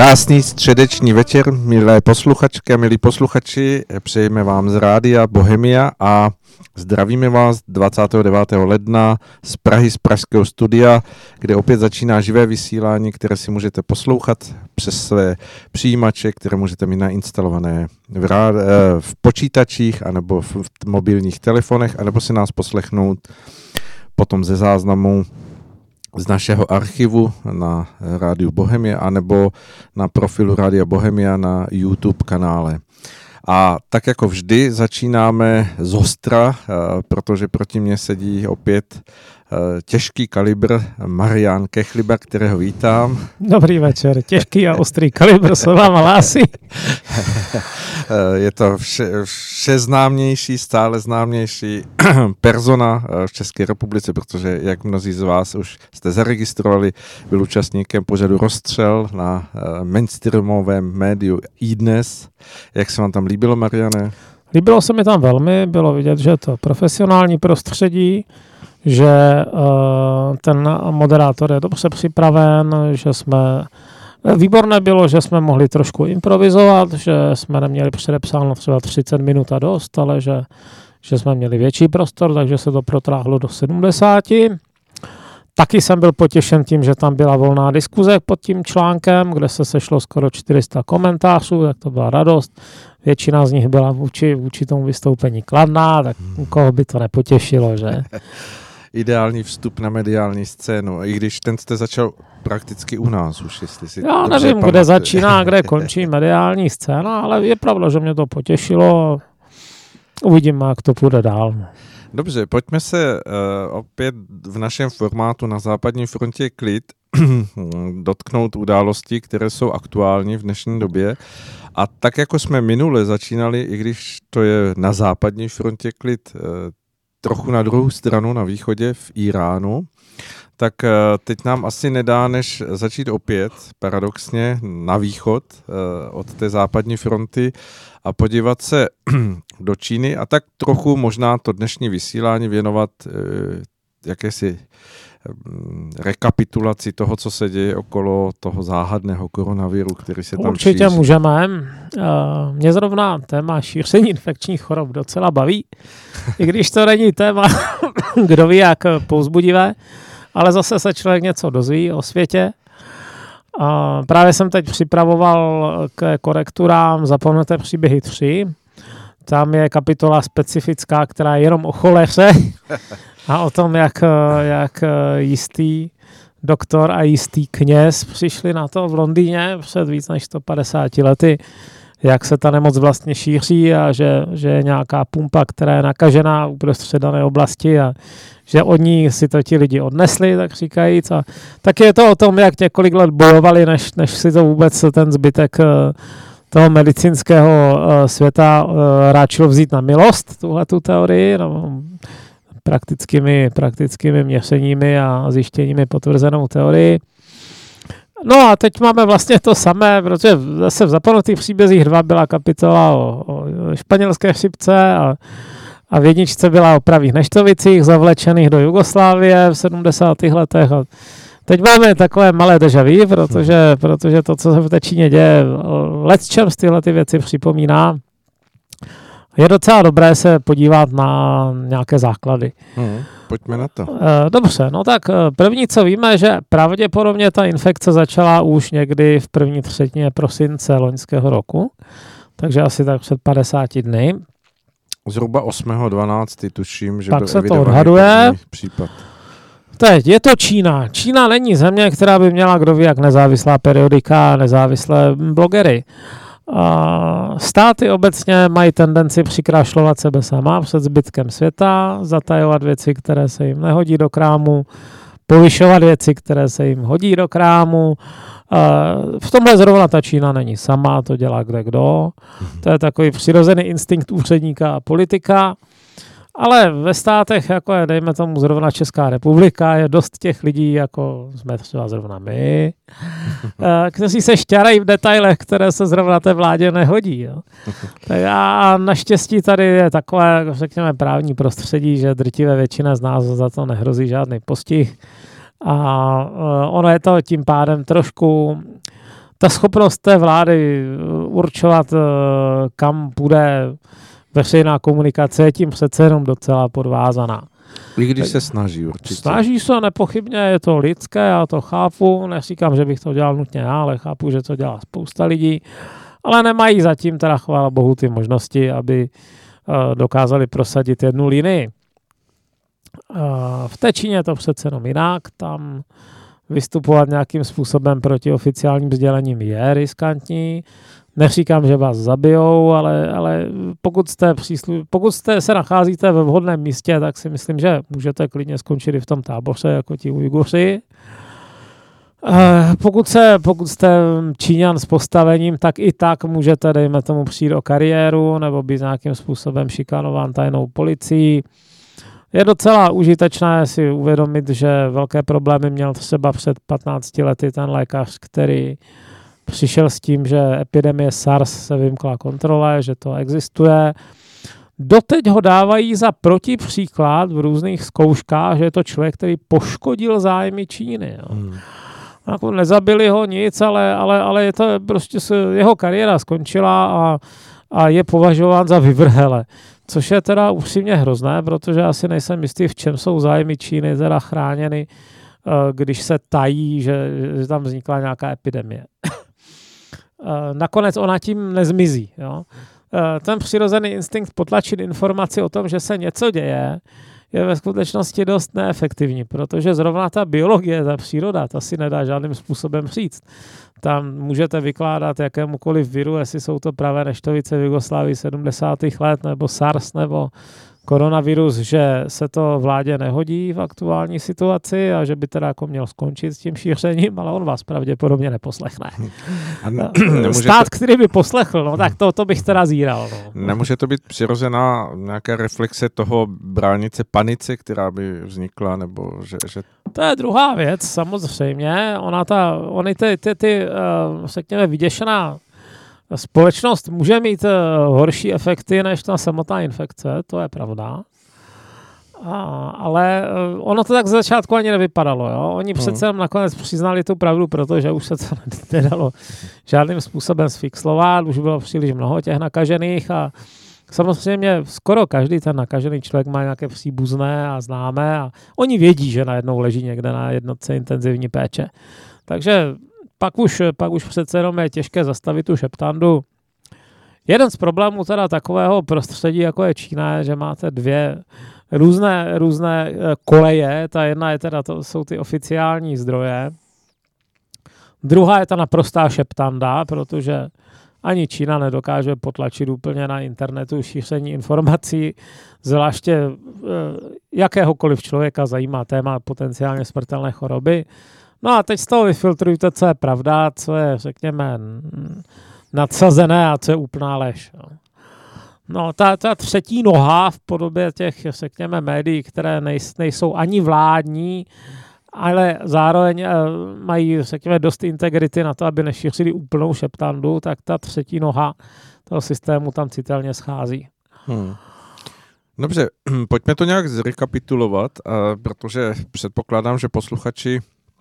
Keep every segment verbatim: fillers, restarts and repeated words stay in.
Krásný středeční večer, milé posluchačky a milí posluchači, přejeme vám z Rádia Bohemia a zdravíme vás dvacátého devátého ledna z Prahy, z pražského studia, kde opět začíná živé vysílání, které si můžete poslouchat přes své přijímače, které můžete mít nainstalované v, rád, v počítačích anebo v mobilních telefonech, anebo si nás poslechnout potom ze záznamu z našeho archivu na Rádiu Bohemia anebo na profilu Rádia Bohemia na YouTube kanále. A tak jako vždy začínáme z ostra, protože proti mně sedí opět těžký kalibr Marián Kechliba, kterého vítám. Dobrý večer, těžký a ostrý kalibr se vám hlásí. Je to vše, vše známější, stále známější persona v České republice, protože jak mnozí z vás už jste zaregistrovali, byl účastníkem pořadu Rozstřel na mainstreamovém médiu iDnes. Jak se vám tam líbilo, Mariane? Líbilo se mi tam velmi, bylo vidět, že je to profesionální prostředí, že uh, ten moderátor je dobře připraven, že jsme... Výborné bylo, že jsme mohli trošku improvizovat, že jsme neměli předepsáno třeba třicet minut a dost, ale že, že jsme měli větší prostor, takže se to protráhlo do sedmdesáti. Taky jsem byl potěšen tím, že tam byla volná diskuze pod tím článkem, kde se sešlo skoro čtyři sta komentářů, tak to byla radost. Většina z nich byla vůči, vůči tomu vystoupení kladná, tak koho by to nepotěšilo, že? Ideální vstup na mediální scénu, i když ten jste začal prakticky u nás už, jestli si Já nevím, pamatuje. Kde začíná a kde končí mediální scéna, ale je pravda, že mě to potěšilo. Uvidíme, jak to půjde dál. Dobře, pojďme se uh, opět v našem formátu Na západní frontě klid dotknout událostí, které jsou aktuální v dnešní době. A tak, jako jsme minule začínali, i když to je na západní frontě klid, uh, trochu na druhou stranu, na východě, v Iránu, tak uh, teď nám asi nedá, než začít opět, paradoxně, na východ uh, od té západní fronty a podívat se do Číny a tak trochu možná to dnešní vysílání věnovat uh, jakési um, rekapitulaci toho, co se děje okolo toho záhadného koronaviru, který se tam Určitě šíří. můžeme. Uh, mě zrovna téma šíření infekčních chorob docela baví, i když to není téma, kdo ví, jak povzbudivé, ale zase se člověk něco dozví o světě. A právě jsem teď připravoval k korekturám Zapomenuté příběhy tři. Tam je kapitola specifická, která je jenom o choleře a o tom, jak, jak jistý doktor a jistý kněz přišli na to v Londýně před víc než sto padesáti lety, jak se ta nemoc vlastně šíří a že, že je nějaká pumpa, která je nakažená uprostřed dané oblasti a že od ní si to ti lidi odnesli, tak říkajíc. A tak je to o tom, jak několik let bojovali, než, než si to vůbec ten zbytek toho medicínského světa ráčil vzít na milost, tuhletu teorii, no, praktickými, praktickými měřeními a zjištěními potvrzenou teorii. No a teď máme vlastně to samé, protože zase v Zapomenutých příbězích dva byla kapitola o, o španělské chřipce a, a v jedničce byla o pravých neštovicích zavlečených do Jugoslávie v sedmdesátých letech. A teď máme takové malé déjà vu, protože, protože to, co se v té Číně děje, lecčem z tyhle ty věci připomíná. Je docela dobré se podívat na nějaké základy. Hmm, pojďme na to. Dobře, no tak první, co víme, že pravděpodobně ta infekce začala už někdy v první třetině prosince loňského roku, takže asi tak před padesáti dny. Zhruba osmého dvanáctého tuším, že tak byl se to evidovaný odhaduje. Případ. Teď je to Čína. Čína není země, která by měla kdo ví jak nezávislá periodika, nezávislé blogery. A státy obecně mají tendenci přikrašlovat sebe sama před zbytkem světa, zatajovat věci, které se jim nehodí do krámu, povyšovat věci, které se jim hodí do krámu. V tomhle zrovna ta Čína není sama, to dělá kde kdo. To je takový přirozený instinkt úředníka a politika. Ale ve státech, jako je, dejme tomu zrovna Česká republika, je dost těch lidí, jako jsme třeba zrovna my, kteří se šťarají v detailech, které se zrovna té vládě nehodí. Jo. Tak a naštěstí tady je takové, řekněme, právní prostředí, že drtivé většina z nás za to nehrozí žádný postih. A ono je to tím pádem trošku ta schopnost té vlády určovat, kam půjde veřejná komunikace, je tím přece jenom docela podvázaná. I když se snaží určitě. Snaží se, nepochybně, je to lidské, já to chápu, neříkám, že bych to dělal nutně já, ale chápu, že to dělá spousta lidí, ale nemají zatím teda, chvála bohu, ty možnosti, aby uh, dokázali prosadit jednu linii. Uh, v té Číně je to přece jenom jinak, tam vystupovat nějakým způsobem proti oficiálním sdělením je riskantní. Neříkám, že vás zabijou, ale, ale pokud, jste příslu... pokud jste se nacházíte ve vhodném místě, tak si myslím, že můžete klidně skončit i v tom táboře, jako ti Ujguři. Pokud, se, pokud jste Číňan s postavením, tak i tak můžete, dejme tomu, přijít o kariéru nebo být nějakým způsobem šikanován tajnou policií. Je docela užitečné si uvědomit, že velké problémy měl třeba před patnácti lety ten lékař, který přišel s tím, že epidemie SARS se vymkla kontrole, že to existuje. Doteď ho dávají za protipříklad v různých zkouškách, že je to člověk, který poškodil zájmy Číny. Jo. Hmm. Jako nezabili ho nic, ale, ale, ale je to prostě se, jeho kariéra skončila a, a je považován za vyvrhele. Což je teda upřímně hrozné, protože asi nejsem jistý, v čem jsou zájmy Číny teda chráněny, když se tají, že, že tam vznikla nějaká epidemie. Nakonec ona tím nezmizí. Jo? Ten přirozený instinkt potlačit informaci o tom, že se něco děje, je ve skutečnosti dost neefektivní, protože zrovna ta biologie, ta příroda, ta si nedá žádným způsobem říct. Tam můžete vykládat jakémukoliv viru, jestli jsou to pravé neštovice v Jugoslávii sedmdesátých let, nebo SARS, nebo koronavirus, že se to vládě nehodí v aktuální situaci a že by teda jako měl skončit s tím šířením, ale on vás pravděpodobně neposlechne. Ne, Stát, to... který by poslechl, no tak to, to bych teda zíral. No. Nemůže to být přirozená nějaká reflexe toho bránit se panice, která by vznikla, nebo že... že... To je druhá věc, samozřejmě. Ona ta, ony ty, ty, ty uh, řekněme, vyděšená společnost může mít uh, horší efekty než ta samotná infekce, to je pravda. A, ale uh, ono to tak z začátku ani nevypadalo. Jo? Oni hmm. přece nakonec přiznali tu pravdu, protože už se to nedalo žádným způsobem sfixlovat, už bylo příliš mnoho těch nakažených a samozřejmě skoro každý ten nakažený člověk má nějaké příbuzné a známé a oni vědí, že najednou leží někde na jednotce intenzivní péče. Takže Pak už, pak už přece jenom je těžké zastavit tu šeptandu. Jeden z problémů teda takového prostředí, jako je Čína, je, že máte dvě různé, různé koleje. Ta jedna je teda, to jsou ty oficiální zdroje. Druhá je ta naprostá šeptanda, protože ani Čína nedokáže potlačit úplně na internetu šíření informací, zvláště jakéhokoliv člověka zajímá téma potenciálně smrtelné choroby. No a teď z toho vyfiltrujte, co je pravda, co je, řekněme, nadsazené a co je úplná lež. No ta, ta třetí noha v podobě těch, řekněme, médií, které nejsou ani vládní, ale zároveň mají, řekněme, dost integrity na to, aby nešířili úplnou šeptandu, tak ta třetí noha toho systému tam citelně schází. Hmm. Dobře, pojďme to nějak zrekapitulovat, protože předpokládám, že posluchači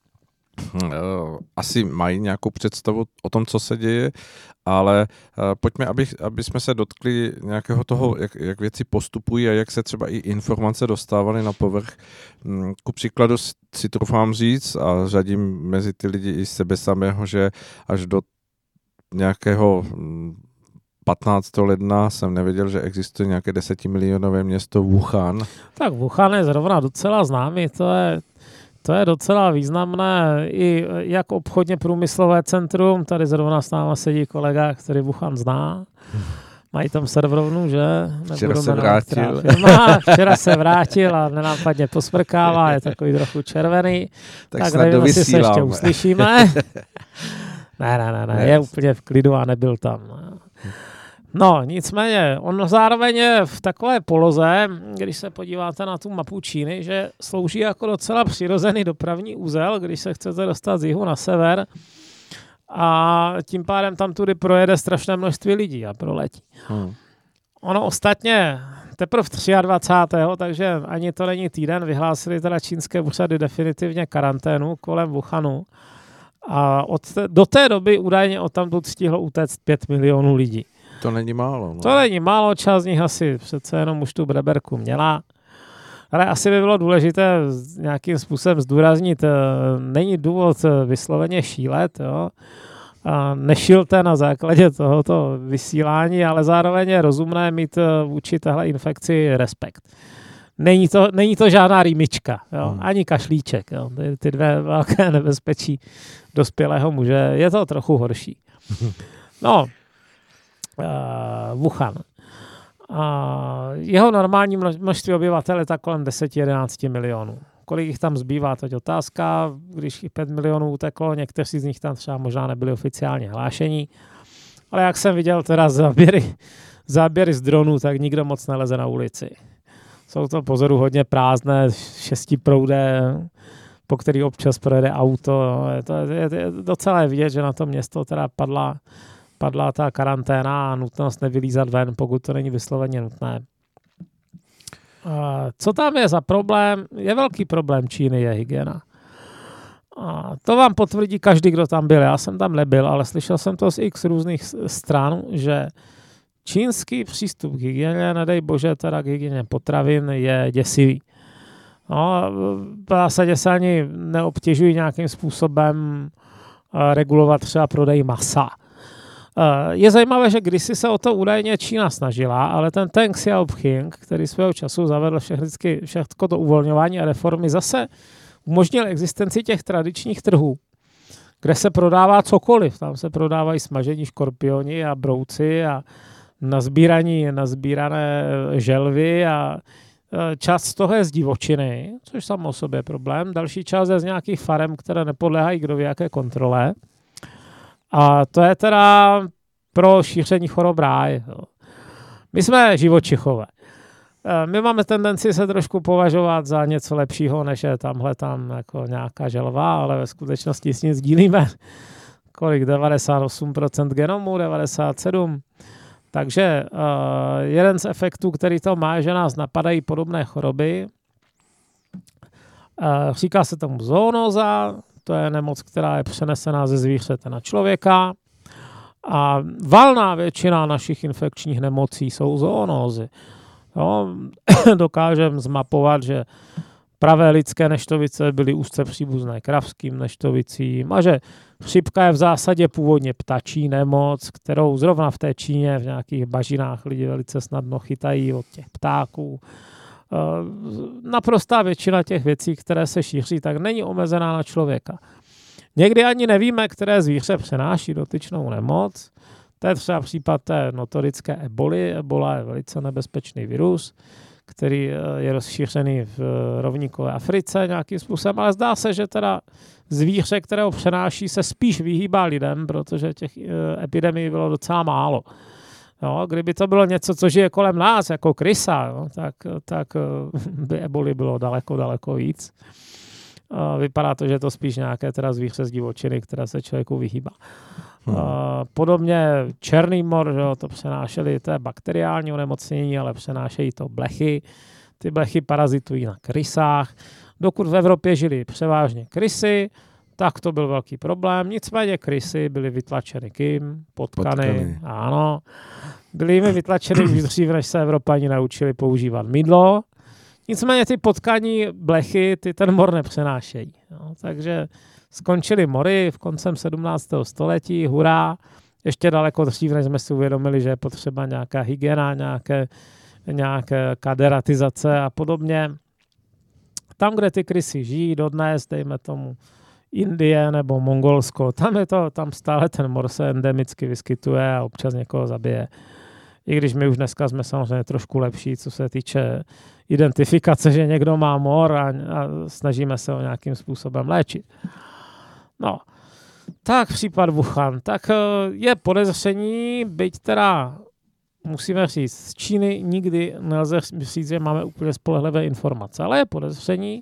asi mají nějakou představu o tom, co se děje, ale pojďme, aby, aby jsme se dotkli nějakého toho, jak, jak věci postupují a jak se třeba i informace dostávaly na povrch. Ku příkladu si troufám říct a řadím mezi ty lidi i sebe samého, že až do nějakého patnáctého ledna jsem nevěděl, že existuje nějaké desetimilionové město Wuhan. Tak Wuhan je zrovna docela známý, to je To je docela významné, i jak obchodně průmyslové centrum, tady zrovna s náma sedí kolega, který Wuhan zná. Mají tam serverovnu, že? Včera se vrátil. Firma. Včera se vrátil a nenápadně posmrkává, je takový trochu červený. Tak, tak nevím, jestli se ještě uslyšíme. ne, ne, ne, ne, je úplně v klidu a nebyl tam. No, nicméně, on zároveň je v takové poloze, když se podíváte na tu mapu Číny, že slouží jako docela přirozený dopravní úzel, když se chcete dostat z jihu na sever a tím pádem tam tudy projede strašné množství lidí a proletí. Hmm. Ono ostatně teprve dvacátého třetího takže ani to není týden, vyhlásili teda čínské úřady definitivně karanténu kolem Wuhanu. A od te, do té doby údajně odtamtud stihlo utéct pět milionů lidí. To není málo. No. To není málo, část z nich asi přece jenom už tu breberku měla. Ale asi by bylo důležité nějakým způsobem zdůraznit, není důvod vysloveně šílet, jo. A nešilte na základě tohoto vysílání, ale zároveň je rozumné mít vůči téhle infekci respekt. Není to, není to žádná rýmička, jo? Hmm. Ani kašlíček. Jo? Ty, ty dvě velké nebezpečí dospělého muže. Je to trochu horší. No, uh, Wuhan. Uh, jeho normální množství obyvatel je tak kolem deset jedenáct milionů. Kolik jich tam zbývá, to je otázka. Když jich pět milionů uteklo, někteří z nich tam třeba možná nebyli oficiálně hlášení. Ale jak jsem viděl teda záběry, záběry z dronů, tak nikdo moc neleze na ulici. Jsou to pozoruhodně prázdné šestiproudé, po který občas projede auto. Je to je, je docela vidět, že na to město teda padla, padla ta karanténa a nutnost nevylízat ven, pokud to není vysloveně nutné. Co tam je za problém? Je velký problém Číny, je hygiena. A to vám potvrdí každý, kdo tam byl. Já jsem tam nebyl, ale slyšel jsem to z x různých stran, že čínský přístup k hygieně, nedej bože, teda k hygieně potravin, je děsivý. No, v zásadě se ani neobtěžují nějakým způsobem regulovat třeba prodej masa. Je zajímavé, že kdysi se o to údajně Čína snažila, ale ten Deng Xiaoping, který svého času zavedl všechno to uvolňování a reformy, zase umožnil existenci těch tradičních trhů, kde se prodává cokoliv. Tam se prodávají smažení škorpioni a brouci a nazbíraní, nazbírané želvy a část z toho je z divočiny, což samo o sobě je problém. Další část je z nějakých farem, které nepodléhají kdo ví jaké kontrole. A to je teda pro šíření chorob ráj. My jsme živočichové. My máme tendenci se trošku považovat za něco lepšího, než je tamhle tam jako nějaká želva, ale ve skutečnosti s ní sdílíme kolik? devadesát osm procent genomu, devadesát sedm procent. Takže uh, jeden z efektů, který to má, je, že nás napadají podobné choroby. Uh, říká se tomu zoonóza, to je nemoc, která je přenesená ze zvířete na člověka. A valná většina našich infekčních nemocí jsou zoonózy. Dokážeme zmapovat, že pravé lidské neštovice byly úzce příbuzné kravským neštovicím a že chřipka je v zásadě původně ptačí nemoc, kterou zrovna v té Číně v nějakých bažinách lidi velice snadno chytají od těch ptáků. Naprostá většina těch věcí, které se šíří, tak není omezená na člověka. Někdy ani nevíme, které zvíře přenáší dotyčnou nemoc. To je třeba případ té notorické eboli. Ebola je velice nebezpečný virus, který je rozšířený v rovníkové Africe nějakým způsobem, ale zdá se, že teda zvíře, které ho přenáší, se spíš vyhýbá lidem, protože těch epidemií bylo docela málo. No, kdyby to bylo něco, co žije kolem nás, jako krysa, no, tak, tak by eboli bylo daleko, daleko víc. Vypadá to, že je to spíš nějaké teda zvíře z divočiny, které se člověku vyhýbá. Hmm. Podobně černý mor, že to přenášeli, to je bakteriální onemocnění, ale přenášejí to blechy. Ty blechy parazitují na krysách. Dokud v Evropě žili převážně krysy, tak to byl velký problém. Nicméně krysy byly vytlačeny kým? Potkany. Potkany. Ano. Byly jimi vytlačeny už dřív, než se Evropani naučili používat mydlo. Nicméně ty potkaní blechy, ty ten mor nepřenášejí. No, takže skončily mory v koncem sedmnáctého století, hurá, ještě daleko dřív, než jsme si uvědomili, že je potřeba nějaká hygiena, nějaké, nějaké kaderatizace a podobně. Tam, kde ty krysy žijí dodnes, dejme tomu Indie nebo Mongolsko, tam je to, tam stále ten mor se endemicky vyskytuje a občas někoho zabije. I když my už dneska jsme samozřejmě trošku lepší, co se týče identifikace, že někdo má mor a, a snažíme se ho nějakým způsobem léčit. No, tak případ Wuhan. Tak je podezření, byť teda musíme říct, z Číny nikdy nelze říct, že máme úplně spolehlivé informace, ale je podezření,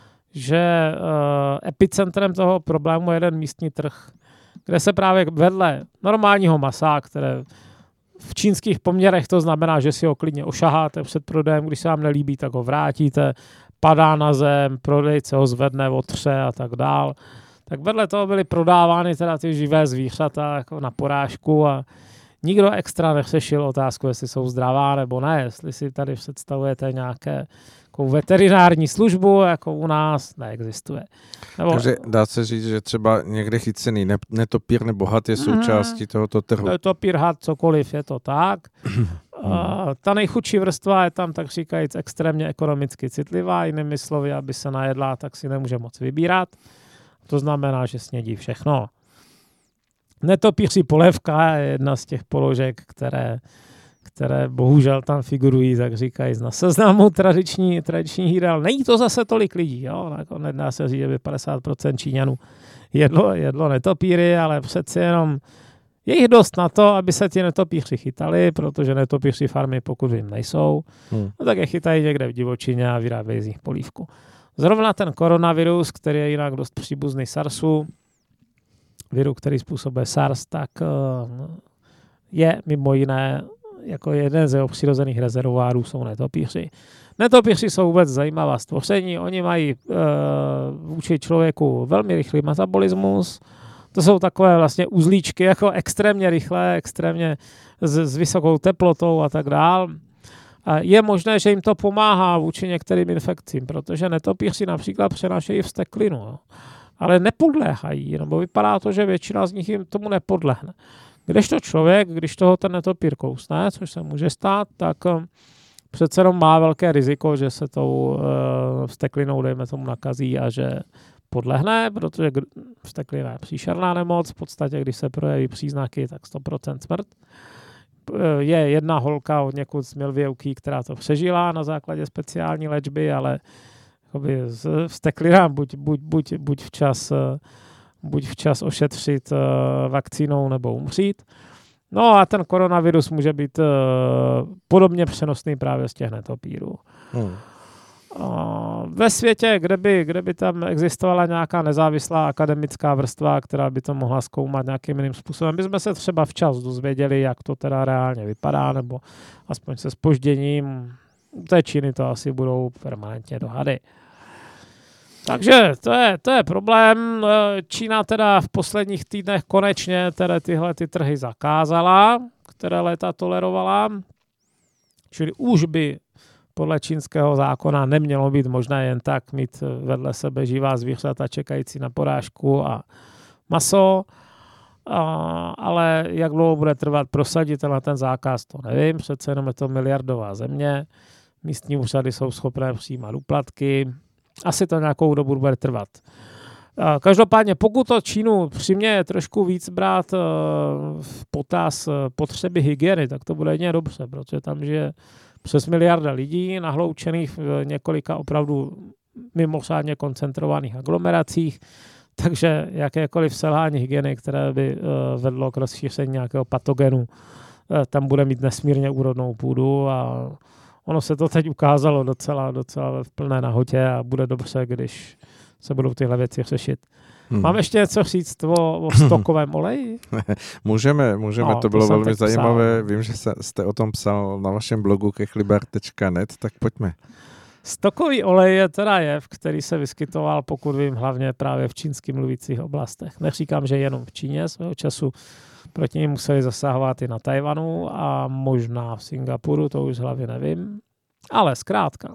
že uh, epicentrem toho problému je jeden místní trh, kde se právě vedle normálního masa, které v čínských poměrech to znamená, že si ho klidně ošaháte před prodejem, když se vám nelíbí, tak ho vrátíte, padá na zem, prodejce ho zvedne, otře a tak dál. tak vedle toho byly prodávány teda ty živé zvířata jako na porážku a nikdo extra neřešil otázku, jestli jsou zdravá nebo ne, jestli si tady představujete nějaké jako veterinární službu, jako u nás neexistuje. Nebo... Takže dá se říct, že třeba někde chycený netopír nebo had je součástí tohoto trhu. Netopír, had, cokoliv, je to tak. A ta nejchudší vrstva je tam, tak říkajíc, extrémně ekonomicky citlivá, jinými slovy, aby se najedla, tak si nemůže moc vybírat. To znamená, že snědí všechno. Netopíři polévka je jedna z těch položek, které, které bohužel tam figurují, tak říkají, na seznamu tradiční, tradiční jídel. Není to zase tolik lidí, jo? Nedá se říct, že by padesát procent Číňanů jedlo, jedlo netopíry, ale přeci jenom je jich dost na to, aby se ti netopíři chytali, protože netopíři farmy, pokud vím, nejsou, hmm. no tak je chytají někde v divočině a vyrábějí z nich polívku. Zrovna ten koronavirus, který je jinak dost příbuzný SARSu, viru, který způsobuje SARS, tak je mimo jiné jako jeden z jeho přirozených rezervoárů jsou netopíři. Netopíři jsou vůbec zajímavá stvoření, oni mají e, vůči člověku velmi rychlý metabolismus, to jsou takové vlastně uzlíčky, jako extrémně rychlé, extrémně s, s vysokou teplotou a tak dál. A je možné, že jim to pomáhá vůči některým infekcím, protože netopíři například přenášejí vzteklinu, jo. Ale nepodléhají, nebo vypadá to, že většina z nich jim tomu nepodlehne. Kdežto člověk, když toho ten netopír kousne, což se může stát, tak přece jenom má velké riziko, že se tou uh, vzteklinou, dejme tomu, nakazí a že podlehne, protože vzteklina je příšerná nemoc, v podstatě, když se projeví příznaky, tak sto procent smrt. Je jedna holka od někud z Milwaukee, která to přežila na základě speciální léčby, ale vzteklina buď, buď, buď, buď, včas, buď včas ošetřit vakcínou nebo umřít. No a ten koronavirus může být podobně přenosný právě z těch netopírů. Hmm. Ve světě, kde by, kde by tam existovala nějaká nezávislá akademická vrstva, která by to mohla zkoumat nějakým jiným způsobem, bychom se třeba včas dozvěděli, jak to teda reálně vypadá, nebo aspoň se zpožděním. U té Číny to asi budou permanentně dohady. Takže to je, to je problém. Čína teda v posledních týdnech konečně teda tyhle ty trhy zakázala, které léta tolerovala. Čili už by podle čínského zákona nemělo být možné jen tak mít vedle sebe živá zvířata čekající na porážku a maso. A, ale jak dlouho bude trvat prosadit na ten zákaz, to nevím. Přece jenom je to miliardová země. Místní úřady jsou schopné přijímat úplatky. Asi to nějakou dobu bude trvat. Každopádně, pokud to Čínu přiměje trošku víc brát v potaz potřeby hygieny, tak to bude jedině dobře, protože tam žije přes miliarda lidí nahloučených v několika opravdu mimořádně koncentrovaných aglomeracích, takže jakékoliv selhání hygieny, které by vedlo k rozšíření nějakého patogenu, tam bude mít nesmírně úrodnou půdu a ono se to teď ukázalo docela, docela v plné nahotě a bude dobře, když se budou tyhle věci řešit. Hmm. Mám ještě něco říct o, o stokovém oleji? můžeme, můžeme, no, to bylo to velmi zajímavé. Vím, že jste o tom psal na vašem blogu kechlibar tečka net, tak pojďme. Stokový olej je teda jev, který se vyskytoval, pokud vím, hlavně právě v čínsky mluvících oblastech. Neříkám, že jenom v Číně, svého času proti ní museli zasahovat i na Tajvanu a možná v Singapuru, to už z hlavy nevím. Ale zkrátka.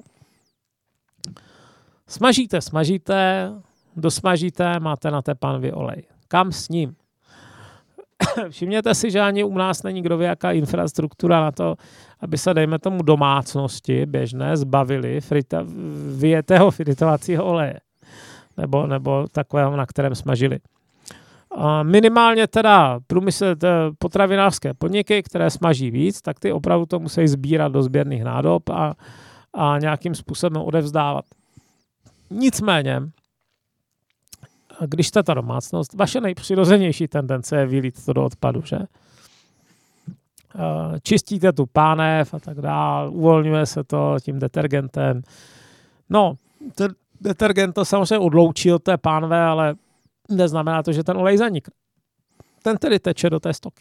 Smažíte, smažíte, dosmažíte, máte na té panvi olej. Kam s ním? Všimněte si, že ani u nás není kdo ví, jaká infrastruktura na to, aby se, dejme tomu, domácnosti běžné zbavili frita, vyjetého fritovacího oleje. Nebo, nebo takového, na kterém smažili. A minimálně teda průmysl, potravinářské podniky, které smaží víc, tak ty opravdu to musí sbírat do sběrných nádob a, a nějakým způsobem odevzdávat. Nicméně, když jste ta domácnost, vaše nejpřirozenější tendence je vylít to do odpadu, že? Čistíte tu pánev a tak dále, uvolňuje se to tím detergentem. No, ten detergent to samozřejmě odloučí od té pánve, ale neznamená to, že ten olej zanikne. Ten tedy teče do té stoky.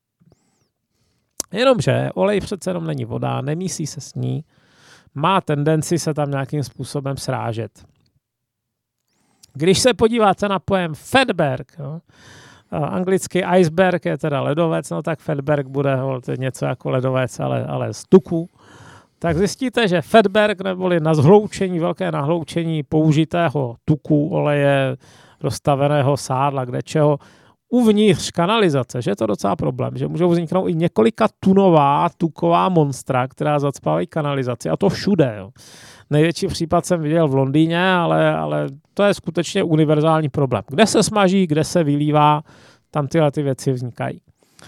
Jenomže olej přece jenom není voda, nemísí se s ní, má tendenci se tam nějakým způsobem srážet. Když se podíváte na pojem fatberg, jo, anglicky iceberg je teda ledovec, no tak fatberg bude něco jako ledovec, ale, ale z tuku, tak zjistíte, že fatberg neboli na zhloučení, velké nahloučení použitého tuku, oleje, rozstaveného sádla, kde čeho, uvnitř kanalizace, že je to docela problém, že můžou vzniknout i několika tunová tuková monstra, která zacpávají kanalizaci a to všude. Jo. Největší případ jsem viděl v Londýně, ale, ale to je skutečně univerzální problém. Kde se smaží, kde se vylívá, tam tyhle ty věci vznikají.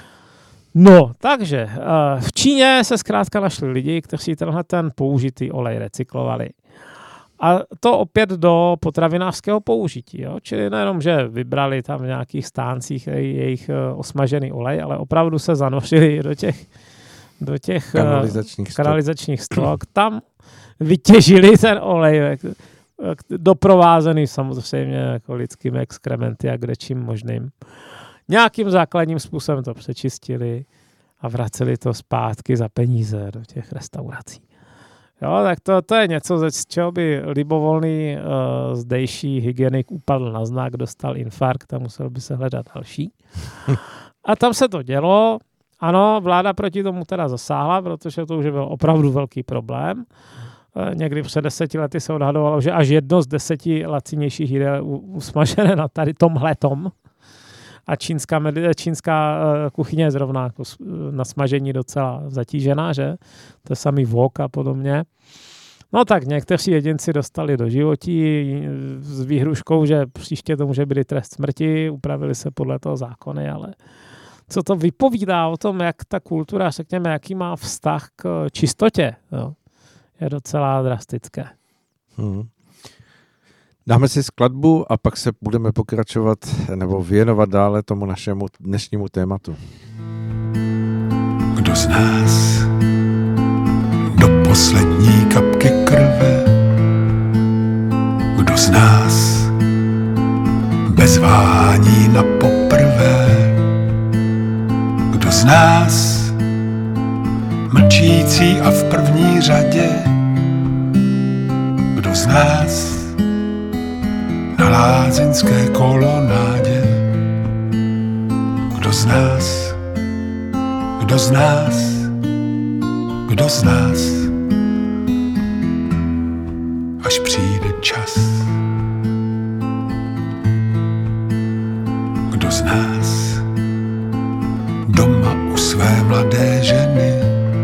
No, takže v Číně se zkrátka našli lidi, kteří tenhle ten použitý olej recyklovali. A to opět do potravinářského použití. Jo? Čili nejenom, že vybrali tam v nějakých stáncích jejich osmažený olej, ale opravdu se zanořili do těch, do těch kanalizačních, kanalizačních stok. Tam vytěžili ten olej, doprovázený samozřejmě jako lidskými exkrementy a kdečím možným. Nějakým základním způsobem to přečistili a vraceli to zpátky za peníze do těch restaurací. Jo, tak to, to je něco, z čeho by libovolný uh, zdejší hygienik upadl na znak, dostal infarkt a musel by se hledat další. A tam se to dělo. Ano, vláda proti tomu teda zasáhla, protože to už byl opravdu velký problém. Uh, někdy před deseti lety se odhadovalo, že až jedno z deseti lacinějších jídel usmažené na tady tomhletom. A čínská, čínská kuchyně je zrovna jako na smažení docela zatížená, že? To je samý wok a podobně. No tak někteří jedinci dostali do životí s výhruškou, že příště to může být trest smrti, upravili se podle toho zákony, ale co to vypovídá o tom, jak ta kultura, řekněme, jaký má vztah k čistotě, jo? Je docela drastické. Hmm. Dáme si skladbu a pak se budeme pokračovat nebo věnovat dále tomu našemu dnešnímu tématu. Kdo z nás do poslední kapky krve, kdo z nás bez váhání na poprvé, kdo z nás mlčící a v první řadě, kdo z nás na lázeňské kolonádě, kdo z nás, kdo z nás, kdo z nás, až přijde čas. Kdo z nás doma u své mladé ženy,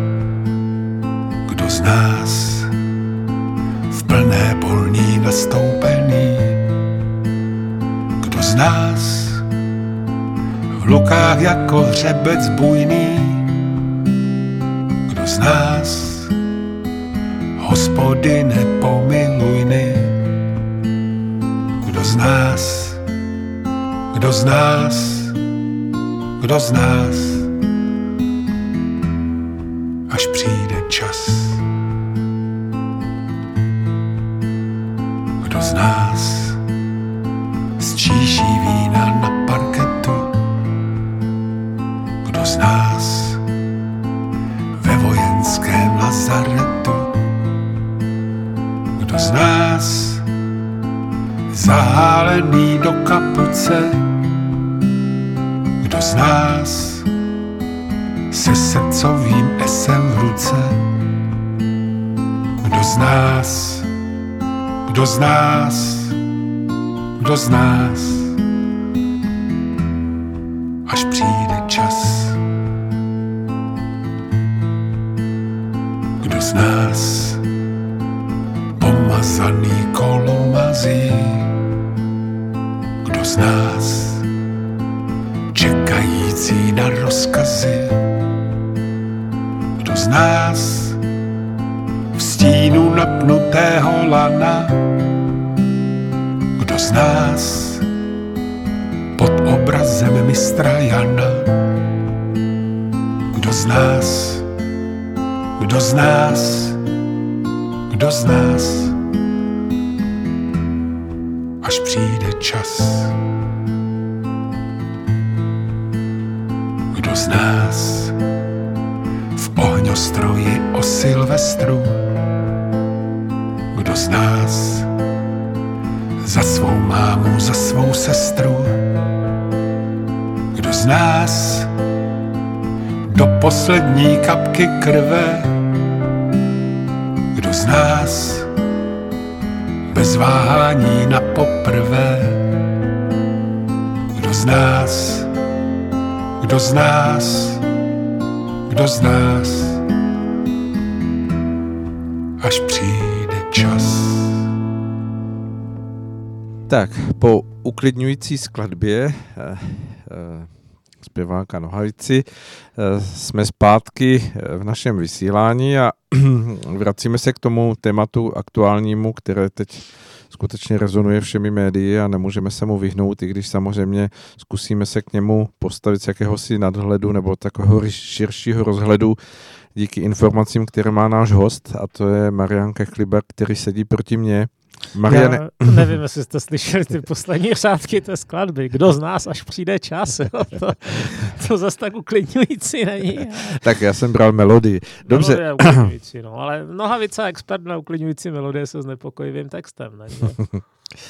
kdo z nás v plné polní nastoupený, kdo z nás v lukách jako hřebec bujný, kdo z nás Hospodine pomilujny, kdo z nás, kdo z nás, kdo z nás, až přijde čas. Kdo z nás zčíší vína na parketu, kdo z nás ve vojenském lazaretu, kdo z nás zahálený do kapuce, kdo z nás se srdcovým esem v ruce, kdo z nás, kdo z nás, kdo z nás, až přijde čas. Kdo z nás pomazaný kolomazí, kdo z nás čekající na rozkazy, kdo z nás v stínu napnutého lana, kdo z nás pod obrazem mistra Jana, kdo z nás, kdo z nás, kdo z nás, až přijde čas. Kdo z nás v ohňostroji o Silvestru, kdo z nás za svou mámu, za svou sestru. Kdo z nás do poslední kapky krve, kdo z nás bez váhání na poprvé, kdo z nás, kdo z nás, kdo z nás, až přijde čas. Tak, po uklidňující skladbě eh, eh, zpěváka Nohavici eh, jsme zpátky v našem vysílání a vracíme se k tomu tématu aktuálnímu, které teď skutečně rezonuje všemi médii a nemůžeme se mu vyhnout, i když samozřejmě zkusíme se k němu postavit z jakéhosi nadhledu nebo takového širšího rozhledu díky informacím, které má náš host, a to je Marian Kechliber, který sedí proti mně. Mariane... Já nevím, jestli jste slyšeli ty poslední řádky té skladby. Kdo z nás, až přijde čas. Jo? To, to zase tak uklidňující není. Tak já jsem bral melodii. Dobře. Melodie je uklidňující, no, ale Nohavica, expert na uklidňující melodie se znepokojivým textem. Ne?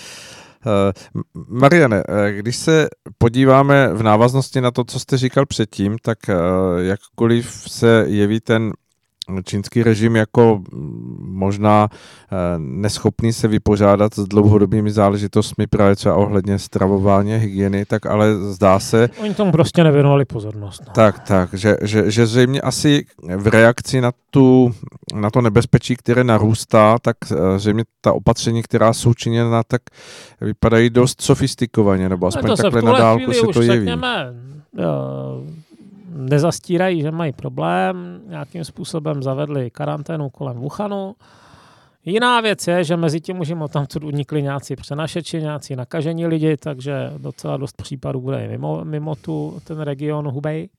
Mariane, když se podíváme v návaznosti na to, co jste říkal předtím, tak jakkoliv se jeví ten čínský režim jako možná neschopný se vypořádat s dlouhodobými záležitostmi právě třeba ohledně stravování, hygieny, tak ale zdá se... Oni tomu prostě nevěnovali pozornost. No. Tak, tak, že, že, že zřejmě asi v reakci na, tu, na to nebezpečí, které narůstá, tak zřejmě ta opatření, která jsou činěna, tak vypadají dost sofistikovaně, nebo aspoň takhle na dálku se to jeví. Řekněme, nezastírají, že mají problém, nějakým způsobem zavedli karanténu kolem Wuhanu. Jiná věc je, že mezi tím už jim odtamtud unikli nějací přenašeči, nějací nakažení lidi, takže docela dost případů bude i mimo, mimo tu, ten region Hubei.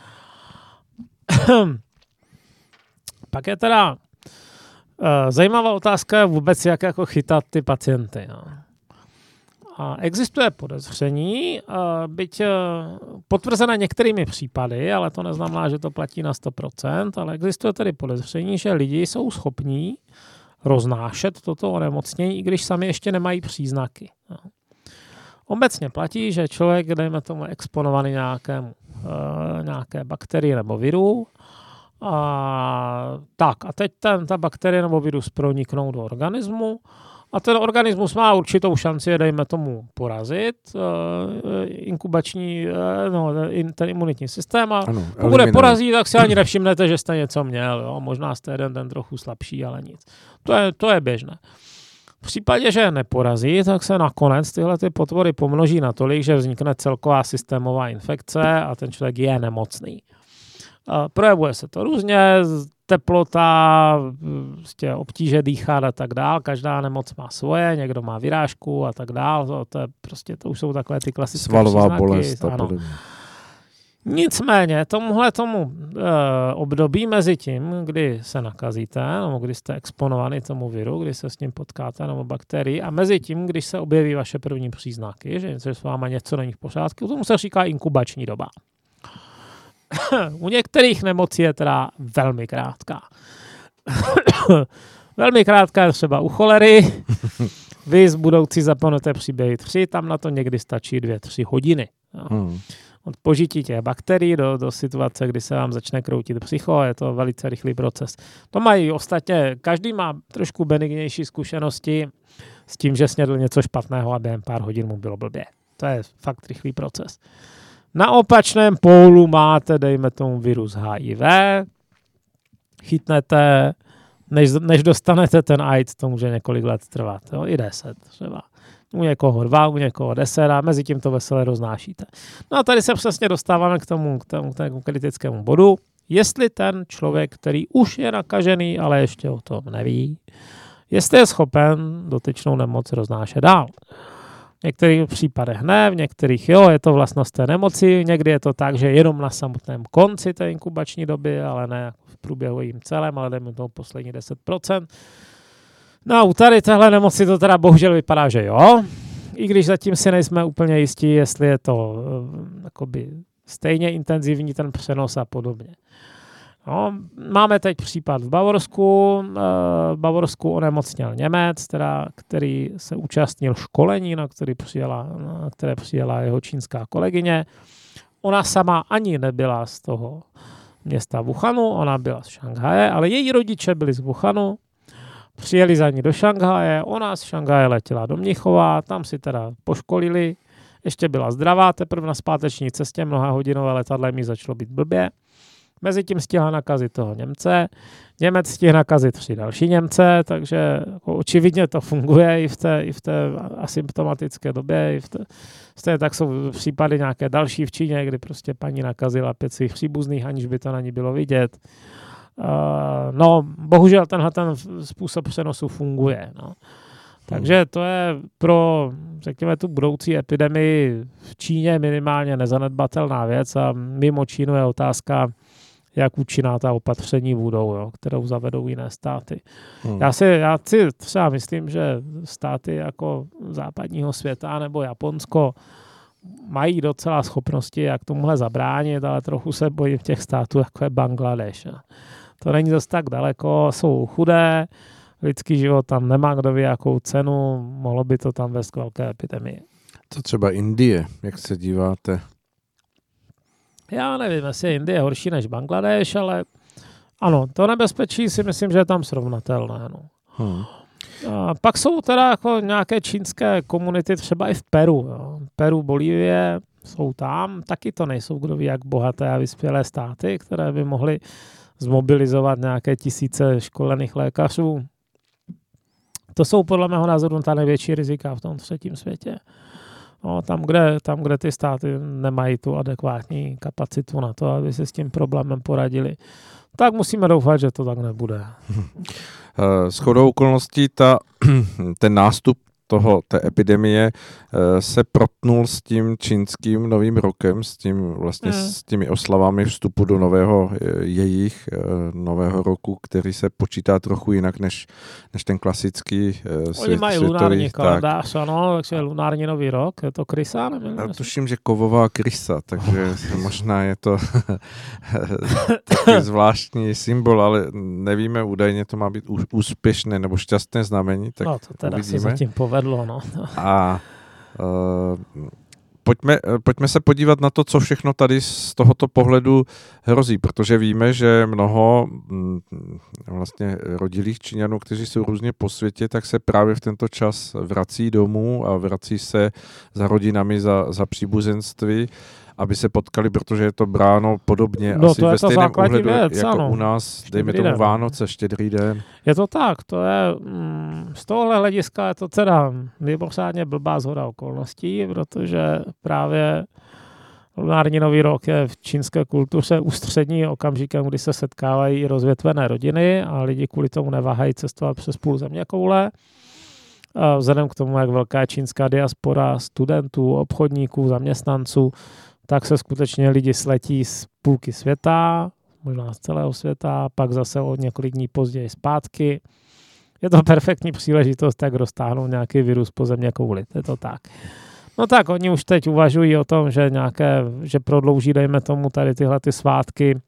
Pak je teda uh, zajímavá otázka vůbec, jak jako chytat ty pacienty. No. A existuje podezření, byť potvrzené některými případy, ale to neznamená, že to platí na sto procent, ale existuje tedy podezření, že lidi jsou schopní roznášet toto onemocnění, i když sami ještě nemají příznaky. Obecně platí, že člověk, dejme tomu, exponovaný nějakému, nějaké bakterii nebo viru, a tak a teď ten, ta bakterie nebo virus proniknou do organismu, a ten organismus má určitou šanci, dejme tomu, porazit uh, inkubační, uh, no, ten imunitní systém a ano, pokud je porazí, tak si ani nevšimnete, že jste něco měl. Jo? Možná jste jeden den trochu slabší, ale nic. To je, to je běžné. V případě, že je neporazí, tak se nakonec tyhle ty potvory pomnoží natolik, že vznikne celková systémová infekce a ten člověk je nemocný. Uh, projevuje se to různě, teplota, prostě obtíže dýchat a tak dál. Každá nemoc má svoje, někdo má vyrážku a tak dál. To, to, je prostě, to už jsou takové ty klasické svalová příznaky. Bolest a podobně. Nicméně tomuhle tomu e, období mezi tím, kdy se nakazíte, nebo kdy jste exponovaný tomu viru, kdy se s ním potkáte, nebo bakterii, a mezi tím, když se objeví vaše první příznaky, že s váma něco není v pořádku, tomu se říká inkubační doba. U některých nemocí je teda velmi krátká. Velmi krátká je třeba u cholery. Vy z budoucí zapomenete příběhy tři, tam na to někdy stačí dvě, tři hodiny. Hmm. Od požití těch bakterií do, do situace, kdy se vám začne kroutit psycho, je to velice rychlý proces. To mají ostatně, každý má trošku benignější zkušenosti s tím, že snědl něco špatného a během pár hodin mu bylo blbě. To je fakt rychlý proces. Na opačném pólu máte, dejme tomu, virus H I V, chytnete, než, než dostanete ten AIDS, to může několik let trvat, jo? I deset třeba. U někoho dva, u někoho deset a mezi tím to veselé roznášíte. No a tady se přesně dostáváme k tomu, k tomu, k tomu kritickému bodu. Jestli ten člověk, který už je nakažený, ale ještě o tom neví, jestli je schopen dotyčnou nemoc roznášet dál. V některých případech ne, v některých jo, je to vlastnost té nemoci, někdy je to tak, že jenom na samotném konci té inkubační doby, ale ne v průběhu jím celém, ale dejme toho poslední deset procent. No a u tady téhle nemoci to teda bohužel vypadá, že jo, i když zatím si nejsme úplně jistí, jestli je to uh, jakoby stejně intenzivní ten přenos a podobně. No, máme teď případ v Bavorsku. V Bavorsku onemocněl Němec, teda, který se účastnil školení, na, který přijela, na které přijela jeho čínská kolegyně. Ona sama ani nebyla z toho města Wuhanu, ona byla z Šanghaje, ale její rodiče byli z Wuhanu. Přijeli za ní do Šanghaje, ona z Šanghaje letěla do Mnichova, tam si teda poškolili, ještě byla zdravá, teprve na zpáteční cestě mnoha hodinové letadlem jí začalo být blbě. Mezitím stihla nakazit toho Němce, Němec stihl nakazit tři další Němce, takže jako očividně to funguje i v té, i v té asymptomatické době, i v té, stejně tak jsou případy nějaké další v Číně, kdy prostě paní nakazila pět svých příbuzných, aniž by to na ní bylo vidět. Uh, no, bohužel tenhle ten způsob přenosu funguje. No. Takže to je pro, řekněme, tu budoucí epidemii v Číně minimálně nezanedbatelná věc a mimo Čínu je otázka, jak účinná ta opatření budou, jo, kterou zavedou jiné státy. Hmm. Já, si, já si třeba myslím, že státy jako západního světa nebo Japonsko mají docela schopnosti, jak tomuhle zabránit, ale trochu se bojím těch států, jako je Bangladeš. To není zase tak daleko, jsou chudé, lidský život tam nemá kdo ví jakou cenu, mohlo by to tam vést k velké epidemii. Co třeba Indie, jak se díváte? Já nevím, jestli Indie je horší než Bangladeš, ale ano, to nebezpečí si myslím, že je tam srovnatelné. No. Hmm. A pak jsou teda jako nějaké čínské komunity třeba i v Peru. Jo. Peru, Bolívie jsou tam, taky to nejsou kdo ví jak bohaté a vyspělé státy, které by mohly zmobilizovat nějaké tisíce školených lékařů. To jsou podle mého názoru ta největší rizika v tom třetím světě. No, tam, kde, tam, kde ty státy nemají tu adekvátní kapacitu na to, aby se s tím problémem poradili, tak musíme doufat, že to tak nebude. Shodou okolností ta, ten nástup toho, té epidemie se protnul s tím čínským novým rokem, s tím vlastně hmm. s těmi oslavami vstupu do nového jejich nového roku, který se počítá trochu jinak než, než ten klasický svět. Oni mají lunární kalendář, ano, takže lunární nový rok, je to krysa? Já tuším, že kovová krysa, takže možná je to takový zvláštní symbol, ale nevíme, údajně to má být úspěšné nebo šťastné znamení, tak no to teda uvidíme. Se zatím povedlo, no. A uh, pojďme, pojďme se podívat na to, co všechno tady z tohoto pohledu hrozí, protože víme, že mnoho m, vlastně rodilých Číňanů, kteří jsou různě po světě, tak se právě v tento čas vrací domů a vrací se za rodinami, za, za příbuzenství, aby se potkali, protože je to bráno podobně no, asi ve stejném úhledu věc, jako ano. u nás, dejme Štědrý tomu den. Vánoce, Štědrý den. Je to tak, to je mm, z tohohle hlediska je to teda mimořádně blbá shoda okolností, protože právě lunární nový rok je v čínské kultuře ústřední okamžikem, kdy se setkávají rozvětvené rodiny a lidi kvůli tomu neváhají cestovat přes půl země koule. Vzhledem k tomu, jak velká je čínská diaspora studentů, obchodníků, zaměstnanců, tak se skutečně lidi sletí z půlky světa, možná z celého světa, pak zase o několik dní později zpátky. Je to perfektní příležitost, jak roztáhnout nějaký virus po země kouli. Je to tak. No tak, oni už teď uvažují o tom, že nějaké, že prodlouží, dejme tomu, tady tyhle ty svátky.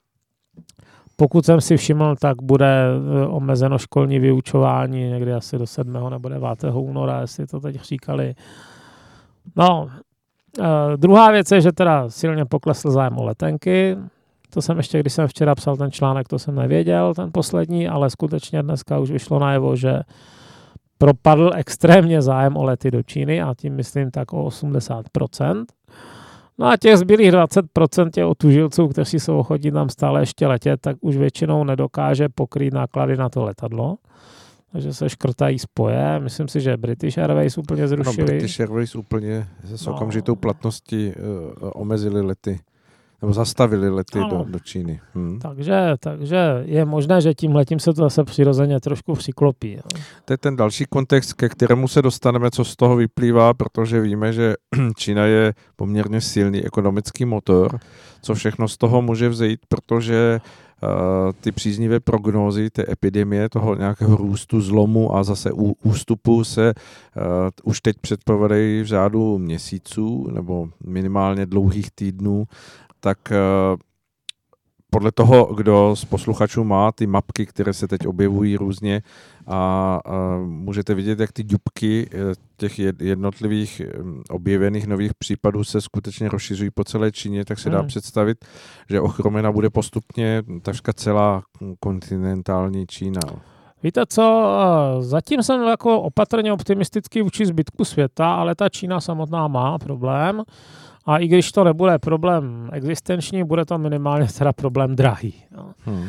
Pokud jsem si všiml, tak bude omezeno školní vyučování někdy asi do sedmého nebo devátého února, jestli to teď říkali. No, Uh, druhá věc je, že teda silně poklesl zájem o letenky. To jsem ještě, když jsem včera psal ten článek, to jsem nevěděl, ten poslední, ale skutečně dneska už vyšlo najevo, že propadl extrémně zájem o lety do Číny a tím myslím tak o osmdesát procent. No a těch zbylých dvacet procent těch otužilců, kteří jsou ochotní tam stále ještě letět, tak už většinou nedokáže pokrýt náklady na to letadlo. Takže se škrtají spoje. Myslím si, že British Airways úplně zrušili. No, British Airways úplně s okamžitou platností uh, omezili lety, nebo zastavili lety do, do Číny. Hmm. Takže, takže je možné, že tím letím se to zase přirozeně trošku přiklopí. Jo. To je ten další kontext, ke kterému se dostaneme, co z toho vyplývá, protože víme, že Čína je poměrně silný ekonomický motor. Co všechno z toho může vzejít, protože Uh, ty příznivé prognózy té epidemie, toho nějakého růstu, zlomu a zase ú, ústupu se uh, už teď předpovědají v řádu měsíců nebo minimálně dlouhých týdnů, tak uh, podle toho, kdo z posluchačů má ty mapky, které se teď objevují různě a, a můžete vidět, jak ty ďubky těch jednotlivých objevených nových případů se skutečně rozšiřují po celé Číně, tak se dá hmm. představit, že ochromena bude postupně takřka celá kontinentální Čína. Víte co, zatím jsem jako opatrně optimistický vůči zbytku světa, ale ta Čína samotná má problém. A i když to nebude problém existenční, bude to minimálně teda problém drahý. No. Hmm.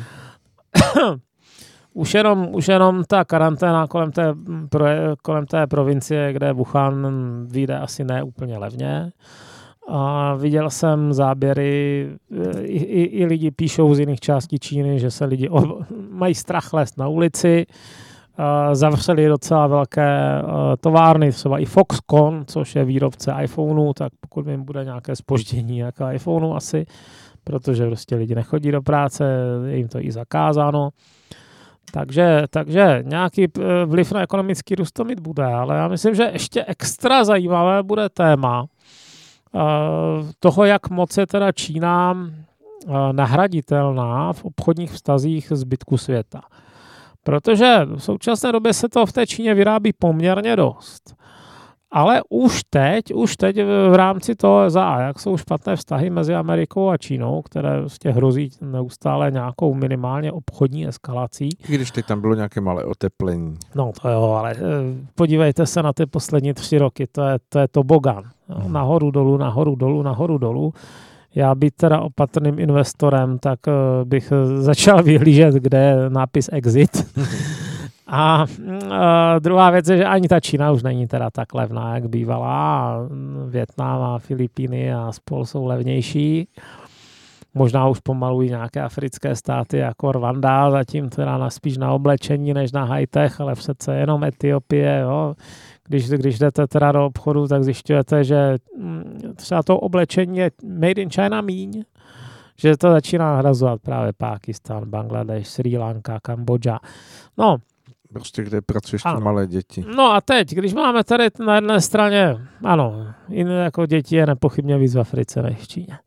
už, jenom, už jenom ta karanténa kolem té, kolem té provincie, kde Wuhan vyjde asi ne úplně levně. A viděl jsem záběry, i, i, i lidi píšou z jiných částí Číny, že se lidi ob, mají strach lézt na ulici. Uh, zavřeli docela velké uh, továrny, třeba i Foxconn, což je výrobce iPhoneu, tak pokud jim bude nějaké zpoždění jako iPhoneu asi, protože prostě lidi nechodí do práce, je jim to i zakázáno. Takže, takže nějaký vliv na ekonomický růst to mít bude, ale já myslím, že ještě extra zajímavé bude téma uh, toho, jak moc je teda Čína uh, nahraditelná v obchodních vztazích zbytku světa. Protože v současné době se to v té Číně vyrábí poměrně dost. Ale už teď, už teď v rámci toho za jak jsou špatné vztahy mezi Amerikou a Čínou, které vlastně hrozí neustále nějakou minimálně obchodní eskalací. Když teď tam bylo nějaké malé oteplení. No to jo, ale podívejte se na ty poslední tři roky, to je, to je tobogan. Hmm. Nahoru, dolů, nahoru, dolů, nahoru, dolů. Já být teda opatrným investorem, tak bych začal vyhlížet, kde je nápis exit. A uh, druhá věc je, že ani ta Čína už není teda tak levná, jak bývala. Vietnam a Filipíny a spol jsou levnější. Možná už pomalují nějaké africké státy jako Rwanda, zatím teda na, spíš na oblečení než na high-tech, ale přece jenom Etiopie, jo. Když, když jdete teda do obchodu, tak zjišťujete, že třeba to oblečení je made in China míň, že to začíná nahrazovat právě Pákistán, Bangladeš, Srí Lanka, Kambodža. No, prostě kde pracuješ ty malé děti. No a teď, když máme tady na jedné straně, ano, jiné jako děti je nepochybně víc v Africe než v Číně.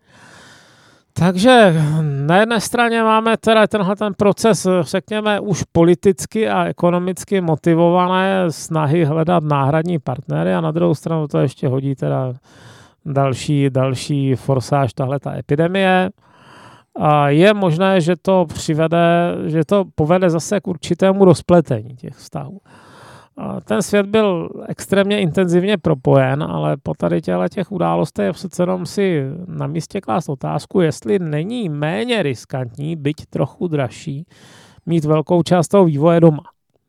Takže na jedné straně máme teda tenhle ten proces, řekněme, už politicky a ekonomicky motivované snahy hledat náhradní partnery a na druhou stranu to ještě hodí teda další, další forsáž tahleta epidemie. A je možné, že to přivede, že to povede zase k určitému rozpletení těch vztahů. A ten svět byl extrémně intenzivně propojen, ale po tady těch událostech je přece jenom si na místě klást otázku, jestli není méně riskantní, byť trochu dražší, mít velkou část toho vývoje doma.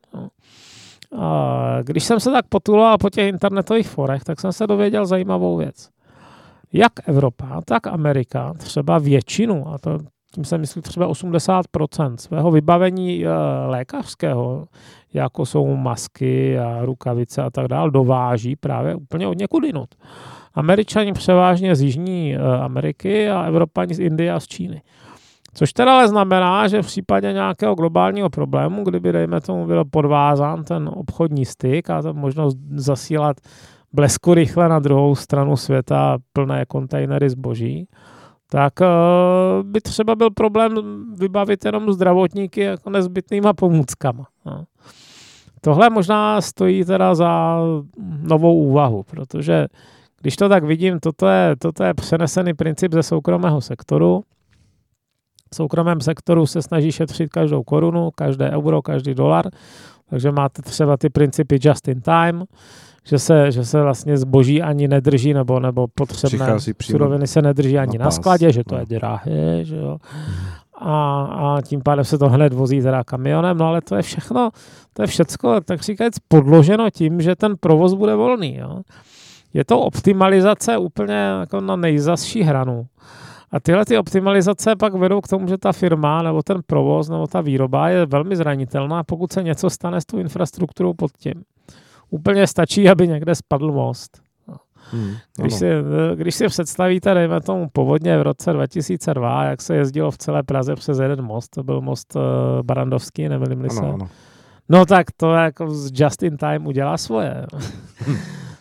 A když jsem se tak potuloval po těch internetových forech, tak jsem se dověděl zajímavou věc. Jak Evropa, tak Amerika třeba většinu, a to tím se myslí třeba osmdesát procent svého vybavení e, lékařského, jako jsou masky a rukavice a tak dále, dováží právě úplně od někud jinut. Američani převážně z Jižní e, Ameriky a Evropani z Indie a z Číny. Což teda ale znamená, že v případě nějakého globálního problému, kdyby, dejme tomu, byl podvázán ten obchodní styk a ta možnost zasílat blesku rychle na druhou stranu světa plné kontejnery zboží, tak uh, by třeba byl problém vybavit jenom zdravotníky jako nezbytnýma pomůckama. No. Tohle možná stojí teda za novou úvahu, protože když to tak vidím, toto je, toto je přenesený princip ze soukromého sektoru. V soukromém sektoru se snaží šetřit každou korunu, každé euro, každý dolar, takže máte třeba ty principy just in time, že se, že se vlastně zboží ani nedrží, nebo, nebo potřebné suroviny se nedrží ani na, na skladě, že to no. je drahé, že jo. A, a tím pádem se to hned vozí teda kamionem, no ale to je všechno, to je všecko, tak říkajíc, podloženo tím, že ten provoz bude volný, jo. Je to optimalizace úplně jako na nejzazší hranu. A tyhle ty optimalizace pak vedou k tomu, že ta firma, nebo ten provoz, nebo ta výroba je velmi zranitelná, pokud se něco stane s tou infrastrukturou pod tím. Úplně stačí, aby někde spadl most. Hmm, když, si, když si představíte, dejme tomu povodně v roce dva tisíce dva, jak se jezdilo v celé Praze přes jeden most, to byl most uh, Barandovský, nemýlím-li se. Ano, ano. No tak to jako z just in time udělá svoje.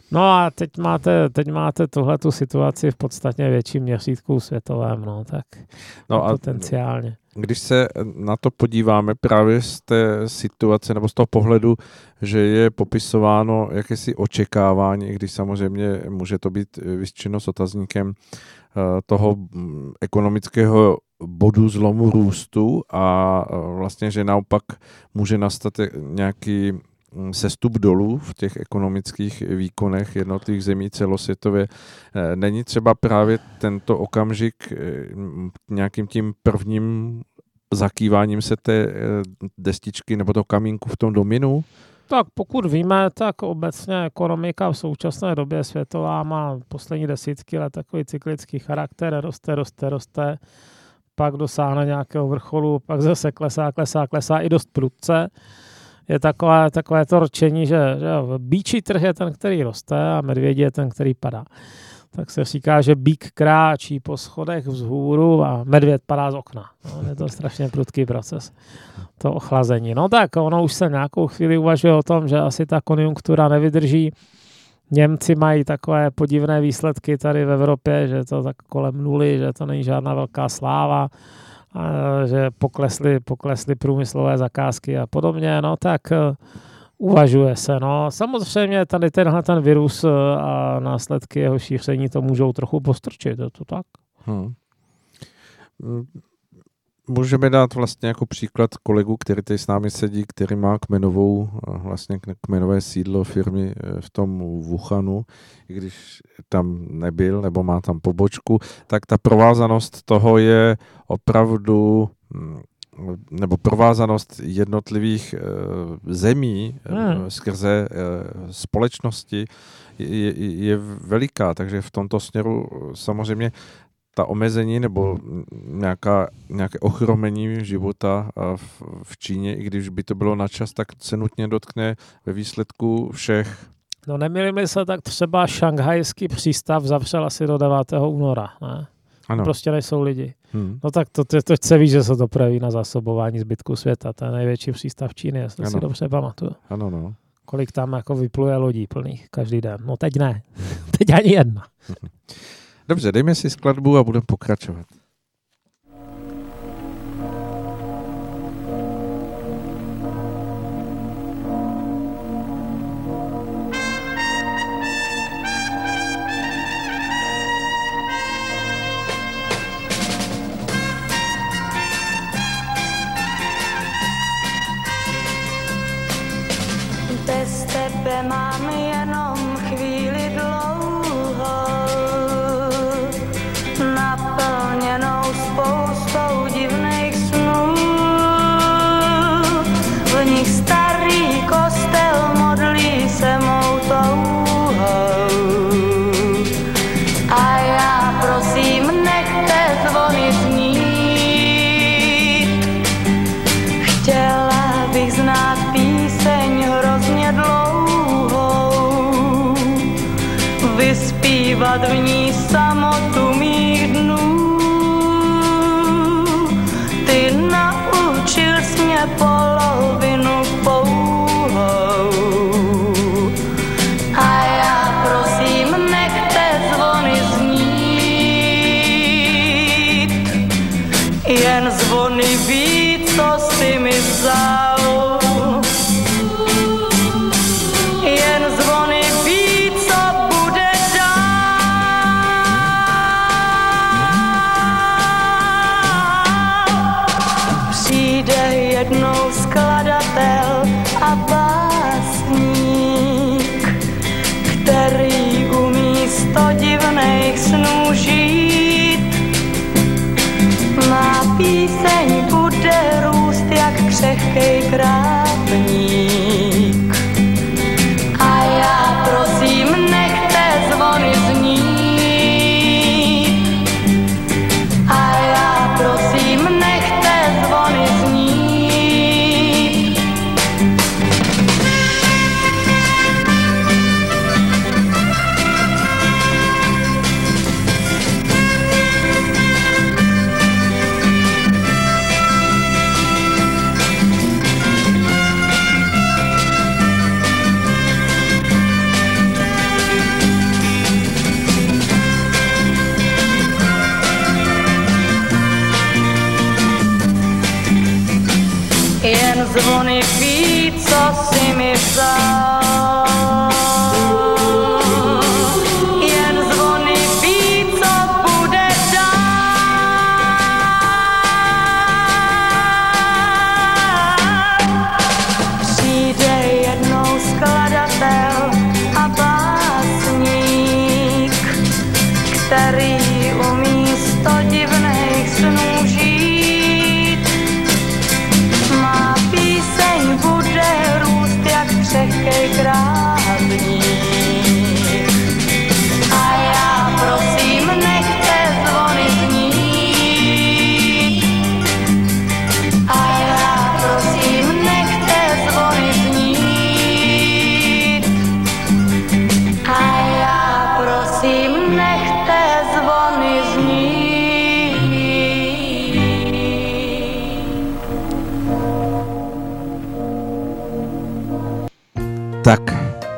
No a teď máte, teď máte tuhletu situaci v podstatně větším měřítku světovém, no, tak no a potenciálně. Když se na to podíváme právě z té situace nebo z toho pohledu, že je popisováno jakési očekávání, i když samozřejmě může to být vyřčeno s otazníkem toho ekonomického bodu zlomu růstu a vlastně, že naopak může nastat nějaký sestup dolů v těch ekonomických výkonech jednotlivých zemí celosvětově. Není třeba právě tento okamžik nějakým tím prvním zakýváním se té destičky nebo toho kamínku v tom dominu? Tak pokud víme, tak obecně ekonomika v současné době světová má poslední desítky let takový cyklický charakter, roste, roste, roste, pak dosáhne nějakého vrcholu, pak zase klesá, klesá, klesá i dost prudce. Je takové, takové to rčení, že, že býčí trh je ten, který roste a medvědí je ten, který padá. Tak se říká, že bík kráčí po schodech vzhůru a medvěd padá z okna. No, je to strašně prudký proces, to ochlazení. No tak ono už se nějakou chvíli uvažuje o tom, že asi ta konjunktura nevydrží. Němci mají takové podivné výsledky tady v Evropě, že to tak kolem nuly, že to není žádná velká sláva, a že poklesly, poklesly průmyslové zakázky a podobně, no tak uvažuje se. No. Samozřejmě tady tenhle ten virus a následky jeho šíření to můžou trochu postrčit, je to tak? Hmm. Můžeme dát vlastně jako příklad kolegu, který tady s námi sedí, který má kmenovou, vlastně kmenové sídlo firmy v tom Wuhanu, i když tam nebyl, nebo má tam pobočku, tak ta provázanost toho je opravdu, nebo provázanost jednotlivých zemí hmm. skrze společnosti je, je veliká, takže v tomto směru samozřejmě ta omezení nebo nějaká, nějaké ochromení života v, v Číně, i když by to bylo na čas, tak se nutně dotkne ve výsledku všech. No nemýlím se, tak třeba šanghajský přístav zavřel asi do devátého února, ne? Ano. Prostě nejsou lidi. Hmm. No tak to, to, to se ví, že se to projeví na zásobování zbytku světa. To je největší přístav Číny, jestli ano. si dobře pamatuju. Ano, no. Kolik tam jako vypluje lodí plných každý den. No teď ne. Teď ani jedna. Dobře, dejme si skladbu a budeme pokračovat. Bez tebe mám jenom chvíli dlouho, naplněnou spoustou divných snů. V nich starý kostel modlí se mou touhou. A já prosím, nechte zvony znít. Chtěla bych znát píseň hrozně dlouhou, vyspívat v ní samotu mých dnů. Ty naučil jsi mě polovinu pouhou. A já prosím, nechte zvony znít. Jen zvony ví, co jsi mi vzal. Jen zvony ví, co bude dál. zvony ví, co si mi vzal. Jen zvony ví, co bude dál. Přijde jednou skladatel a básník, který umí sto divných snů žít. Má píseň bude růst jak křehkej krávník. A já prosím, nechte zvony znít. A já prosím, nechte zvony znít. A já prosím, nechte zvony znít. Tak,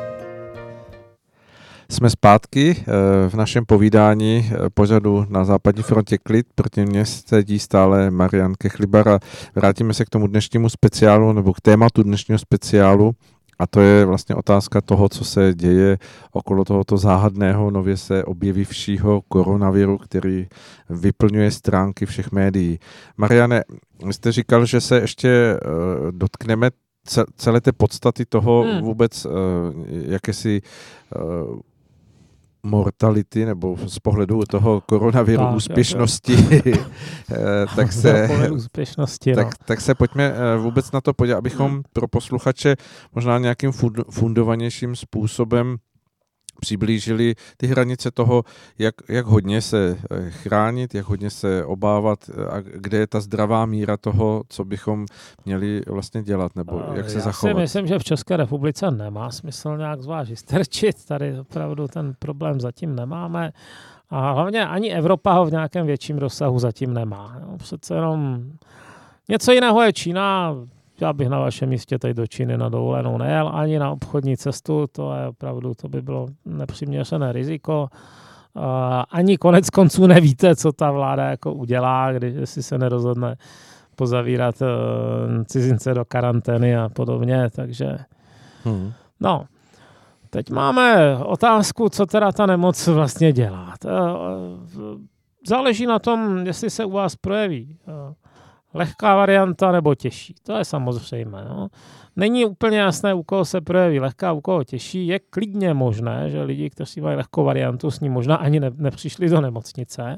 jsme zpátky v našem povídání pořadu Na západní frontě klid. Proti mně sedí stále Marian Kechlibar a vrátíme se k tomu dnešnímu speciálu nebo k tématu dnešního speciálu. A to je vlastně otázka toho, co se děje okolo tohoto záhadného, nově se objevivšího koronaviru, který vyplňuje stránky všech médií. Mariane, vy jste říkal, že se ještě uh, dotkneme celé té podstaty toho hmm. vůbec uh, jakési uh, mortality, nebo z pohledu toho koronaviru tak, úspěšnosti, tak, se, úspěšnosti tak, no. tak se pojďme vůbec na to podívat, abychom hmm. pro posluchače možná nějakým fundovanějším způsobem přiblížili ty hranice toho, jak, jak hodně se chránit, jak hodně se obávat a kde je ta zdravá míra toho, co bychom měli vlastně dělat, nebo jak se Já zachovat. Já si myslím, že v České republice nemá smysl nějak zvlášť strčit. Tady opravdu ten problém zatím nemáme. A hlavně ani Evropa ho v nějakém větším rozsahu zatím nemá. Jo, přece jenom něco jiného je Čína. Já bych na vašem místě tady do Číny na dovolenou nejel, ani na obchodní cestu, to je opravdu, to by bylo nepřiměřené riziko. Uh, ani konec konců nevíte, co ta vláda jako udělá, když si se nerozhodne pozavírat uh, cizince do karantény a podobně, takže hmm. no. Teď máme otázku, co teda ta nemoc vlastně dělá. Záleží na tom, jestli se u vás projeví lehká varianta nebo těžší. To je samozřejmé. No. Není úplně jasné, u koho se projeví lehká, u koho těžší. Je klidně možné, že lidi, kteří mají lehkou variantu, s ní možná ani ne, nepřišli do nemocnice.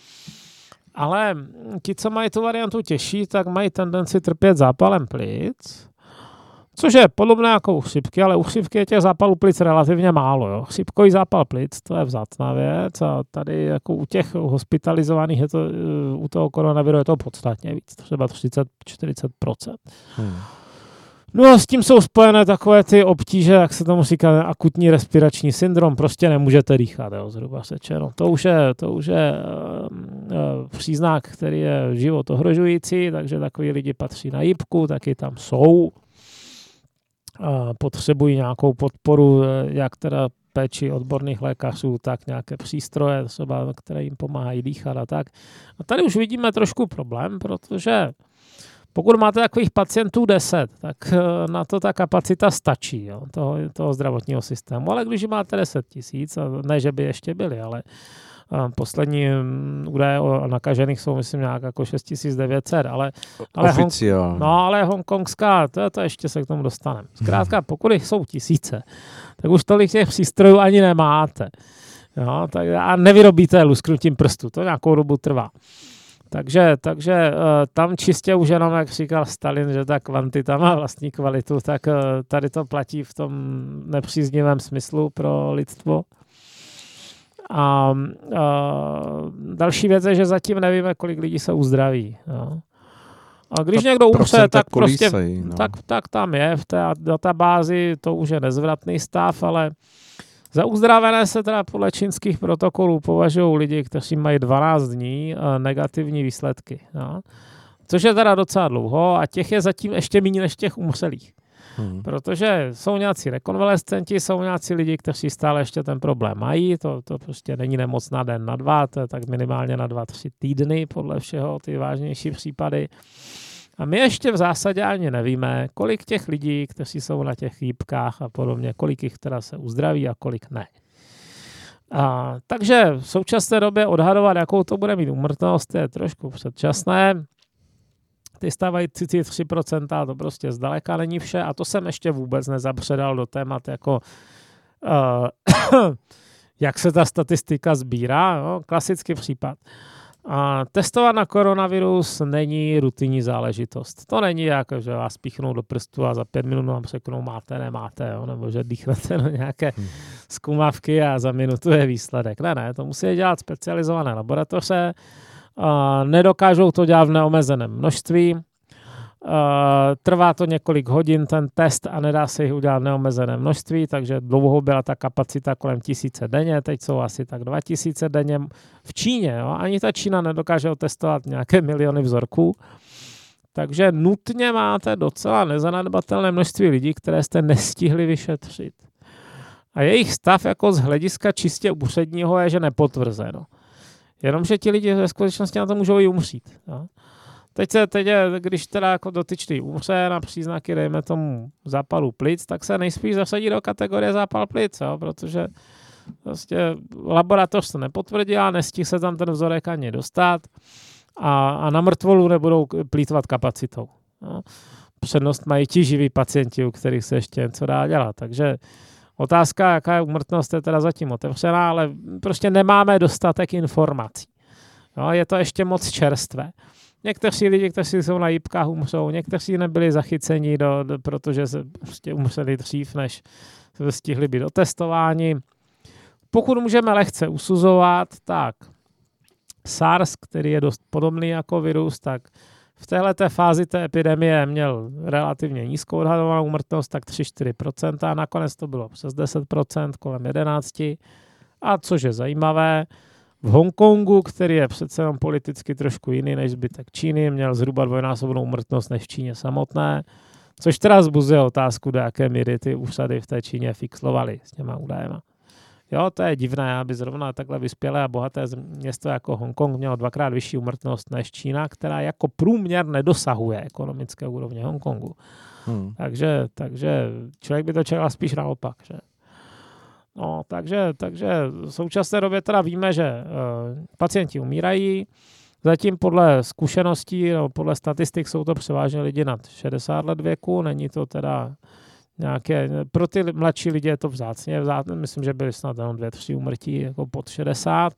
Ale ti, co mají tu variantu těžší, tak mají tendenci trpět zápalem plic, což je podobné jako u chřipky, ale u chřipky je těch zápalů plic relativně málo. Jo. Chřipkový zápal plic, to je vzácná věc a tady jako u těch hospitalizovaných je to, u toho koronaviru je to podstatně víc, třeba třicet až čtyřicet procent. Hmm. No a s tím jsou spojené takové ty obtíže, jak se tomu říká, akutní respirační syndrom, prostě nemůžete dýchat, jo, zhruba řečeno. To už je, to už je uh, uh, příznak, který je život ohrožující, takže takový lidi patří na jipku, taky tam jsou. Potřebují nějakou podporu, jak teda péči odborných lékařů, tak nějaké přístroje, třeba, které jim pomáhají dýchat a tak. A tady už vidíme trošku problém, protože pokud máte takových pacientů deset, tak na to ta kapacita stačí, jo, toho, toho zdravotního systému. Ale když máte deset tisíc, ne, že by ještě byli, ale poslední údaje o nakažených jsou, myslím, nějak jako šest tisíc devět set, ale, ale, Hong, no, ale hongkongská, to, to ještě se k tomu dostaneme. Zkrátka, pokud jich jsou tisíce, tak už tolik těch přístrojů ani nemáte. Jo, tak, a nevyrobíte lusknutím prstu, to nějakou dobu trvá. Takže, takže tam čistě už jenom, jak říkal Stalin, že ta kvantita má vlastní kvalitu, tak tady to platí v tom nepříznivém smyslu pro lidstvo. A, a další věc je, že zatím nevíme, kolik lidí se uzdraví. Jo. A když někdo umře, tak prostě no. tak, tak tam je v té databázi, to už je nezvratný stav, ale za uzdravené se teda podle čínských protokolů považují lidi, kteří mají dvanáct dní negativní výsledky. Jo. Což je teda docela dlouho a těch je zatím ještě méně než těch umřelých. Hmm. Protože jsou nějací rekonvalescenti, jsou nějací lidi, kteří stále ještě ten problém mají, to, to prostě není nemoc na den, na dva, to je tak minimálně na dva, tři týdny, podle všeho ty vážnější případy. A my ještě v zásadě ani nevíme, kolik těch lidí, kteří jsou na těch chýpkách a podobně, kolik jich teda se uzdraví a kolik ne. A, takže v současné době odhadovat, jakou to bude mít úmrtnost, je trošku předčasné. Ty stávající tři procenta to prostě zdaleka není vše a to jsem ještě vůbec nezapředal do témat jako uh, jak se ta statistika sbírá, no, klasický případ. A testovat na koronavirus není rutinní záležitost. To není jako, že vás píchnou do prstu a za pět minut vám řeknou máte, nemáte, jo? Nebo že dýchnete na nějaké hmm. zkumavky a za minutu je výsledek. Ne, ne, to musí dělat specializované laboratoře. Uh, nedokážou to dělat v neomezeném množství. Uh, trvá to několik hodin ten test a nedá se jich udělat v neomezeném množství, takže dlouho byla ta kapacita kolem tisíce denně, teď jsou asi tak dva tisíce denně v Číně. Jo? Ani ta Čína nedokáže otestovat nějaké miliony vzorků, takže nutně máte docela nezanedbatelné množství lidí, které jste nestihli vyšetřit. A jejich stav jako z hlediska čistě úředního je, že nepotvrzeno. Jenomže ti lidi ve skutečnosti na to můžou i umřít. Jo? Teď se, teď je, když teda jako dotyčný umře na příznaky, dejme tomu zápalu plic, tak se nejspíš zasadí do kategorie zápal plic, jo? Protože prostě laboratoř to nepotvrdila, nestihl se tam ten vzorek ani dostat a, a na mrtvolu nebudou plýtvat kapacitou. Jo? Přednost mají ti živí pacienti, u kterých se ještě něco dá dělat. Takže otázka, jaká je úmrtnost, je teda zatím otevřená, ale prostě nemáme dostatek informací. Jo? Je to ještě moc čerstvé. Někteří lidi, kteří jsou na jípkách, umřou, někteří nebyli zachyceni, do, do, protože se prostě umřeli dřív, než se stihli být otestováni. Pokud můžeme lehce usuzovat, tak SARS, který je dost podobný jako virus, tak v téhleté fázi té epidemie měl relativně nízkou odhadovanou úmrtnost, tak tři až čtyři procenta, nakonec to bylo přes deset procent, kolem jedenáct procent. A což je zajímavé, v Hongkongu, který je přece jenom politicky trošku jiný než zbytek Číny, měl zhruba dvojnásobnou úmrtnost než v Číně samotné, což teda zbuzuje otázku, do jaké míry ty úřady v té Číně fixlovaly s těma údajema. Jo, to je divné, aby zrovna takhle vyspělé a bohaté město jako Hongkong mělo dvakrát vyšší úmrtnost než Čína, která jako průměr nedosahuje ekonomické úrovně Hongkongu. Hmm. Takže, takže člověk by to čekal spíš naopak, že? No, takže, takže v současné době teda víme, že uh, pacienti umírají. Zatím podle zkušeností, no, podle statistik jsou to převážně lidi nad šedesát let věku. Není to teda nějaké, pro ty mladší lidi je to vzácně, vzácně myslím, že byly snad jenom dvě, tři úmrtí jako pod šedesát.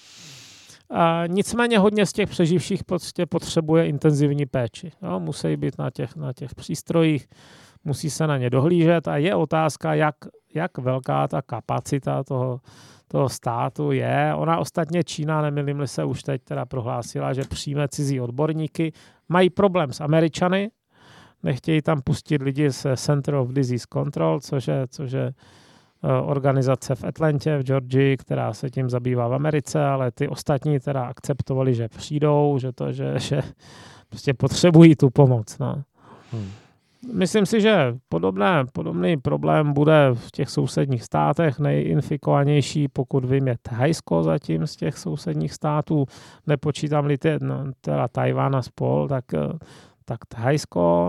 A nicméně hodně z těch přeživších prostě potřebuje intenzivní péči. Jo, musí být na těch, na těch přístrojích, musí se na ně dohlížet a je otázka, jak, jak velká ta kapacita toho, toho státu je. Ona ostatně Čína, nemýlím-li se, už teď teda prohlásila, že přijme cizí odborníky. Mají problém s Američany, nechtějí tam pustit lidi z Center of Disease Control, což je, což je organizace v Atlantě, v Georgii, která se tím zabývá v Americe, ale ty ostatní teda akceptovali, že přijdou, že to, že, že prostě potřebují tu pomoc. No. Hmm. Myslím si, že podobné, podobný problém bude v těch sousedních státech. Nejinfikovanější, pokud vím, je Thajsko zatím z těch sousedních států. Nepočítám-li tě, no, teda Tajván a spol, tak, tak Thajsko.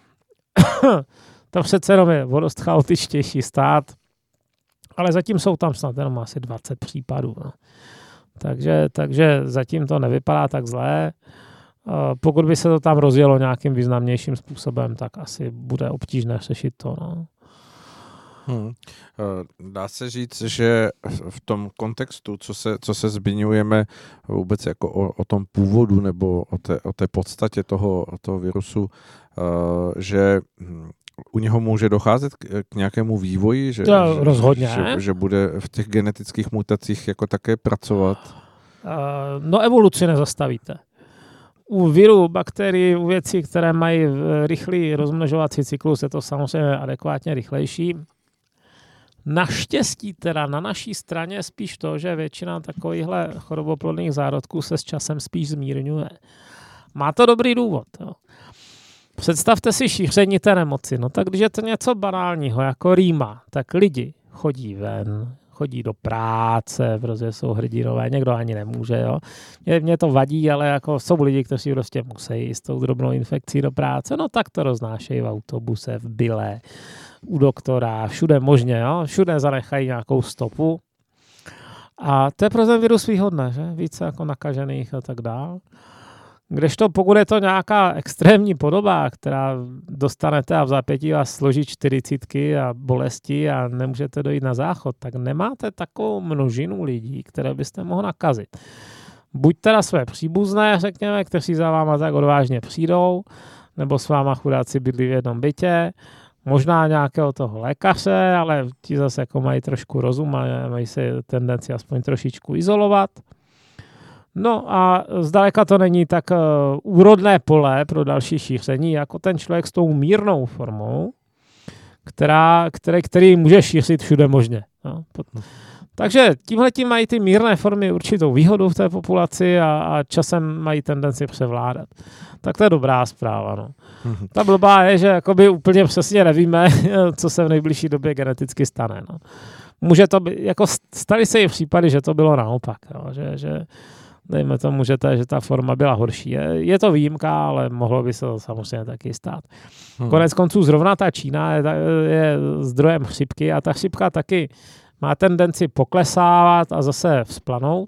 To přece jenom je o dost chaotičtější stát, ale zatím jsou tam snad jenom asi dvacet případů. No. Takže, takže zatím to nevypadá tak zlé. Pokud by se to tam rozjelo nějakým významnějším způsobem, tak asi bude obtížné řešit to. No. Hmm. Dá se říct, že v tom kontextu, co se, co se zmiňujeme vůbec jako o, o tom původu nebo o té, o té podstatě toho, toho virusu, že u něho může docházet k, k nějakému vývoji, že, to rozhodně. Že, že bude v těch genetických mutacích jako také pracovat? No evoluci nezastavíte. U virů, bakterií, u věcí, které mají rychlý rozmnožovací cyklus, je to samozřejmě adekvátně rychlejší. Naštěstí teda na naší straně je spíš to, že většina takovýchhle choroboplodných zárodků se s časem spíš zmírňuje. Má to dobrý důvod. Jo. Představte si šíření té nemoci. No tak když je to něco banálního, jako rýma, tak lidi chodí ven, chodí do práce, protože jsou hrdinové, někdo ani nemůže. Jo. Mě, mě to vadí, ale jako jsou lidi, kteří prostě musí s tou drobnou infekcí do práce, no tak to roznášejí v autobuse, v byle, u doktora, všude možně, jo. Všude zanechají nějakou stopu. A to je pro ten virus výhodné, že? Více jako nakažených a tak dál. Kdežto pokud je to nějaká extrémní podoba, která dostanete a v zápětí vás složí čtyřicítky a bolesti a nemůžete dojít na záchod, tak nemáte takovou množinu lidí, které byste mohli nakazit. Buď teda své příbuzné, řekněme, kteří za váma tak odvážně přijdou, nebo s váma chudáci bydlí v jednom bytě, možná nějakého toho lékaře, ale ti zase jako mají trošku rozum a mají se tendenci aspoň trošičku izolovat. No a zdaleka to není tak uh, úrodné pole pro další šíření, jako ten člověk s tou mírnou formou, která, který, který může šířit všude možně. No. Takže tímhletím mají ty mírné formy určitou výhodu v té populaci a, a časem mají tendenci převládat. Tak to je dobrá zpráva. No. Ta blbá je, že jakoby úplně přesně nevíme, co se v nejbližší době geneticky stane. No. Může to být, jako staly se i případy, že to bylo naopak, jo, že, že dejme tomu, že ta, že ta forma byla horší. Je, je to výjimka, ale mohlo by se to samozřejmě taky stát. Hmm. Konec konců zrovna ta Čína je, je zdrojem chřipky a ta chřipka taky má tendenci poklesávat a zase vzplanout.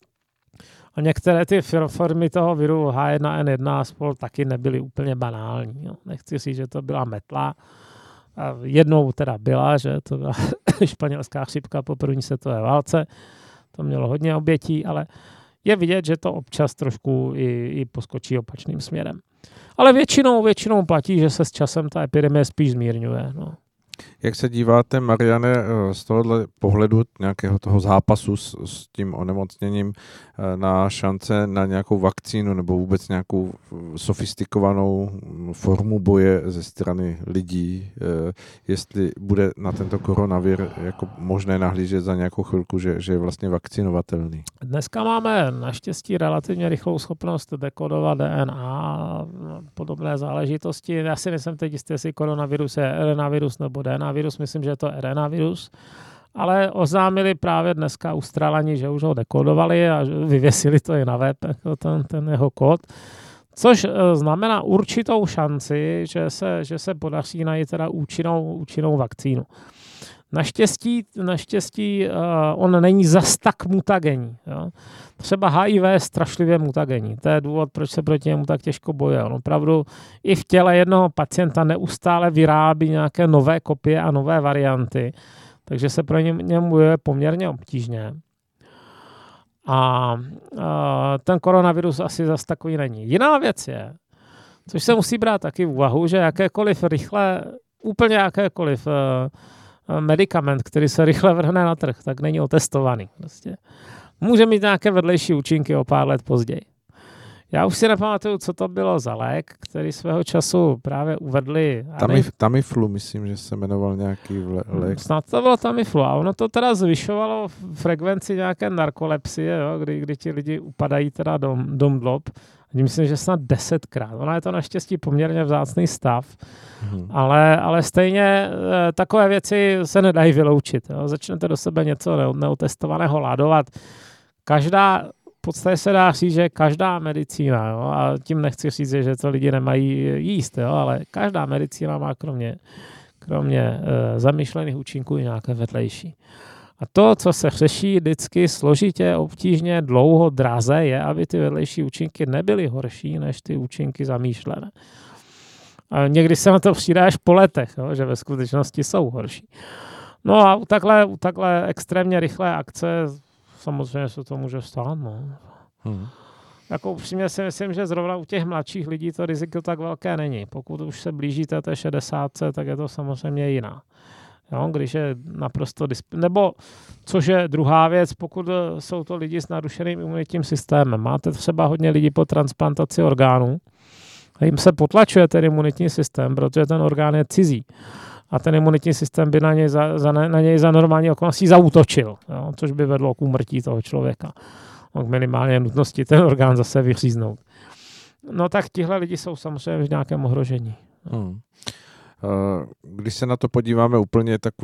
A některé ty formy toho viru H jedna N jedna a spol taky nebyly úplně banální. Jo. Nechci říct, že to byla metla. A jednou teda byla, že to byla španělská chřipka po první světové válce. To mělo hodně obětí, ale je vidět, že to občas trošku i, i poskočí opačným směrem. Ale většinou, většinou platí, že se s časem ta epidemie spíš zmírňuje. No. Jak se díváte, Mariane, z tohohle pohledu nějakého toho zápasu s, s tím onemocněním na šance na nějakou vakcínu nebo vůbec nějakou sofistikovanou formu boje ze strany lidí, jestli bude na tento koronavir jako možné nahlížet za nějakou chvilku, že, že je vlastně vakcinovatelný? Dneska máme naštěstí relativně rychlou schopnost dekodovat D N A a podobné záležitosti. Já si nejsem teď jistý, jestli koronavirus je R N A virus nebo D N A virus, myslím, že je to R N A virus, ale oznámili právě dneska Australani, že už ho dekodovali a vyvěsili to i na web, jako ten, ten jeho kód, což znamená určitou šanci, že se, že se podaří najít teda účinnou, účinnou vakcínu. Naštěstí, naštěstí uh, on není zas tak mutagenní. Jo. Třeba H I V je strašlivě mutagenní. To je důvod, proč se proti němu tak těžko bojuje. On opravdu i v těle jednoho pacienta neustále vyrábí nějaké nové kopie a nové varianty, takže se pro něm bojuje poměrně obtížně. A uh, ten koronavirus asi zas takový není. Jiná věc je, což se musí brát taky v úvahu, že jakékoliv rychle, úplně jakékoliv uh, medikament, který se rychle vrhne na trh, tak není otestovaný. Prostě. Může mít nějaké vedlejší účinky o pár let později. Já už si nepamatuju, co to bylo za lék, který svého času právě uvedli. Tamif, Tamiflu, myslím, že se jmenoval nějaký lék. Snad to bylo Tamiflu a ono to teda zvyšovalo frekvenci nějaké narkolepsie, jo, kdy, kdy ti lidi upadají teda do, do mdlob. Myslím, že snad desetkrát. Ona je to naštěstí poměrně vzácný stav, hmm. ale, ale stejně e, takové věci se nedají vyloučit. Jo. Začnete do sebe něco neotestovaného ládovat. Každá, v podstatě se dá říct, že každá medicína, jo, a tím nechci říct, že to lidi nemají jíst, jo, ale každá medicína má kromě, kromě e, zamýšlených účinků i nějaké vedlejší. A to, co se řeší vždycky složitě, obtížně, dlouho, draze, je, aby ty vedlejší účinky nebyly horší než ty účinky zamýšlené. A někdy se na to přijde až po letech, jo, že ve skutečnosti jsou horší. No a u takhle, u takhle extrémně rychlé akce samozřejmě se to může stát. No. Hmm. Jako upřímně si myslím, že zrovna u těch mladších lidí to riziko tak velké není. Pokud už se blížíte té šedesátce, tak je to samozřejmě jiná. Jo, když je naprosto disp... Nebo, což je druhá věc, pokud jsou to lidi s narušeným imunitním systémem. Máte třeba hodně lidí po transplantaci orgánů a jim se potlačuje ten imunitní systém, protože ten orgán je cizí. A ten imunitní systém by na něj za, za, na něj za normální okolností zaútočil, jo, což by vedlo k úmrtí toho člověka. K minimálně nutnosti ten orgán zase vyříznout. No tak tihle lidi jsou samozřejmě v nějakém ohrožení. Hmm. Když se na to podíváme úplně takovým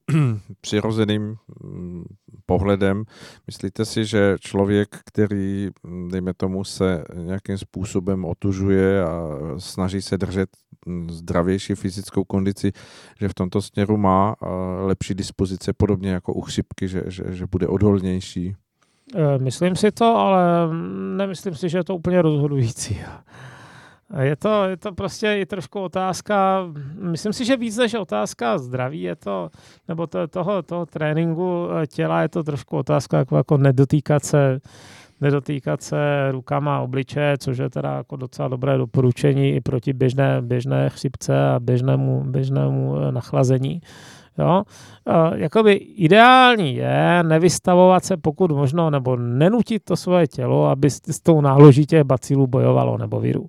přirozeným pohledem. Myslíte si, že člověk, který, dejme tomu, se nějakým způsobem otužuje a snaží se držet zdravější fyzickou kondici, že v tomto směru má lepší dispozice, podobně jako u chřipky, že, že, že bude odolnější? Myslím si to, ale nemyslím si, že je to úplně rozhodující. Je to, je to prostě i trošku otázka, myslím si, že víc než otázka zdraví je to, nebo to, toho, toho tréninku těla je to trošku otázka jako, jako nedotýkat se, nedotýkat se rukama obličeje, což je teda jako docela dobré doporučení i proti běžné, běžné chřipce a běžnému, běžnému nachlazení. Jo? Jakoby ideální je nevystavovat se pokud možno, nebo nenutit to svoje tělo, aby s tou náloží těch bacilů bojovalo nebo virů.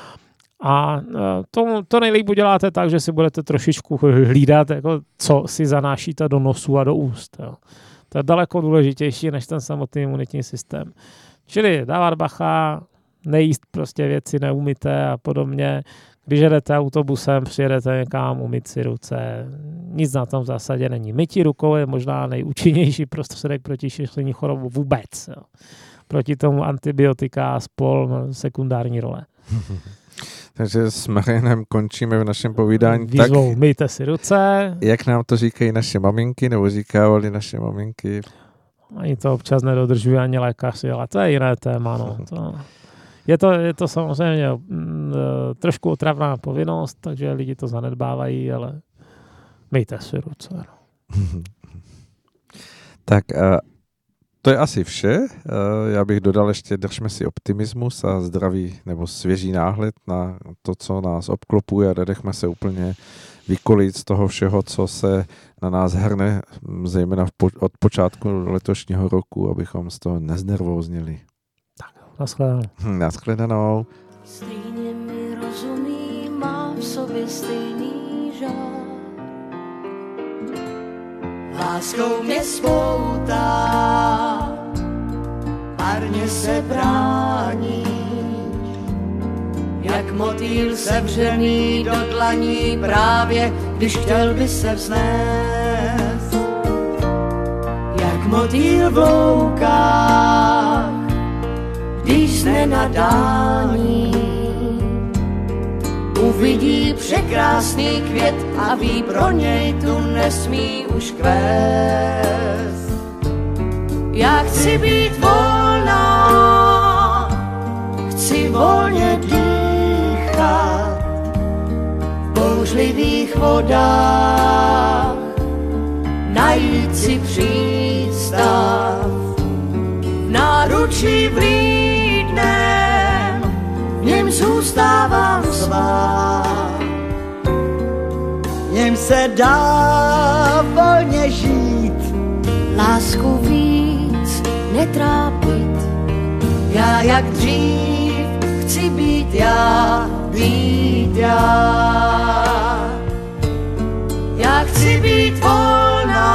A to, to nejlíp uděláte tak, že si budete trošičku hlídat, jako co si zanášíte do nosu a do úst. Jo. To je daleko důležitější než ten samotný imunitní systém. Čili dávat bacha, nejíst prostě věci neumyté a podobně. Když jedete autobusem, přijedete někam, umyt si ruce. Nic na tom v zásadě není. Mytí rukou je možná nejúčinnější prostředek proti šíření chorobu vůbec. Jo. Proti tomu antibiotika a spol sekundární role. Takže s Marianem končíme v našem povídání. Výzvou, tak, myjte si ruce. Jak nám to říkají naše maminky, nebo říkávali naše maminky? Ani to občas nedodržují ani lékaři, ale to je jiné téma. No. To, je, to, je to samozřejmě m, trošku otravná povinnost, takže lidi to zanedbávají, ale myjte si ruce. No. Tak uh, to je asi vše. Já bych dodal ještě, držme si optimismus a zdravý nebo svěží náhled na to, co nás obklopuje a nedechme se úplně vykolit z toho všeho, co se na nás hrne, zejména v po, od počátku letošního roku, abychom z toho neznervóznili. Tak, nashledanou. Hm, nashledanou. Stejně mi rozumí, mám v sobě stejný žár. Láskou mě spoutá, marně se brání, jak motýl sevřený do dlaní právě, když chtěl by se vznést. Jak motýl v loukách, když jste na dání, uvidí překrásný květ a ví, pro něj tu nesmí už kvést. Já chci být volná, chci volně dýchat v bouřlivých vodách, najít si přístav v náručí vlídném, v něm zůstávám svá. V něm se dá volně žít, lásku víc netrápit. Já jak dřív chci být já, být já. Já chci být volná,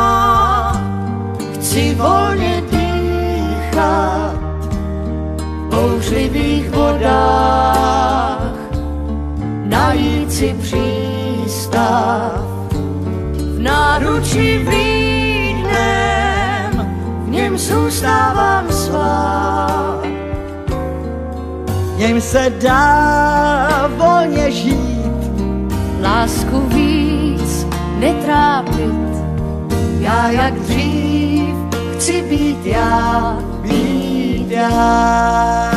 chci volně dýchat v bouřlivých vodách, najít si přístav v náručí vlídném, v něm zůstávám svá. V něm se dá volně žít, lásku víc netrápit. Já jak dřív chci být já, být já.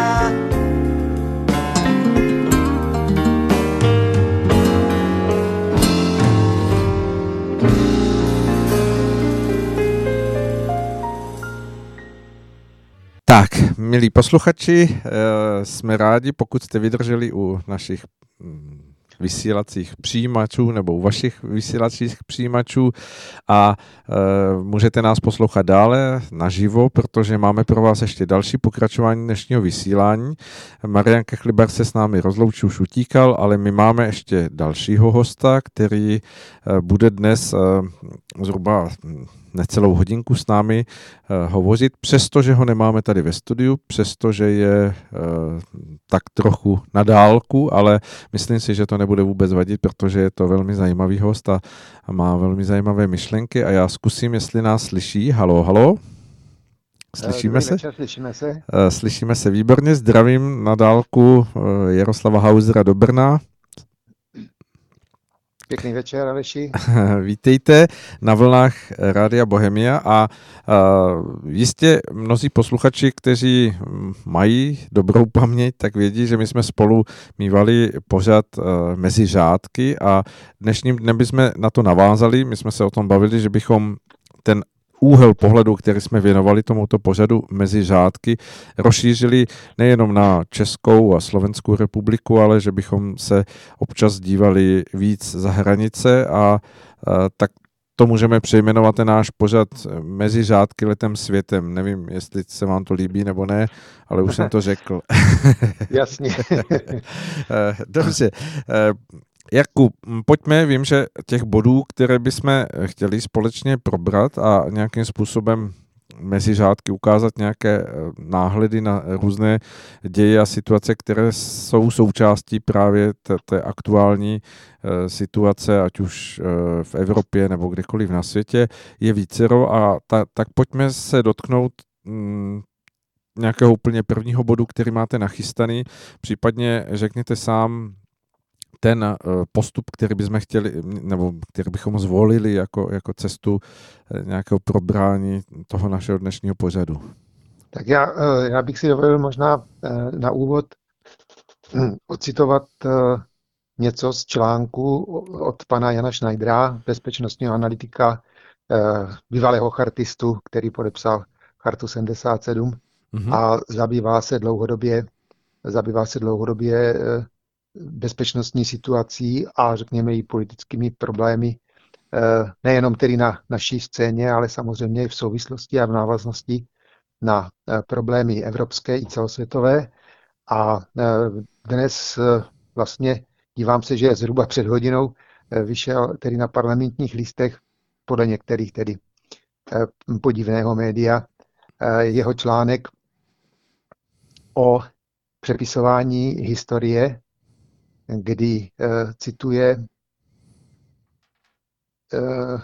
Tak, milí posluchači, jsme rádi, pokud jste vydrželi u našich vysílacích přijímačů nebo u vašich vysílacích přijímačů a e, můžete nás poslouchat dále naživo, protože máme pro vás ještě další pokračování dnešního vysílání. Marian Kechlibar se s námi rozloučil, už utíkal, ale my máme ještě dalšího hosta, který e, bude dnes e, zhruba necelou hodinku s námi uh, hovořit, přestože ho nemáme tady ve studiu, přestože je uh, tak trochu na dálku, ale myslím si, že to nebude vůbec vadit, protože je to velmi zajímavý host a, a má velmi zajímavé myšlenky a já zkusím, jestli nás slyší. Halo, halo? Slyšíme se? Večer, slyšíme se? Uh, slyšíme se výborně, zdravím na dálku uh, Jaroslava Hausera do Brna. Pěkný večer, Aleši. Vítejte na vlnách Rádia Bohemia a uh, jistě mnozí posluchači, kteří mají dobrou paměť, tak vědí, že my jsme spolu mívali pořad uh, Mezi řádky a dnešním dnem bychom na to navázali. My jsme se o tom bavili, že bychom ten úhel pohledu, který jsme věnovali tomuto pořadu Mezi řádky, rozšířili nejenom na Českou a Slovenskou republiku, ale že bychom se občas dívali víc za hranice a, a tak to můžeme přejmenovat ten náš pořad Mezi řádky letem světem. Nevím, jestli se vám to líbí nebo ne, ale už jsem to řekl. Jasně. Dobře. Jakub, pojďme, vím, že těch bodů, které bychom chtěli společně probrat a nějakým způsobem mezi řádky ukázat nějaké náhledy na různé děje a situace, které jsou součástí právě té, té aktuální situace, ať už v Evropě nebo kdekoliv na světě, je vícero a ta, tak pojďme se dotknout mm, nějakého úplně prvního bodu, který máte nachystaný, případně řekněte sám, ten postup, který bychom chtěli, nebo který bychom zvolili jako, jako cestu nějakého probrání toho našeho dnešního pořadu. Tak já, já bych si dovolil možná na úvod ocitovat něco z článku od pana Jana Schneidera, bezpečnostního analytika, bývalého chartistu, který podepsal Chartu sedmdesát sedm mm-hmm. a zabývá se dlouhodobě, zabývá se dlouhodobě bezpečnostní situací a řekněme i politickými problémy, nejenom tedy na naší scéně, ale samozřejmě i v souvislosti a v návaznosti na problémy evropské i celosvětové. A dnes vlastně dívám se, že zhruba před hodinou vyšel tedy na Parlamentních listech podle některých tedy podivného média jeho článek o přepisování historie, kdy uh, cituje uh,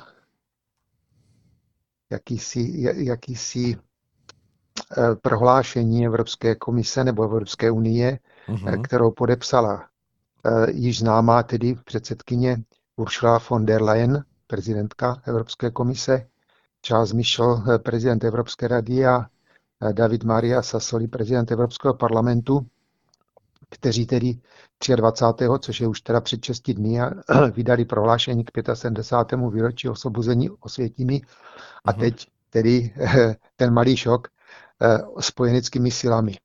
jakýsi, jakýsi uh, prohlášení Evropské komise nebo Evropské unie, uh-huh. kterou podepsala uh, již známá tedy předsedkyně Ursula von der Leyen, prezidentka Evropské komise, Charles Michel, prezident Evropské rady a uh, David Maria Sassoli, prezident Evropského parlamentu, kteří tedy dvacátého třetího což je už teda před šesti dny, vydali prohlášení k sedmdesátému výročí výročí osvobození Osvětimi. A uh-huh. teď tedy ten malý šok spojenickými silami.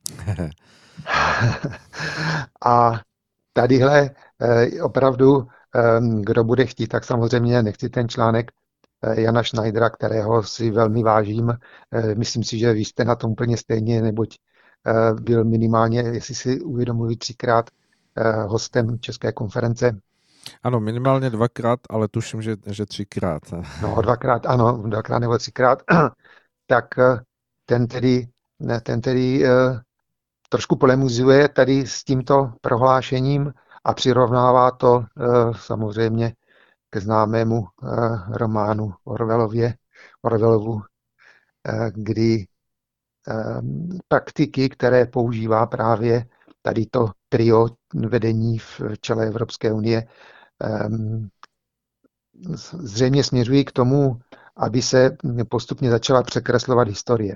A tadyhle opravdu, kdo bude chtít, tak samozřejmě nechci ten článek Jana Schneidera, kterého si velmi vážím. Myslím si, že vy jste na tom úplně stejně, neboť byl minimálně, jestli si uvědomuji, třikrát hostem České konference. Ano, minimálně dvakrát, ale tuším, že, že třikrát. No, dvakrát, ano, dvakrát nebo třikrát. Tak ten tedy, ten tedy trošku polemizuje tady s tímto prohlášením a přirovnává to samozřejmě ke známému románu Orwellově, Orwellovu, kdy praktiky, které používá právě tady to trio vedení v čele Evropské unie, zřejmě směřují k tomu, aby se postupně začala překreslovat historie.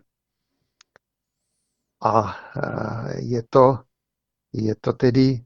A je to, je to tedy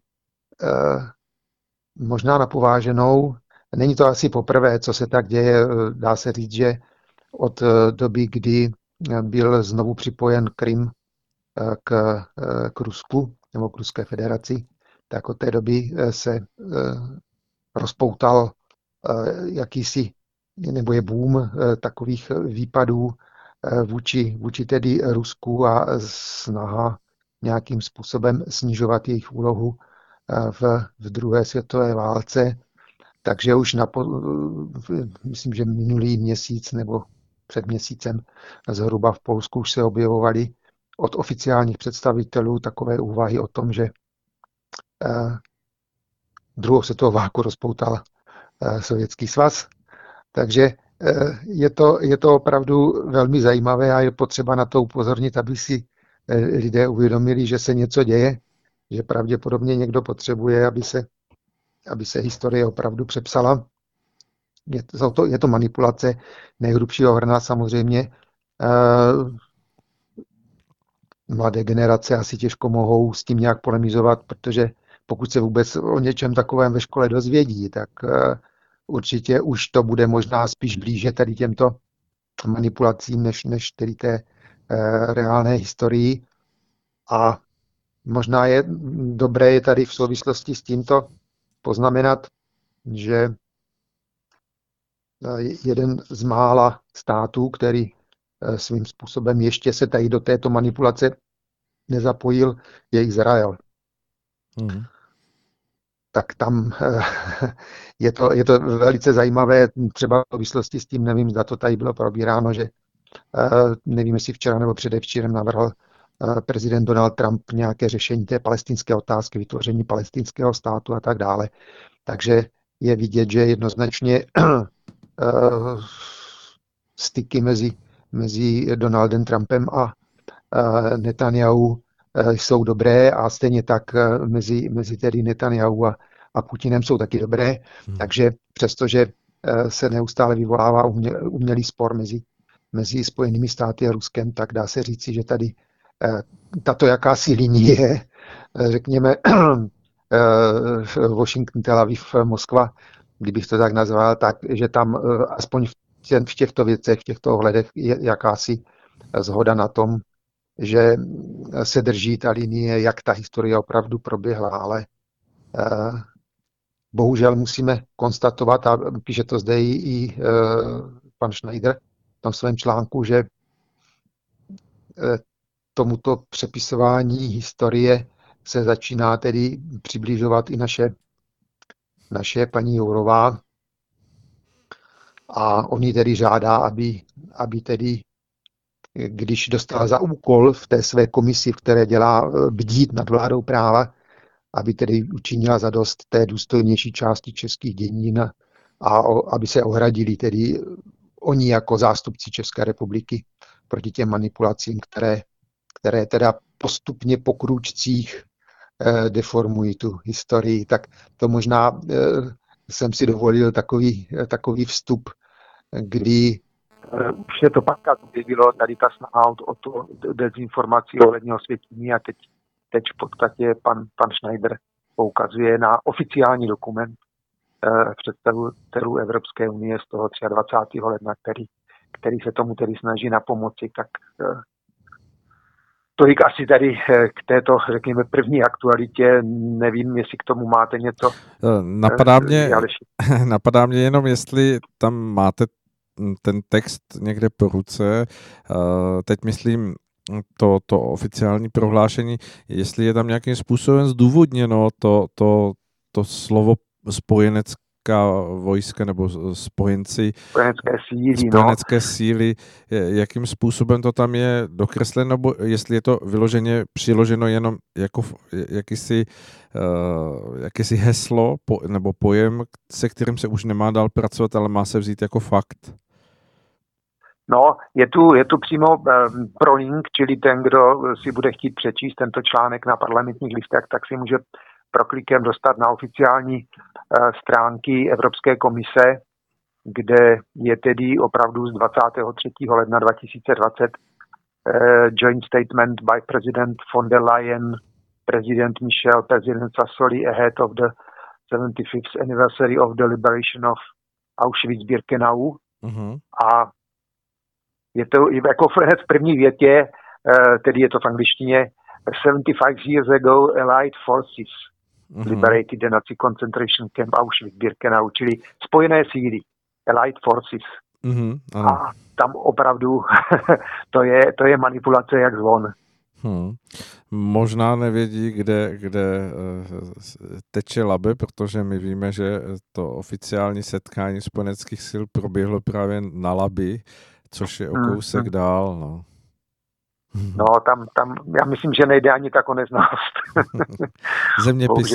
možná na pováženou. Není to asi poprvé, co se tak děje. Dá se říct, že od doby, kdy byl znovu připojen Krym k, k Rusku nebo k Ruské federaci, tak od té doby se rozpoutal jakýsi, nebo je boom takových výpadů vůči, vůči tedy Rusku a snaha nějakým způsobem snižovat jejich úlohu v, v druhé světové válce. Takže už na, myslím, že minulý měsíc nebo před měsícem zhruba v Polsku už se objevovaly od oficiálních představitelů takové úvahy o tom, že eh, druhou světovou válku rozpoutal eh, Sovětský svaz. Takže eh, je, to, je to opravdu velmi zajímavé a je potřeba na to upozornit, aby si eh, lidé uvědomili, že se něco děje, že pravděpodobně někdo potřebuje, aby se, aby se historie opravdu přepsala. Je to, je to manipulace nejhrubšího hrna samozřejmě. Mladé generace asi těžko mohou s tím nějak polemizovat, protože pokud se vůbec o něčem takovém ve škole dozvědí, tak určitě už to bude možná spíš blíže tady těmto manipulacím, než, než tedy té reálné historii. A možná je dobré je tady v souvislosti s tímto poznamenat, že jeden z mála států, který svým způsobem ještě se tady do této manipulace nezapojil, je Izrael. Mm. Tak tam je to, je to velice zajímavé, třeba v souvislosti s tím, nevím, zda to tady bylo probíráno, že nevím, jestli včera nebo předevčírem navrhl prezident Donald Trump nějaké řešení té palestinské otázky, vytvoření palestinského státu a tak dále. Takže je vidět, že jednoznačně styky mezi, mezi Donaldem Trumpem a Netanyahu jsou dobré a stejně tak mezi, mezi tedy Netanyahu a, a Putinem jsou taky dobré. Hmm. Takže přestože se neustále vyvolává umělý spor mezi, mezi Spojenými státy a Ruskem, tak dá se říci, že tady tato jakási linie, řekněme Washington, Tel Aviv, Moskva, kdybych to tak nazval, tak, že tam aspoň v těchto věcech, v těchto ohledech je jakási zhoda na tom, že se drží ta linie, jak ta historie opravdu proběhla, ale eh, bohužel musíme konstatovat, a píše to zde i, i eh, pan Schneider v tom svém článku, že eh, tomuto přepisování historie se začíná tedy přibližovat i naše, naše paní Jourová. A on ji tedy žádá, aby, aby tedy, když dostala za úkol v té své komisi, v které dělá bdít nad vládou práva, aby tedy učinila zadost té důstojnější části českých dějin a o, aby se ohradili tedy oni jako zástupci České republiky proti těm manipulacím, které, které teda postupně po krůčcích eh, deformují tu historii. Tak to možná eh, jsem si dovolil takový, takový vstup, kdy už je to párkrát bylo tady ta snaha o tu dezinformaci ohledně osvětění a teď, teď v podstatě pan, pan Schneider poukazuje na oficiální dokument eh, představitelů Evropské unie z toho dvacátého třetího ledna, který, který se tomu tedy snaží na pomoci, tak eh, tolik asi tady k této, řekněme, první aktualitě. Nevím, jestli k tomu máte něco. Napadá mě, napadá mě jenom, jestli tam máte ten text někde po ruce. Teď myslím to, to oficiální prohlášení, jestli je tam nějakým způsobem zdůvodněno to, to, to slovo spojenecká vojska nebo spojenci, spojenecké síly, spojenecké no. síly, jakým způsobem to tam je dokresleno, nebo jestli je to vyloženě přiloženo jenom jako jakýsi, uh, jakýsi heslo po, nebo pojem, se kterým se už nemá dál pracovat, ale má se vzít jako fakt. No, je tu, je tu přímo um, prolink, čili ten, kdo si bude chtít přečíst tento článek na Parlamentních listech, tak si může proklikem dostat na oficiální uh, stránky Evropské komise, kde je tedy opravdu z dvacátého třetího ledna dva tisíce dvacet uh, joint statement by President von der Leyen, President Michel, President Sassoli ahead of the seventy-fifth anniversary of the liberation of Auschwitz-Birkenau. Mm-hmm. A je to jako hned v první větě, uh, tedy je to v angličtině, seventy-five years ago Allied forces mm-hmm. liberated the Nazi concentration camp Auschwitz-Birkenau, čili spojené síly, Allied forces. Mm-hmm, a tam opravdu to je, to je manipulace jak zvon. Hmm. Možná nevědí, kde, kde teče Labe, protože my víme, že to oficiální setkání spojeneckých sil proběhlo právě na Labi, což je o kousek hmm. dál. No. No, tam, tam, já myslím, že nejde ani tak o neznalost. Zeměpis.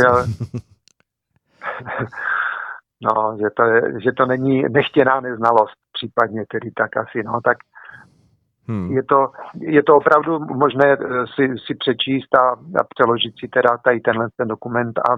No, že to, že to není nechtěná neznalost, případně tedy tak asi, no, tak hmm. je, to, je to opravdu možné si, si přečíst a, a přeložit si teda tady tenhle ten dokument a,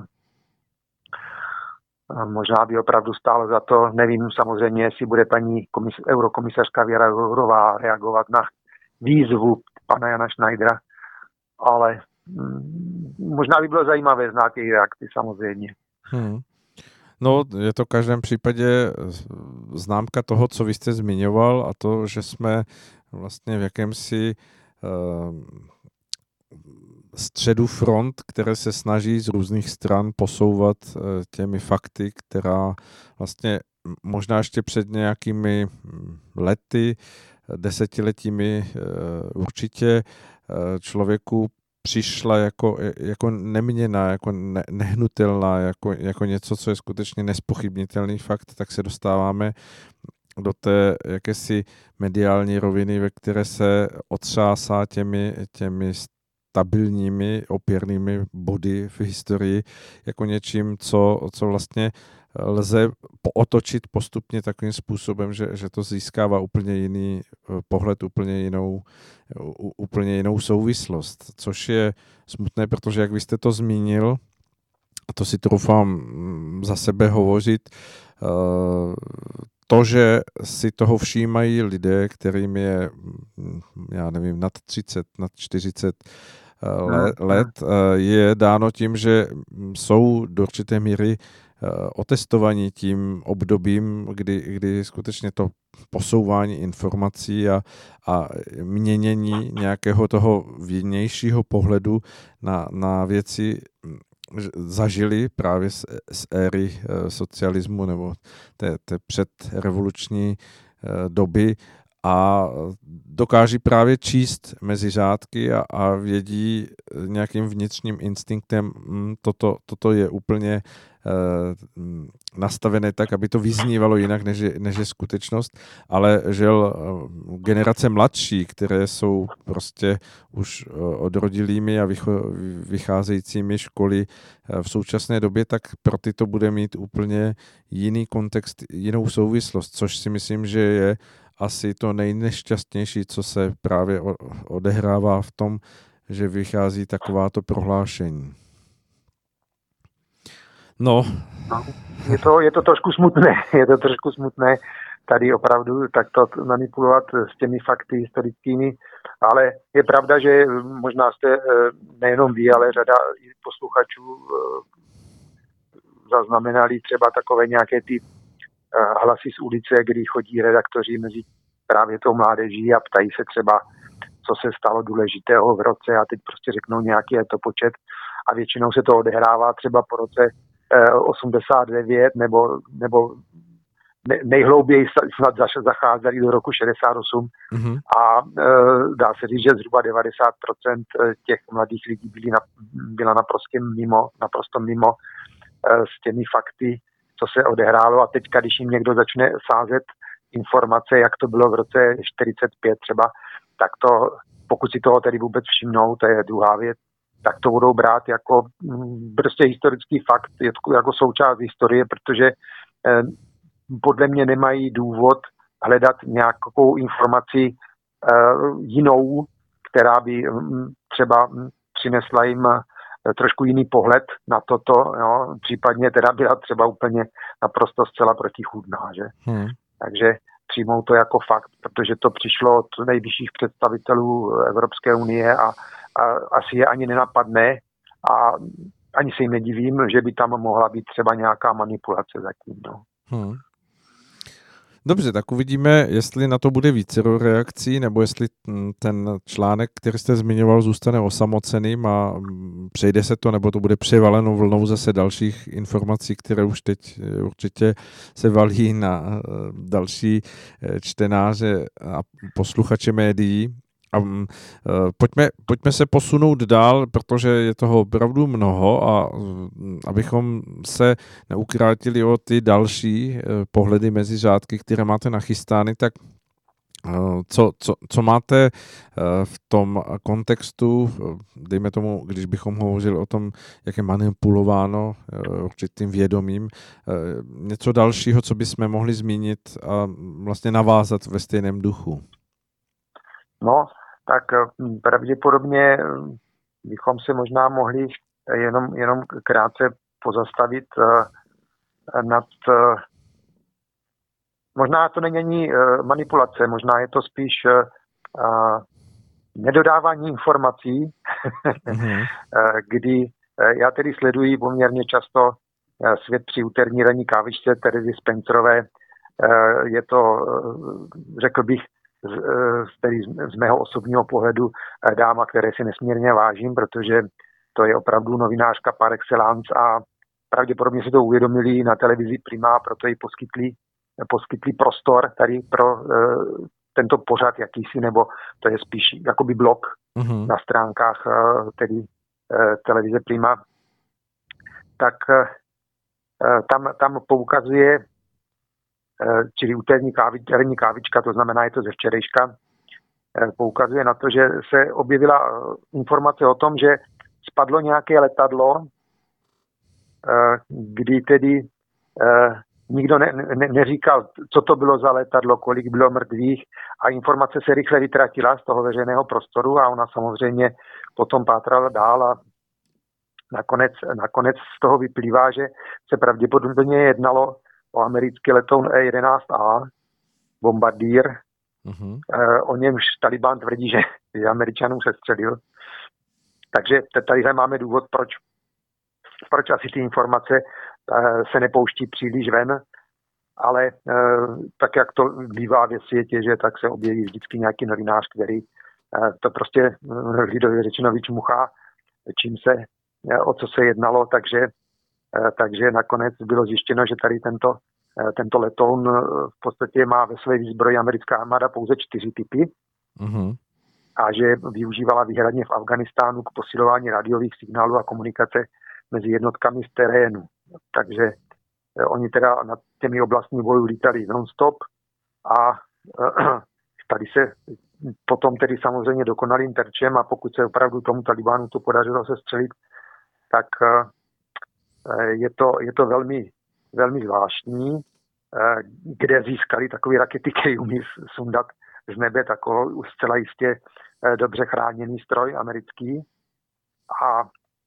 a možná by opravdu stálo za to, nevím samozřejmě, jestli bude paní komis, eurokomisařka Věra Jourová reagovat na výzvu pana Jana Schneidera, ale mm, možná by bylo zajímavé znát její reakci samozřejmě. Hmm. No, je to v každém případě známka toho, co vy jste zmiňoval, a to, že jsme vlastně v jakémsi uh, středu front, které se snaží z různých stran posouvat uh, těmi fakty, která vlastně možná ještě před nějakými lety, desetiletími uh, určitě uh, člověku přišla jako, jako neměnná, jako ne, nehnutelná, jako, jako něco, co je skutečně nespochybnitelný fakt, tak se dostáváme do té jakési mediální roviny, ve které se otřásá těmi, těmi stabilními opěrnými body v historii, jako něčím, co, co vlastně lze pootočit postupně takovým způsobem, že, že to získává úplně jiný pohled, úplně jinou, úplně jinou souvislost, což je smutné, protože jak vy jste to zmínil, a to si troufám za sebe hovořit, to, že si toho všímají lidé, kterým je, já nevím, nad třicet, nad čtyřicet let, je dáno tím, že jsou do určité míry otestovaní tím obdobím, kdy, kdy skutečně to posouvání informací a, a měnění nějakého toho vnějšího pohledu na, na věci zažili právě z, z éry socialismu nebo té, té předrevoluční doby a dokáží právě číst mezi řádky a, a vědí nějakým vnitřním instinktem, toto, toto je úplně nastavené tak, aby to vyznívalo jinak, než je, než je skutečnost, ale žel generace mladší, které jsou prostě už odrodilými a vycházejícími školy v současné době, tak pro ty to bude mít úplně jiný kontext, jinou souvislost, což si myslím, že je asi to nejnešťastnější, co se právě odehrává v tom, že vychází takováto prohlášení. No. no je, to, je to trošku smutné, je to trošku smutné tady opravdu takto manipulovat s těmi fakty historickými, ale je pravda, že možná jste nejenom vy, ale řada posluchačů zaznamenali třeba takové nějaké ty hlasy z ulice, kdy chodí redaktoři mezi právě tou mládeží a ptají se třeba, co se stalo důležitého v roce a teď prostě řeknou nějaký je to počet a většinou se to odehrává třeba po roce osmdesát devět nebo, nebo nejhlouběji snad zacházeli do roku šedesát osm mm-hmm. a e, dá se říct, že zhruba devadesát procent těch mladých lidí byli na, byla naprosto mimo, naprosto mimo e, s těmi fakty, co se odehrálo a teďka, když jim někdo začne sázet informace, jak to bylo v roce čtyřicet pět třeba, tak to, pokud si toho tedy vůbec všimnou, to je druhá věc, tak to budou brát jako prostě historický fakt, jako součást historie, protože eh, podle mě nemají důvod hledat nějakou informaci eh, jinou, která by m, třeba přinesla jim trošku jiný pohled na toto, jo, případně teda byla třeba úplně naprosto zcela protichůdná, že? Hmm. Takže přijmou to jako fakt, protože to přišlo od nejvyšších představitelů Evropské unie a, a asi je ani nenapadne a ani se jim nedivím, že by tam mohla být třeba nějaká manipulace zatím, no. Hmm. Dobře, tak uvidíme, jestli na to bude více reakcí, nebo jestli ten článek, který jste zmiňoval, zůstane osamoceným a přejde se to, nebo to bude převaleno vlnou zase dalších informací, které už teď určitě se valí na další čtenáře a posluchače médií. Um, pojďme, pojďme se posunout dál, protože je toho opravdu mnoho a um, abychom se neukrátili o ty další uh, pohledy mezi řádky, které máte nachystány, tak uh, co, co, co máte uh, v tom kontextu, uh, dejme tomu, když bychom hovořili o tom, jak je manipulováno uh, určitým vědomím, uh, něco dalšího, co bychom mohli zmínit a vlastně navázat ve stejném duchu? No, tak pravděpodobně bychom se možná mohli jenom, jenom krátce pozastavit nad... Možná to není ani manipulace, možná je to spíš nedodávání informací, mm-hmm. kdy já tedy sleduji poměrně často Svět při úterní ranní kávičce Terezy Spencerové. Je to, řekl bych, Z, tedy z mého osobního pohledu dáma, které si nesmírně vážím, protože to je opravdu novinářka par excellence a pravděpodobně si to uvědomili na televizi Prima, proto ji poskytli, poskytli prostor tady pro uh, tento pořad jakýsi, nebo to je spíš jakoby blog mm-hmm. na stránkách uh, tedy uh, televize Prima. Tak uh, tam, tam poukazuje čili úterní kávič, kávička, to znamená, je to ze včerejška, poukazuje na to, že se objevila informace o tom, že spadlo nějaké letadlo, kdy tedy nikdo ne, ne, neříkal, co to bylo za letadlo, kolik bylo mrtvých a informace se rychle vytratila z toho veřejného prostoru a ona samozřejmě potom pátrala dál a nakonec, nakonec z toho vyplývá, že se pravděpodobně jednalo o americký letoun E jedenáct A, bombardír. Mm-hmm. O němž Taliban tvrdí, že Američanům sestřelil. Takže tady máme důvod, proč, proč asi ty informace se nepouští příliš ven, ale tak, jak to bývá ve světě, že tak se objeví vždycky nějaký novinář, který to prostě lidově řečeno vyčmuchá, čím se, o co se jednalo, takže Takže nakonec bylo zjištěno, že tady tento, tento letoun v podstatě má ve své výzbroji americká armáda pouze čtyři typy mm-hmm. a že využívala výhradně v Afganistánu k posilování rádiových signálů a komunikace mezi jednotkami z terénu. Takže oni teda nad těmi oblastmi bojů lítali non-stop a tady se potom tedy samozřejmě dokonalým terčem a pokud se opravdu tomu Talibánu to podařilo se střelit, tak Je to, je to velmi, velmi zvláštní, kde získali takové rakety, které umí sundat z nebe takový už zcela jistě dobře chráněný stroj americký. A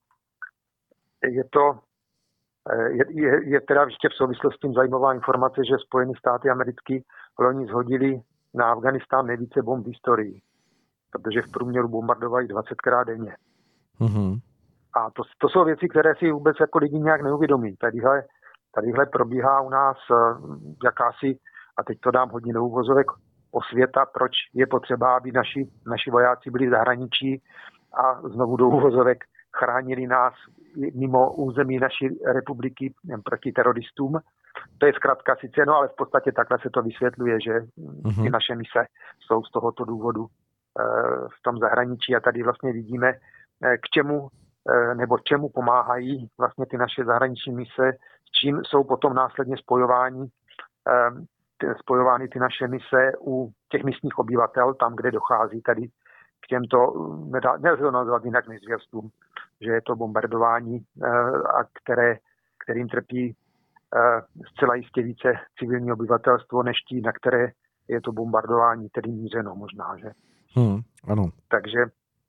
je to, je, je, je teda ještě v souvislosti s tím zajímavá informace, že Spojené státy americké loni zhodili na Afganistán nejvíce bomb v historii, protože v průměru bombardovali dvacetkrát denně. Mm-hmm. A to, to jsou věci, které si vůbec jako lidi nějak neuvědomí. Tadyhle, tadyhle probíhá u nás jakási, a teď to dám hodně do úvozovek, osvěta, proč je potřeba, aby naši, naši vojáci byli v zahraničí a znovu do úvozovek chránili nás mimo území naší republiky proti teroristům. To je zkrátka sice, no ale v podstatě takhle se to vysvětluje, že mm-hmm. ty naše mise jsou z tohoto důvodu e, v tom zahraničí a tady vlastně vidíme, e, k čemu nebo čemu pomáhají vlastně ty naše zahraniční mise, s čím jsou potom následně spojovány, spojovány ty naše mise u těch místních obyvatel, tam, kde dochází tady k těmto, nelze to nazvat jinak než zvěrstům, že je to bombardování, a které, kterým trpí zcela jistě více civilní obyvatelstvo, než tí, na které je to bombardování tedy mířeno možná, že? Hmm, ano. Takže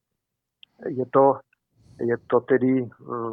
je to Je to tedy uh,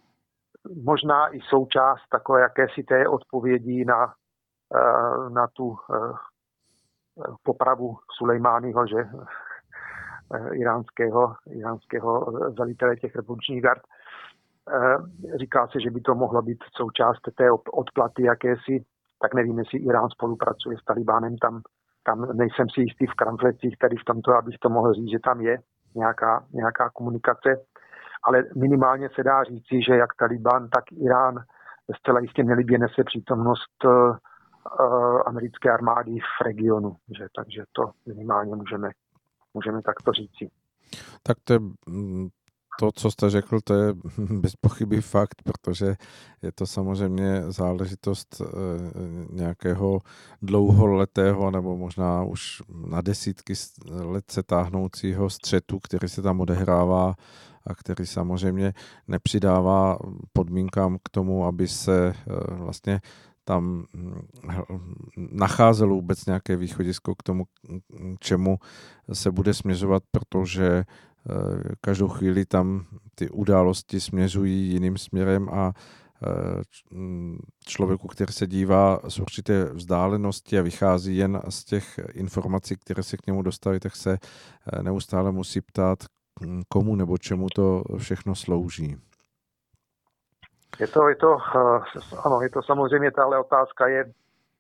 možná i součást takové jakési té odpovědi na, uh, na tu uh, popravu Sulejmányho, že uh, iránského, iránského velitele těch revolučních gard. Uh, říká se, že by to mohlo být součást té odplaty jakési, tak nevím, jestli Irán spolupracuje s Talibánem, tam, tam nejsem si jistý v kramflecích, tady v tomto, abych to mohl říct, že tam je nějaká, nějaká komunikace. Ale minimálně se dá říci, že jak Taliban, tak Irán zcela jistě nelibě nese přítomnost uh, uh, americké armády v regionu. Že, takže to minimálně můžeme můžeme takto říci. Tak to je to, co jste řekl, to je bez pochyby fakt, protože je to samozřejmě záležitost nějakého dlouholetého nebo možná už na desítky let se táhnoucího střetu, který se tam odehrává a který samozřejmě nepřidává podmínkám k tomu, aby se vlastně tam nacházelo vůbec nějaké východisko k tomu, k čemu se bude směřovat, protože každou chvíli tam ty události směřují jiným směrem a člověku, který se dívá z určité vzdálenosti a vychází jen z těch informací, které se k němu dostaví, tak se neustále musí ptát, komu nebo čemu to všechno slouží. Je to, je to, ano, je to samozřejmě, tahle otázka je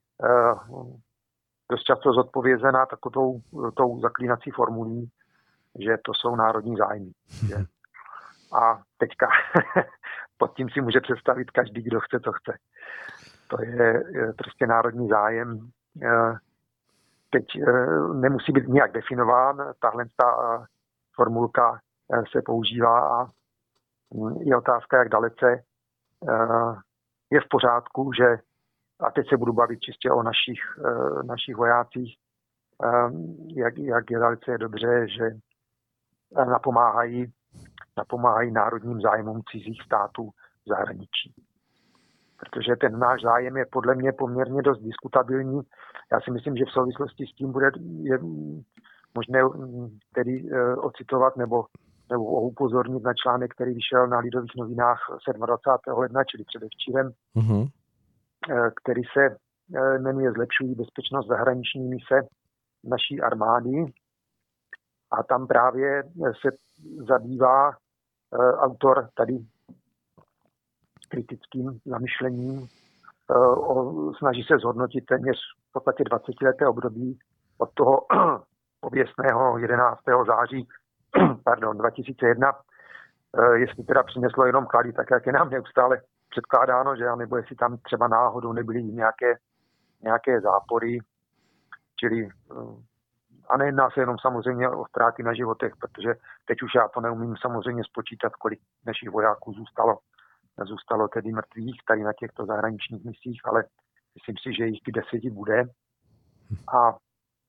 dost často zodpovězená takovou tou zaklínací formulí, že to jsou národní zájmy. Že? A teďka pod tím si může představit každý, kdo chce, to chce. To je, je prostě národní zájem. Teď nemusí být nějak definován, tahle ta formulka se používá a je otázka, jak dalece je v pořádku, že, a teď se budu bavit čistě o našich, našich vojácích, jak, jak je dalece je dobře, že napomáhají, napomáhají národním zájmům cizích států v zahraničí. Protože ten náš zájem je podle mě poměrně dost diskutabilní. Já si myslím, že v souvislosti s tím bude je možné tedy ocitovat nebo, nebo upozornit na článek, který vyšel na Lidových novinách dvacátého sedmého ledna, čili předevčírem, mm-hmm. který se jmenuje Zlepšují bezpečnost zahraniční mise naší armády. A tam právě se zabývá e, autor tady kritickým zamyšlením, e, o, snaží se zhodnotit téměř v podstatě dvacetileté období od toho pověstného jedenáctého září pardon, dva tisíce jedna, e, jestli teda přineslo jenom klady, tak jak je nám neustále předkládáno, že nebo jestli tam třeba náhodou nebyly nějaké, nějaké zápory, čili e, a nejedná se jenom samozřejmě o ztráty na životech, protože teď už já to neumím samozřejmě spočítat, kolik našich vojáků zůstalo, zůstalo tedy mrtvých tady na těchto zahraničních misích, ale myslím si, že jich k deseti bude. A e,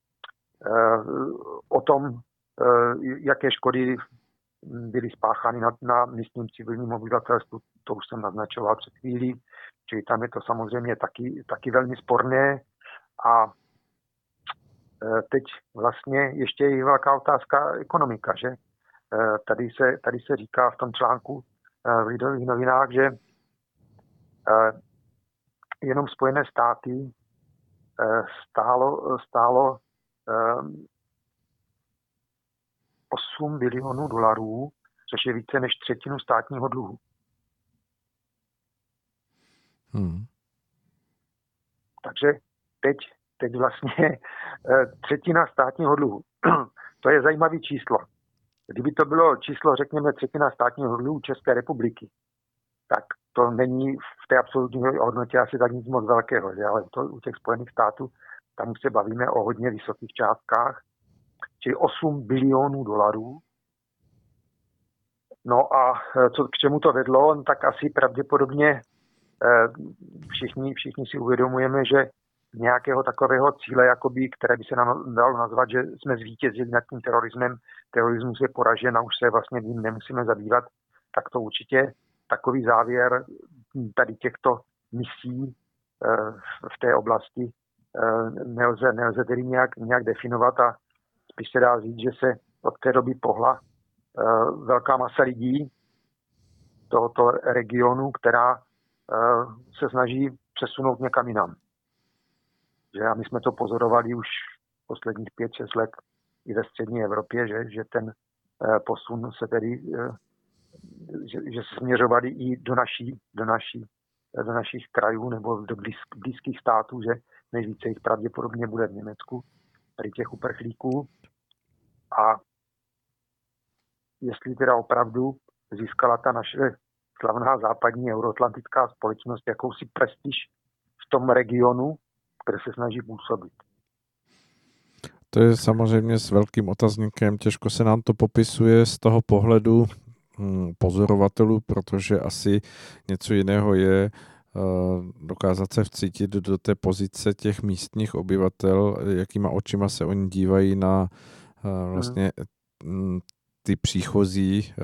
o tom, e, jaké škody byly spáchány na, na místním civilním obyvatelstvu, to už jsem naznačoval před chvílí, čili tam je to samozřejmě taky, taky velmi sporné. A teď vlastně ještě je velká otázka ekonomika, že? Tady se, tady se říká v tom článku v Lidových novinách, že jenom Spojené státy stálo, stálo osm bilionů dolarů, což je více než třetinu státního dluhu. Hmm. Takže teď teď vlastně třetina státního dluhu. To je zajímavé číslo. Kdyby to bylo číslo, řekněme, třetina státního dluhu České republiky, tak to není v té absolutní hodnotě asi tak nic moc velkého, že? Ale to u těch Spojených států, tam už se bavíme o hodně vysokých částkách, čili osm bilionů dolarů. No a co, k čemu to vedlo, no, tak asi pravděpodobně všichni, všichni si uvědomujeme, že nějakého takového cíle, jakoby, které by se nám dalo nazvat, že jsme zvítězili nad tím terorismem, terorismus je poražen a už se vlastně tím nemusíme zabývat, tak to určitě takový závěr tady těchto misí v té oblasti nelze, nelze tedy nějak, nějak definovat a spíš se dá říct, že se od té doby pohla velká masa lidí tohoto regionu, která se snaží přesunout někam jinam. Že a my jsme to pozorovali už posledních pět šest let i ve střední Evropě, že, že ten posun se tedy, že, že se směřovali i do naší, do naší, do našich krajů nebo do blízk, blízkých států, že nejvíce jich pravděpodobně bude v Německu, tady těch uprchlíků. A jestli teda opravdu získala ta naše slavná západní euroatlantická společnost jakousi prestiž v tom regionu, které se snaží působit. To je samozřejmě s velkým otazníkem, těžko se nám to popisuje z toho pohledu hm, pozorovatelů, protože asi něco jiného je dokázat se vcítit do té pozice těch místních obyvatel, jakýma očima se oni dívají na vlastně ty příchozí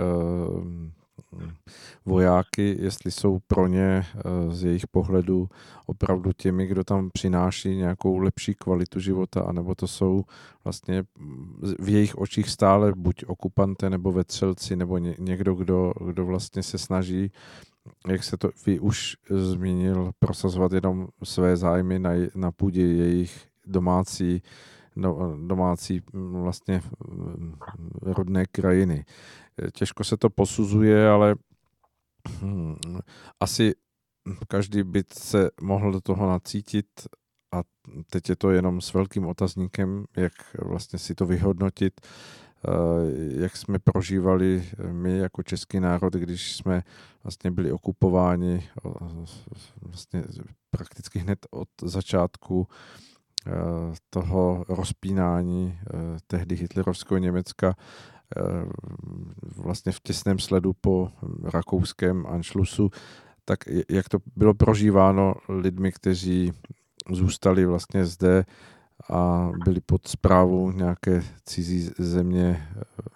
vojáky, jestli jsou pro ně z jejich pohledu opravdu těmi, kdo tam přináší nějakou lepší kvalitu života, anebo to jsou vlastně v jejich očích stále buď okupanté nebo vetřelci, nebo někdo, kdo, kdo vlastně se snaží, jak se to vy už zmínil, prosazovat jenom své zájmy na, na půdě jejich domácí, no, domácí vlastně rodné krajiny. Těžko se to posuzuje, ale hm, asi každý by se mohl do toho nacítit a teď je to jenom s velkým otazníkem, jak vlastně si to vyhodnotit, jak jsme prožívali my jako český národ, když jsme vlastně byli okupováni vlastně prakticky hned od začátku toho rozpínání tehdy hitlerovského Německa vlastně v těsném sledu po rakouském Anschlussu, tak jak to bylo prožíváno lidmi, kteří zůstali vlastně zde a byli pod správou nějaké cizí země,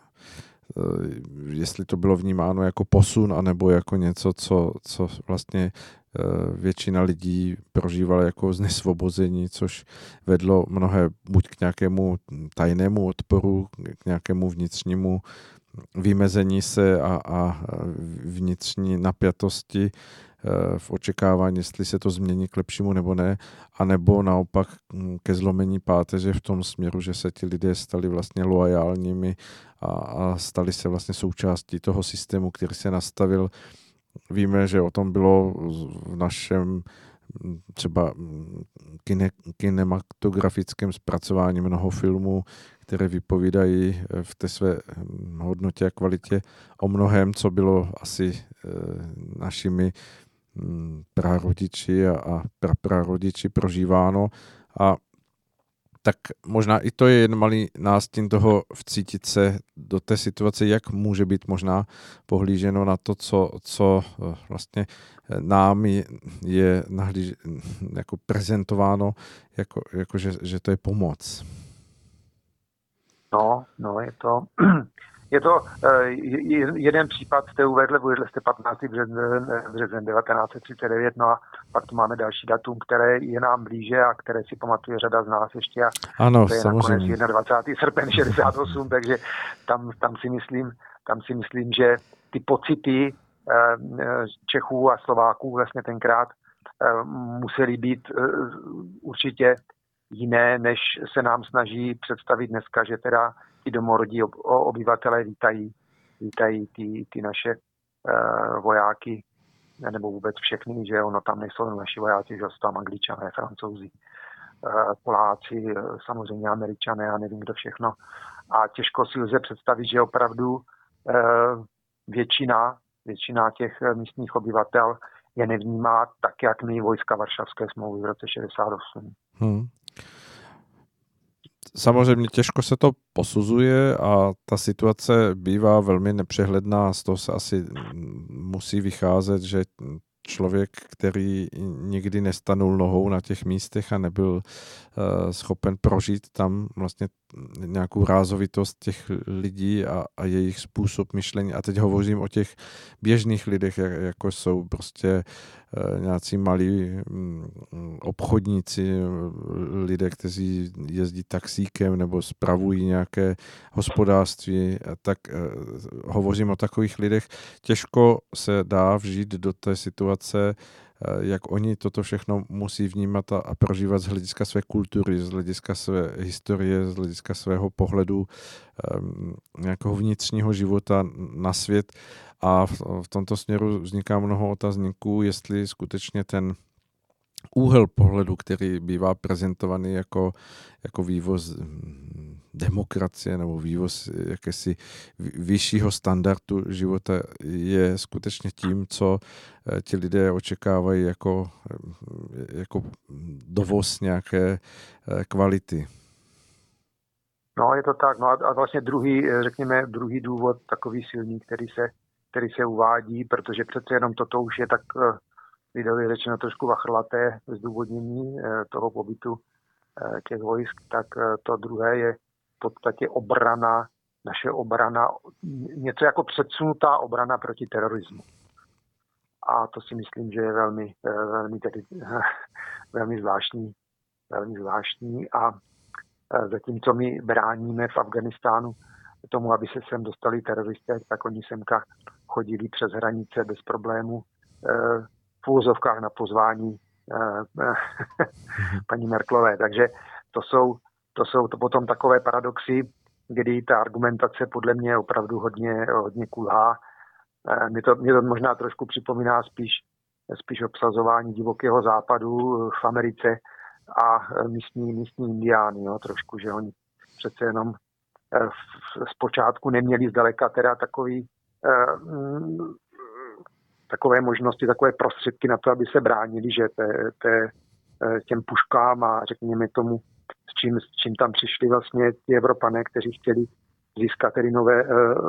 jestli to bylo vnímáno jako posun, anebo jako něco, co, co vlastně většina lidí prožívala jako znesvobození, což vedlo mnohé buď k nějakému tajnému odporu, k nějakému vnitřnímu vymezení se a, a vnitřní napjatosti v očekávání, jestli se to změní k lepšímu nebo ne, anebo naopak ke zlomení páteře v tom směru, že se ti lidé stali vlastně loajálními a, a stali se vlastně součástí toho systému, který se nastavil. Víme, že o tom bylo v našem třeba kine, kinematografickém zpracování mnoho filmů, které vypovídají v té své hodnotě a kvalitě o mnohém, co bylo asi našimi prarodiči a praprarodiči prožíváno. A tak možná i to je jen malý nástin toho vcítit se do té situace, jak může být možná pohlíženo na to, co, co vlastně nám je nahlíž, jako prezentováno, jako, jako že, že to je pomoc. No, no, je to... Je to uh, jeden případ, jste uvedli, uvedli jste patnáctého března devatenáct set třicet devět, no a pak tu máme další datum, které je nám blíže a které si pamatuje řada z nás ještě. A ano, to je samozřejmě. nakonec dvacátého prvního srpna šedesát osm, takže tam, tam, si myslím, tam si myslím, že ty pocity uh, Čechů a Slováků vlastně tenkrát uh, musely být uh, určitě jiné, než se nám snaží představit dneska, že teda ti domorodí obyvatelé vítají, vítají ty, ty naše uh, vojáky, nebo vůbec všechny, že ono tam nejsou naši vojáci, že jsou tam Angličané, Francouzi, uh, Poláci, samozřejmě Američané a nevím kdo všechno. A těžko si lze představit, že opravdu uh, většina, většina těch místních obyvatel je nevnímá tak, jak my vojska Varšavské smlouvy v roce šedesát osm. Hmm. Samozřejmě těžko se to posuzuje a ta situace bývá velmi nepřehledná, z toho se asi musí vycházet, že člověk, který nikdy nestanul nohou na těch místech a nebyl uh, schopen prožít tam vlastně nějakou rázovitost těch lidí a, a jejich způsob myšlení. A teď hovořím o těch běžných lidech, jak, jako jsou prostě uh, nějací malí um, obchodníci, lidé, kteří jezdí taxíkem nebo spravují nějaké hospodářství. Tak uh, hovořím o takových lidech. Těžko se dá vžít do té situace, jak oni toto všechno musí vnímat a, a prožívat z hlediska své kultury, z hlediska své historie, z hlediska svého pohledu um, nějakého vnitřního života na svět. A v, v tomto směru vzniká mnoho otazníků, jestli skutečně ten úhel pohledu, který bývá prezentovaný jako, jako vývoz demokracie nebo vývoz jakési vyššího standardu života, je skutečně tím, co ti lidé očekávají jako, jako dovoz nějaké kvality. No, je to tak. No a, a vlastně druhý, řekněme, druhý důvod, takový silný, který se, který se uvádí, protože přece jenom toto už je tak lidově řečeno trošku vachrlaté zdůvodnění toho pobytu těch vojsk, tak to druhé je v podstatě obrana, naše obrana, něco jako předsunutá obrana proti terorismu. A to si myslím, že je velmi, velmi, tedy, velmi zvláštní, velmi zvláštní a zatímco my bráníme v Afghánistánu tomu, aby se sem dostali teroristé, tak oni semka chodili přes hranice bez problému v úvozovkách na pozvání paní Merkelové. Takže to jsou, to jsou to potom takové paradoxy, kdy ta argumentace podle mě opravdu hodně, hodně kulhá. Mě to, mě to možná trošku připomíná spíš, spíš obsazování divokého západu v Americe a místní, místní indiány, jo, trošku, že oni přece jenom zpočátku neměli zdaleka teda takový, takové možnosti, takové prostředky na to, aby se bránili, že te, te, těm puškám a řekněme tomu, s čím, s čím tam přišli vlastně ti Evropané, kteří chtěli získat tedy nové,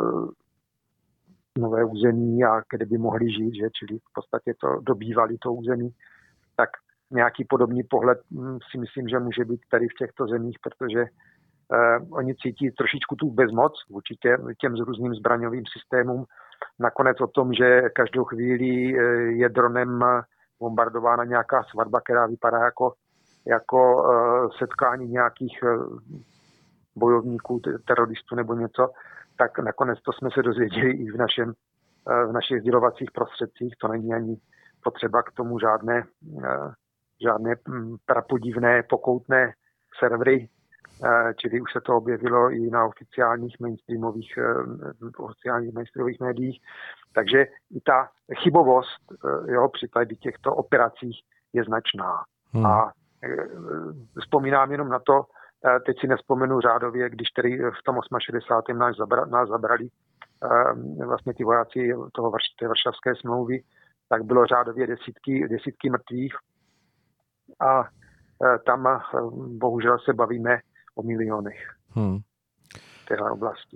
nové území a kde by mohli žít, že, čili v podstatě to dobývali to území, tak nějaký podobný pohled si myslím, že může být tady v těchto zemích, protože eh, oni cítí trošičku tu bezmoc vůči těm, těm různým zbraňovým systémům. Nakonec o tom, že každou chvíli je dronem bombardována nějaká svatba, která vypadá jako, jako eh, setkání nějakých eh, bojovníků, teroristů nebo něco, tak nakonec to jsme se dozvěděli i v, našem, eh, v našich sdělovacích prostředcích. To není ani potřeba k tomu žádné eh, žádné prapodivné, pokoutné servery, čili už se to objevilo i na oficiálních mainstreamových, oficiálních mainstreamových médiích. Takže i ta chybovost, jo, při tady těchto operacích je značná. Hmm. A vzpomínám jenom na to, teď si nespomenu řádově, když tedy v tom šedesátém osmém nás, zabra, nás zabrali vlastně ty vojáci toho té varšavské smlouvy, tak bylo řádově desítky, desítky mrtvých. A e, tam e, bohužel se bavíme o milionech hmm. v téhle oblasti.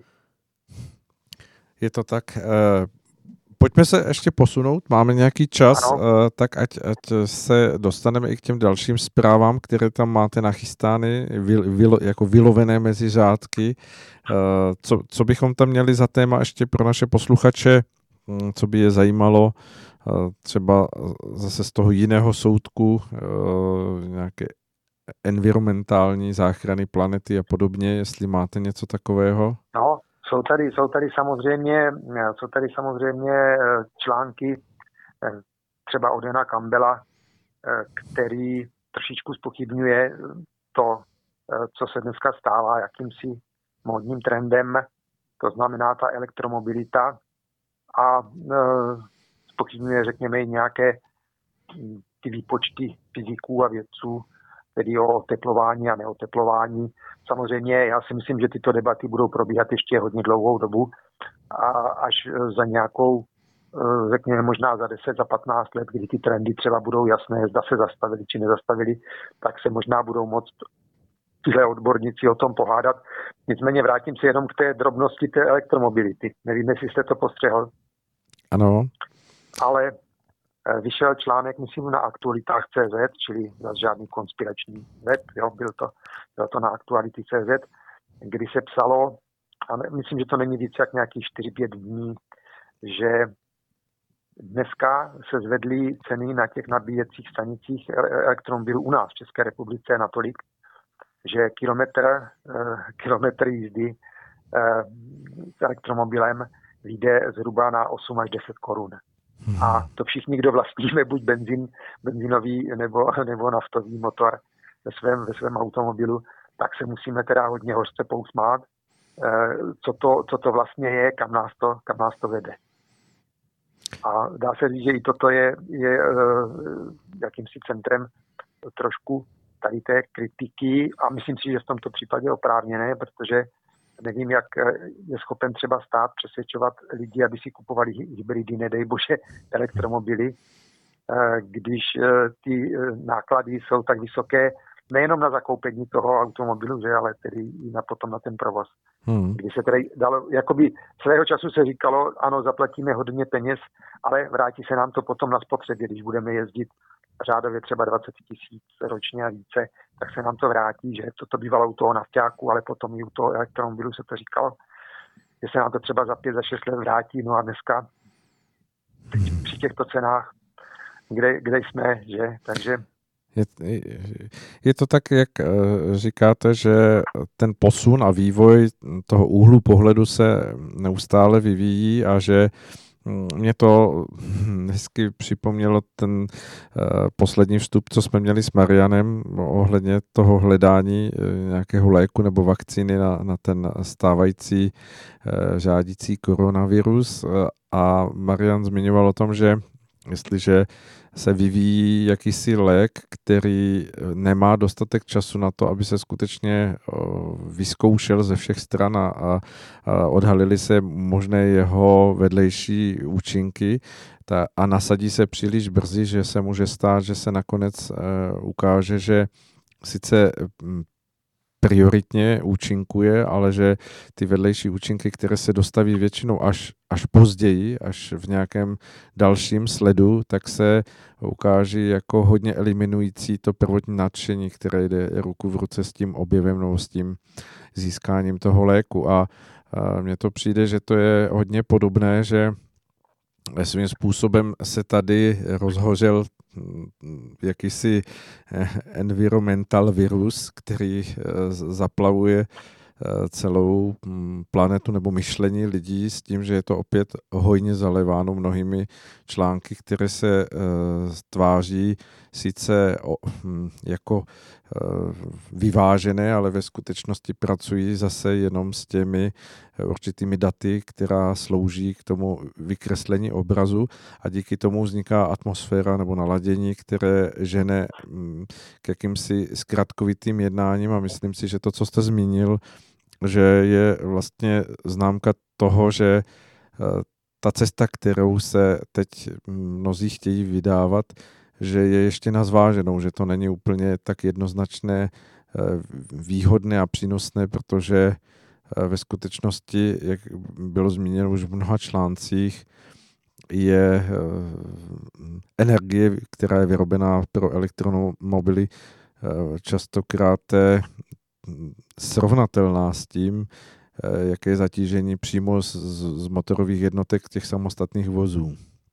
Je to tak. E, pojďme se ještě posunout, máme nějaký čas, e, tak ať, ať se dostaneme i k těm dalším zprávám, které tam máte nachystány, vyl, vylo, jako vylovené mezi řádky. E, co, co bychom tam měli za téma ještě pro naše posluchače, co by je zajímalo, třeba zase z toho jiného soudku, nějaké environmentální záchrany planety a podobně, jestli máte něco takového? No, jsou tady, jsou tady samozřejmě, jsou tady samozřejmě články třeba od Jana Campbella, který trošičku zpochybňuje to, co se dneska stává jakýmsi módním trendem, to znamená ta elektromobilita a zpochybňuje, řekněme, nějaké ty výpočty fyziků a vědců, tedy o oteplování a neoteplování. Samozřejmě já si myslím, že tyto debaty budou probíhat ještě hodně dlouhou dobu a až za nějakou, řekněme, možná za deset, za patnáct let, kdy ty trendy třeba budou jasné, zda se zastavili či nezastavili, tak se možná budou moct tyhle odborníci o tom pohádat. Nicméně vrátím se jenom k té drobnosti té elektromobility. Nevím, jestli jste to postřehl. Ano. Ale vyšel článek, myslím, na aktualitách tečka cé zet, čili zase žádný konspirační web, jo, byl to, bylo to na aktuality tečka cé zet, kdy se psalo, a myslím, že to není víc jak nějakých čtyři pět dní, že dneska se zvedly ceny na těch nabíjecích stanicích elektromobilů u nás v České republice natolik, že kilometr, kilometr jízdy s elektromobilem vyjde zhruba na osm až deset korun. A to všichni, kdo vlastníme buď benzín, benzínový nebo, nebo naftový motor ve svém, ve svém automobilu, tak se musíme teda hodně hořce pousmát, co to, co to vlastně je, kam nás to, kam nás to vede. A dá se říct, že i toto je, je jakýmsi centrem trošku tady té kritiky a myslím si, že v tomto případě oprávněné, protože nevím, jak je schopen třeba stát přesvědčovat lidi, aby si kupovali hybridy, nedej bože elektromobily, když ty náklady jsou tak vysoké nejenom na zakoupení toho automobilu, že, ale tedy i na potom na ten provoz. Hmm. Kdy se tedy dalo, jakoby svého času se říkalo, ano, zaplatíme hodně peněz, ale vrátí se nám to potom na spotřebě, když budeme jezdit řádově třeba dvacet tisíc ročně a více, tak se nám to vrátí, že to, to bývalo u toho nafťáku, ale potom i u toho elektromobilu se to říkalo, že se nám to třeba za pět, za šest let vrátí, no a dneska teď při těchto cenách, kde, kde jsme, že, takže... Je, je to tak, jak říkáte, že ten posun a vývoj toho úhlu pohledu se neustále vyvíjí a že mě to hezky připomnělo ten uh, poslední vstup, co jsme měli s Marianem ohledně toho hledání uh, nějakého léku nebo vakcíny na, na ten stávající uh, žádící koronavirus. Uh, a Marian zmiňoval o tom, že jestliže se vyvíjí jakýsi lék, který nemá dostatek času na to, aby se skutečně vyzkoušel ze všech stran a, a odhalily se možné jeho vedlejší účinky ta, a nasadí se příliš brzy, že se může stát, že se nakonec uh, ukáže, že sice prioritně účinkuje, ale že ty vedlejší účinky, které se dostaví většinou až, až později, až v nějakém dalším sledu, tak se ukáží jako hodně eliminující to prvotní nadšení, které jde ruku v ruce s tím objevem nebo s tím získáním toho léku. A, a mně to přijde, že to je hodně podobné, že svým způsobem se tady rozhořel jakýsi environmental virus, který zaplavuje celou planetu nebo myšlení lidí s tím, že je to opět hojně zaleváno mnohými články, které se tváří sice jako vyvážené, ale ve skutečnosti pracují zase jenom s těmi určitými daty, která slouží k tomu vykreslení obrazu a díky tomu vzniká atmosféra nebo naladění, které žene k jakýmsi zkratkovitým jednáním a myslím si, že to, co jste zmínil, že je vlastně známka toho, že ta cesta, kterou se teď mnozí chtějí vydávat, že je ještě na zváženou, že to není úplně tak jednoznačné, výhodné a přínosné, protože ve skutečnosti, jak bylo zmíněno už v mnoha článcích, je energie, která je vyrobená pro elektromobily, častokrát srovnatelná s tím, jaké je zatížení přímo z, z motorových jednotek těch samostatných vozů.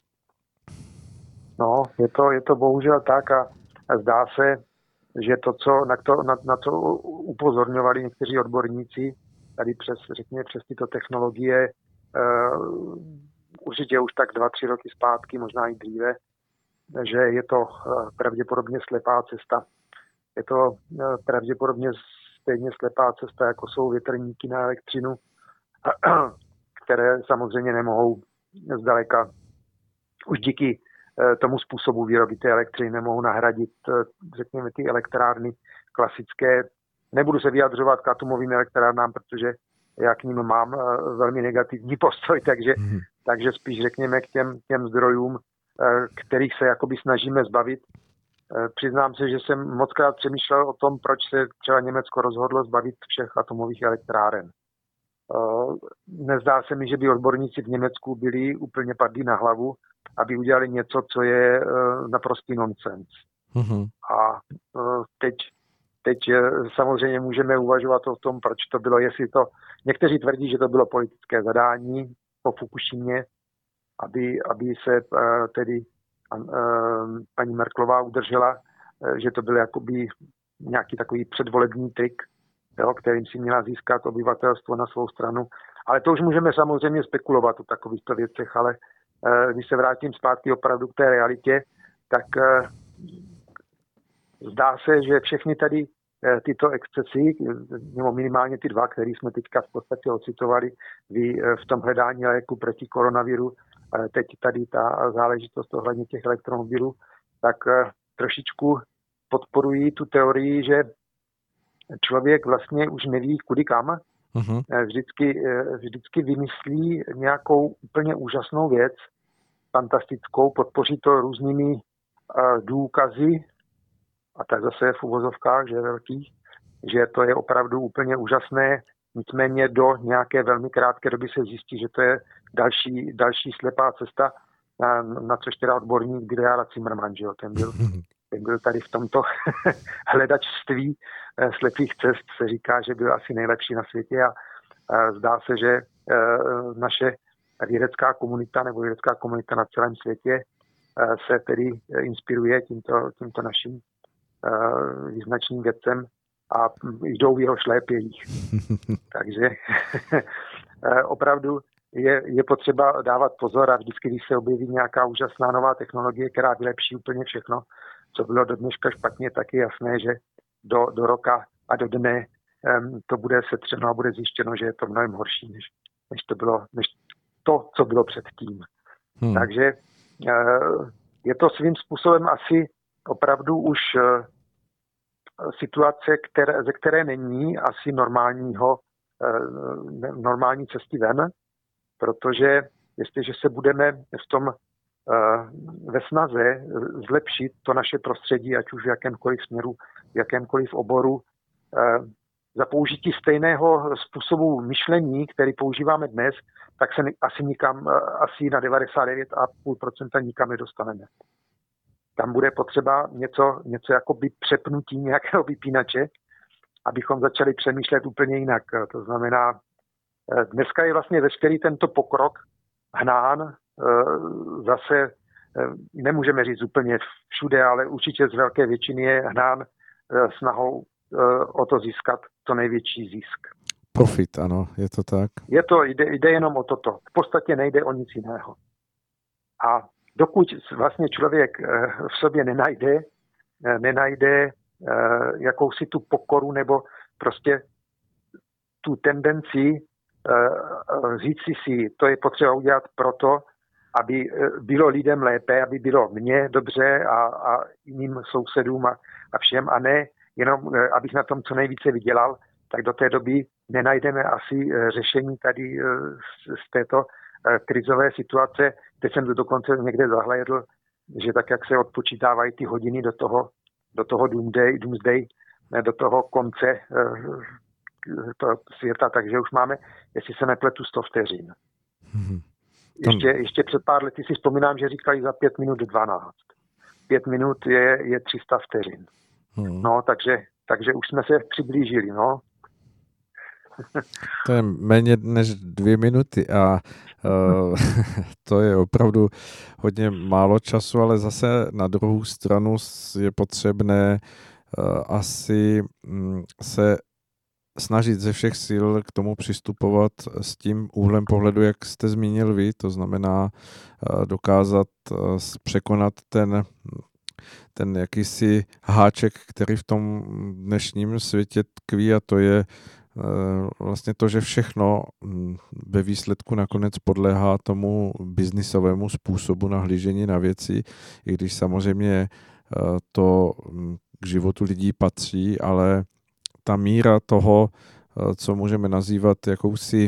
No, je to, je to bohužel tak a zdá se, že to, co, na, to, na, na co upozorňovali někteří odborníci, tady přes, řekněme, přes tyto technologie, uh, určitě už tak dva, tři roky zpátky, možná i dříve, že je to uh, pravděpodobně slepá cesta. Je to uh, pravděpodobně stejně slepá cesta, jako jsou větrníky na elektřinu, které samozřejmě nemohou zdaleka už díky tomu způsobu výroby té elektřiny nemohou nahradit, řekněme, ty elektrárny klasické. Nebudu se vyjadřovat k atomovým elektrárnám, protože já k ním mám velmi negativní postoj, takže, mm. takže spíš řekněme k těm, těm zdrojům, kterých se jakoby snažíme zbavit. Přiznám se, že jsem mockrát přemýšlel o tom, proč se třeba Německo rozhodlo zbavit všech atomových elektráren. Nezdá se mi, že by odborníci v Německu byli úplně padlí na hlavu, aby udělali něco, co je naprostý nonsens. Mm-hmm. A teď, teď samozřejmě můžeme uvažovat o tom, proč to bylo, jestli to... Někteří tvrdí, že to bylo politické zadání po Fukushimě, aby, aby se tedy paní Merkelová udržela, že to byl jakoby nějaký takový předvolební trik, jo, kterým si měla získat obyvatelstvo na svou stranu. Ale to už můžeme samozřejmě spekulovat o takovýchto věcech, ale když se vrátím zpátky opravdu k té realitě, tak zdá se, že všechny tady tyto excesy, nebo minimálně ty dva, které jsme teďka v podstatě ocitovali, vy v tom hledání léku proti koronaviru, teď tady ta záležitost ohledně těch elektromobilů, tak trošičku podporují tu teorii, že člověk vlastně už neví kudy kam, uh-huh. vždycky, vždycky vymyslí nějakou úplně úžasnou věc, fantastickou, podpoří to různými uh, důkazy a tak zase v uvozovkách, že je velkých, že to je opravdu úplně úžasné, nicméně do nějaké velmi krátké doby se zjistí, že to je další, další slepá cesta, na, na což teda odborník byl Jára Cimrman, že jo, ten byl, ten byl tady v tomto hledačství slepých cest, se říká, že byl asi nejlepší na světě a, a zdá se, že e, naše vědecká komunita nebo vědecká komunita na celém světě e, se tedy inspiruje tímto, tímto naším e, význačným vědcem a jdou v jeho šlépějích. Takže opravdu je, je potřeba dávat pozor a vždycky, když se objeví nějaká úžasná nová technologie, která vylepší úplně všechno, co bylo do dneška špatně, tak je jasné, že do, do roka a do dne um, to bude setřeno a bude zjištěno, že je to mnohem horší, než, než, to, bylo, než to, co bylo předtím. Hmm. Takže uh, je to svým způsobem asi opravdu už uh, situace, které, ze které není asi normálního, uh, normální cesty ven, protože jestliže se budeme v tom uh, ve snaze zlepšit to naše prostředí, ať už v jakémkoliv směru, v jakémkoliv oboru, uh, za použití stejného způsobu myšlení, který používáme dnes, tak se asi nikam, uh, asi na devadesát devět celá pět procenta nikam nedostaneme. Tam bude potřeba něco, něco jakoby přepnutí nějakého vypínače, abychom začali přemýšlet úplně jinak. To znamená, dneska je vlastně veškerý tento pokrok hnán zase, nemůžeme říct úplně všude, ale určitě z velké většiny je hnán snahou o to získat to největší zisk. Profit, ano, je to tak. Je to, jde, jde jenom o toto. V podstatě nejde o nic jiného. A dokud vlastně člověk v sobě nenajde, nenajde jakousi tu pokoru nebo prostě tu tendenci říct si si, to je potřeba udělat proto, aby bylo lidem lépe, aby bylo mně dobře a, a jiným sousedům a, a všem, a ne jenom, abych na tom co nejvíce vydělal, tak do té doby nenajdeme asi řešení tady z, z této krizové situace. Teď jsem to dokonce někde zahlédl, že tak, jak se odpočítávají ty hodiny do toho, do toho doomsday, doomsday, do toho konce to světa, takže už máme, jestli se nepletu, sto vteřin. Hmm. Ještě, ještě před pár lety si vzpomínám, že říkali za pět minut dvanáct. Pět minut je, je tři sta vteřin. Hmm. No, takže, takže už jsme se přiblížili, no. To je méně než dvě minuty a uh, to je opravdu hodně málo času, ale zase na druhou stranu je potřebné uh, asi um, se snažit ze všech sil k tomu přistupovat s tím úhlem pohledu, jak jste zmínil vy, to znamená uh, dokázat uh, překonat ten ten jakýsi háček, který v tom dnešním světě tkví, a to je vlastně to, že všechno ve výsledku nakonec podléhá tomu biznisovému způsobu nahlížení na věci, i když samozřejmě to k životu lidí patří, ale ta míra toho, co můžeme nazývat jakousi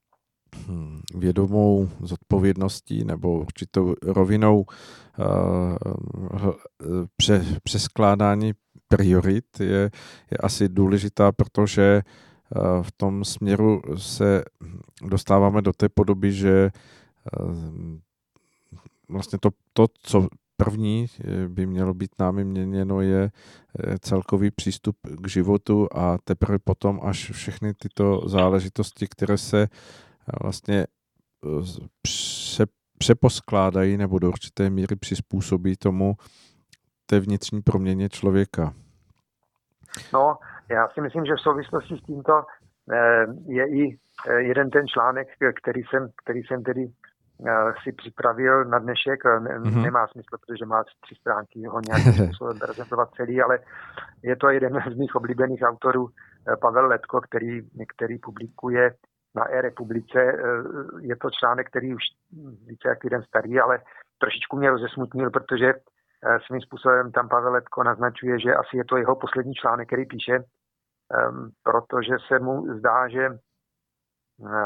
vědomou zodpovědností nebo určitou rovinou přeskládání priorit je, je asi důležitá, protože v tom směru se dostáváme do té podoby, že vlastně to, to co první by mělo být námi měněno, je celkový přístup k životu a teprve potom až všechny tyto záležitosti, které se vlastně pře, přeposkládají nebo do určité míry přizpůsobí tomu té vnitřní proměně člověka. No, já si myslím, že v souvislosti s tímto je i jeden ten článek, který jsem, který jsem tedy si připravil na dnešek. Mm-hmm. Nemá smysl, protože má tři stránky, ho nějakým způsobem prezentovat celý, ale je to jeden z mých oblíbených autorů, Pavel Letko, který, který publikuje na e-republice. Je to článek, který už více jak jeden starý, ale trošičku mě rozesmutnil, protože svým způsobem tam Pavel Letko naznačuje, že asi je to jeho poslední článek, který píše, protože se mu zdá, že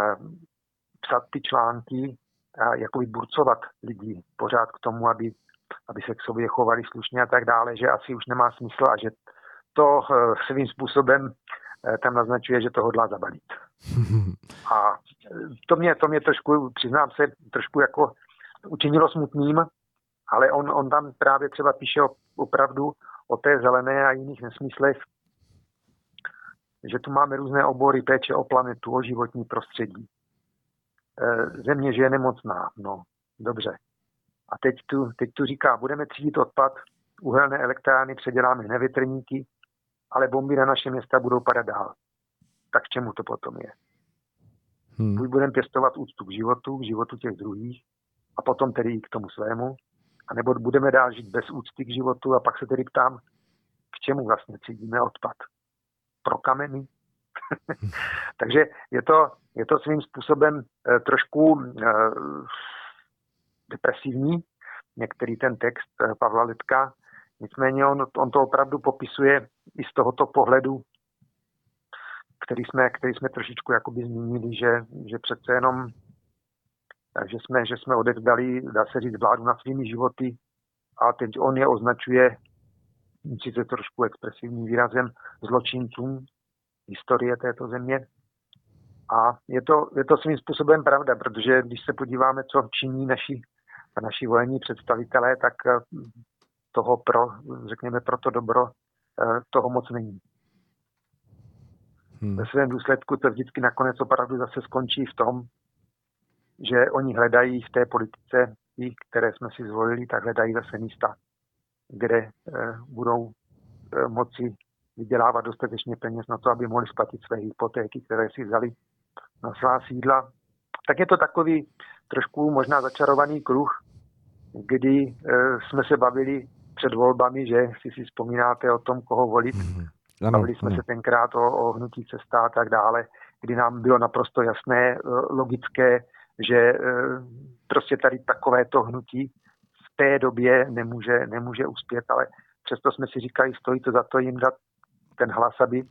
psat ty články a jakoby burcovat lidi pořád k tomu, aby aby se k sobě chovali slušně a tak dále, že asi už nemá smysl a že to svým způsobem tam naznačuje, že to hodlá zabalit. A to mě, to mě trošku, přiznám se, trošku jako učinilo smutným, ale on, on tam právě třeba píše opravdu o té zelené a jiných nesmyslech, že tu máme různé obory péče o planetu, o životní prostředí. Země, že je nemocná, no, dobře. A teď tu, teď tu říká, budeme třídit odpad, uhelné elektrárny předěláme na větrníky, ale bomby na naše města budou padat dál. Tak k čemu to potom je? Hmm. Buď budeme pěstovat úctu k životu, k životu těch druhých, a potom tedy i k tomu svému, anebo budeme dál žít bez úcty k životu a pak se tedy ptám, k čemu vlastně třídíme odpad? Pro kameny? Takže je to, je to svým způsobem eh, trošku eh, depresivní, některý ten text eh, Pavla Lidka. Nicméně on, on to opravdu popisuje i z tohoto pohledu, který jsme, který jsme trošičku jakoby zmínili, že, že přece jenom, že jsme, že jsme odevzdali, dá se říct, vládu nad svými životy a teď on je označuje, sice trošku expresivním výrazem, zločincům historie této země. A je to, je to svým způsobem pravda, protože když se podíváme, co činí naši, naši vojenní představitelé, tak toho pro, řekněme, pro to dobro, toho moc není. Hmm. Ve svém důsledku to vždycky nakonec opravdu zase skončí v tom, že oni hledají v té politice, které jsme si zvolili, tak hledají zase místa, kde eh, budou eh, moci vydělávat dostatečně peněz na to, aby mohli splatit své hypotéky, které si vzali na svá sídla. Tak je to takový trošku možná začarovaný kruh, kdy eh, jsme se bavili před volbami, že si si vzpomínáte o tom, koho volit. Hmm. Ano, bavili jsme ano. se tenkrát o, o hnutí Cesta a tak dále, kdy nám bylo naprosto jasné, logické, že prostě tady takovéto hnutí v té době nemůže, nemůže uspět, ale přesto jsme si říkali, stojí to za to jim dát ten hlas, aby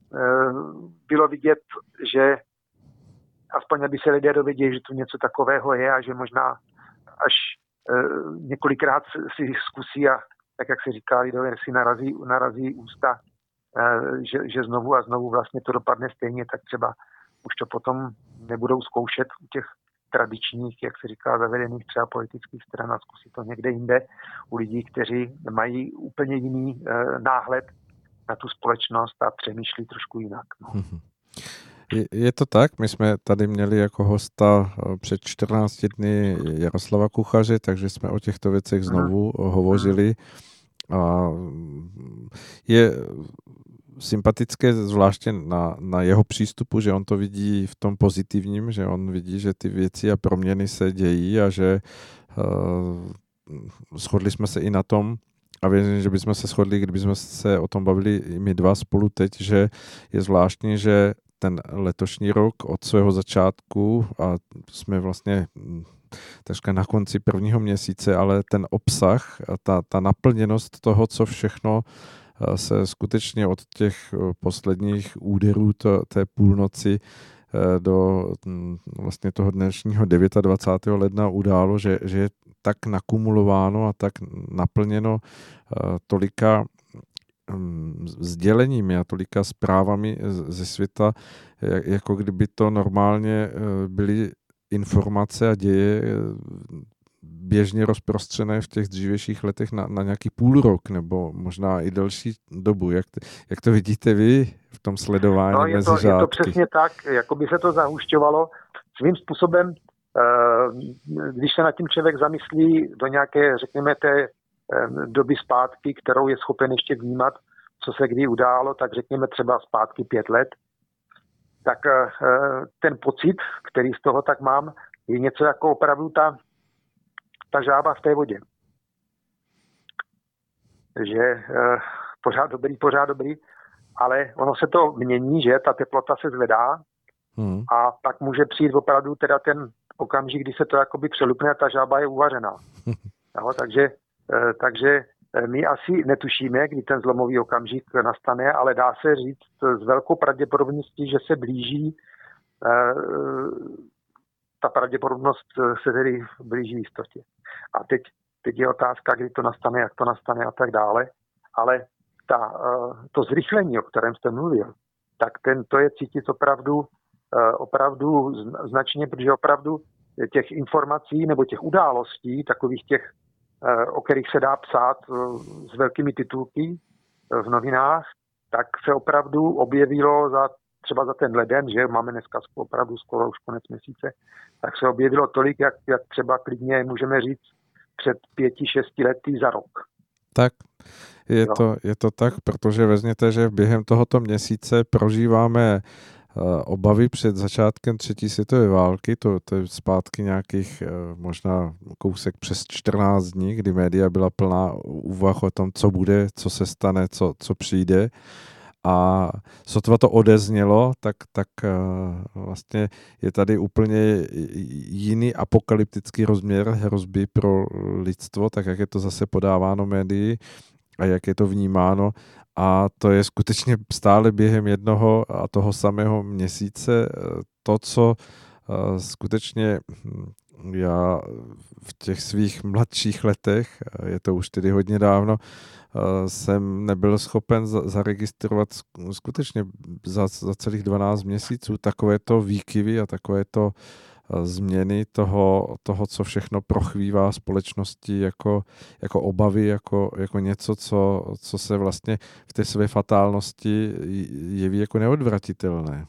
bylo vidět, že aspoň aby se lidé dověděli, že tu něco takového je a že možná až několikrát si zkusí a tak, jak se říká lidově, si narazí, narazí ústa, Že, že znovu a znovu vlastně to dopadne stejně, tak třeba už to potom nebudou zkoušet u těch tradičních, jak se říká, zavedených třeba politických stran a zkusí to někde jinde u lidí, kteří mají úplně jiný e, náhled na tu společnost a přemýšlí trošku jinak. No. Je, je to tak, my jsme tady měli jako hosta před čtrnácti dny Jaroslava Kuchaře, takže jsme o těchto věcech znovu Aha. hovořili. A je sympatické zvláště na, na jeho přístupu, že on to vidí v tom pozitivním, že on vidí, že ty věci a proměny se dějí a že uh, shodli jsme se i na tom, a věřím, že bychom se shodli, kdybychom se o tom bavili i my dva spolu teď, že je zvláštní, že ten letošní rok od svého začátku, a jsme vlastně takřka na konci prvního měsíce, ale ten obsah a ta, ta naplněnost toho, co všechno se skutečně od těch posledních úderů to, té půlnoci do vlastně toho dnešního dvacátého devátého ledna událo, že, že je tak nakumulováno a tak naplněno tolika sděleními a tolika zprávami ze světa, jako kdyby to normálně byly informace a děje běžně rozprostřené v těch dřívějších letech na, na nějaký půl rok nebo možná i delší dobu. Jak, jak to vidíte vy v tom sledování no, je mezi to, řádky? Je to přesně tak, jako by se to zahušťovalo. Svým způsobem, když se nad tím člověk zamyslí do nějaké, řekněme, té doby zpátky, kterou je schopen ještě vnímat, co se kdy událo, tak řekněme třeba zpátky pět let, tak ten pocit, který z toho tak mám, je něco jako opravdu ta, ta žába v té vodě. Že pořád dobrý, pořád dobrý, ale ono se to mění, že ta teplota se zvedá hmm. a pak může přijít opravdu teda ten okamžik, kdy se to jakoby přelupne a ta žába je uvařená. no, takže, takže my asi netušíme, kdy ten zlomový okamžik nastane, ale dá se říct s velkou pravděpodobností, že se blíží. Ta pravděpodobnost se tedy blíží jistotě. A teď teď je otázka, kdy to nastane, jak to nastane a tak dále, ale ta, to zrychlení, o kterém jste mluvil, tak ten, to je cítit opravdu, opravdu značně, protože opravdu těch informací nebo těch událostí, takových těch, o kterých se dá psát s velkými titulky v novinách, tak se opravdu objevilo za, třeba za ten leden, že máme dneska opravdu skoro už konec měsíce, tak se objevilo tolik, jak, jak třeba klidně můžeme říct před pěti, šesti lety za rok. Tak, je to, je to tak, protože vezměte, že během tohoto měsíce prožíváme obavy před začátkem třetí světové války, to, to je zpátky nějakých možná kousek přes čtrnáct dní, kdy média byla plná úvah o tom, co bude, co se stane, co, co přijde. A sotva to odeznělo, tak, tak vlastně je tady úplně jiný apokalyptický rozměr hrozby pro lidstvo, tak jak je to zase podáváno médii a jak je to vnímáno. A to je skutečně stále během jednoho a toho samého měsíce to, co skutečně já v těch svých mladších letech, je to už tedy hodně dávno, jsem nebyl schopen zaregistrovat skutečně za, za celých dvanáct měsíců takovéto výkyvy a takovéto změny toho, toho, co všechno prochvívá společnosti jako, jako obavy, jako, jako něco, co, co se vlastně v té své fatálnosti jeví jako neodvratitelné.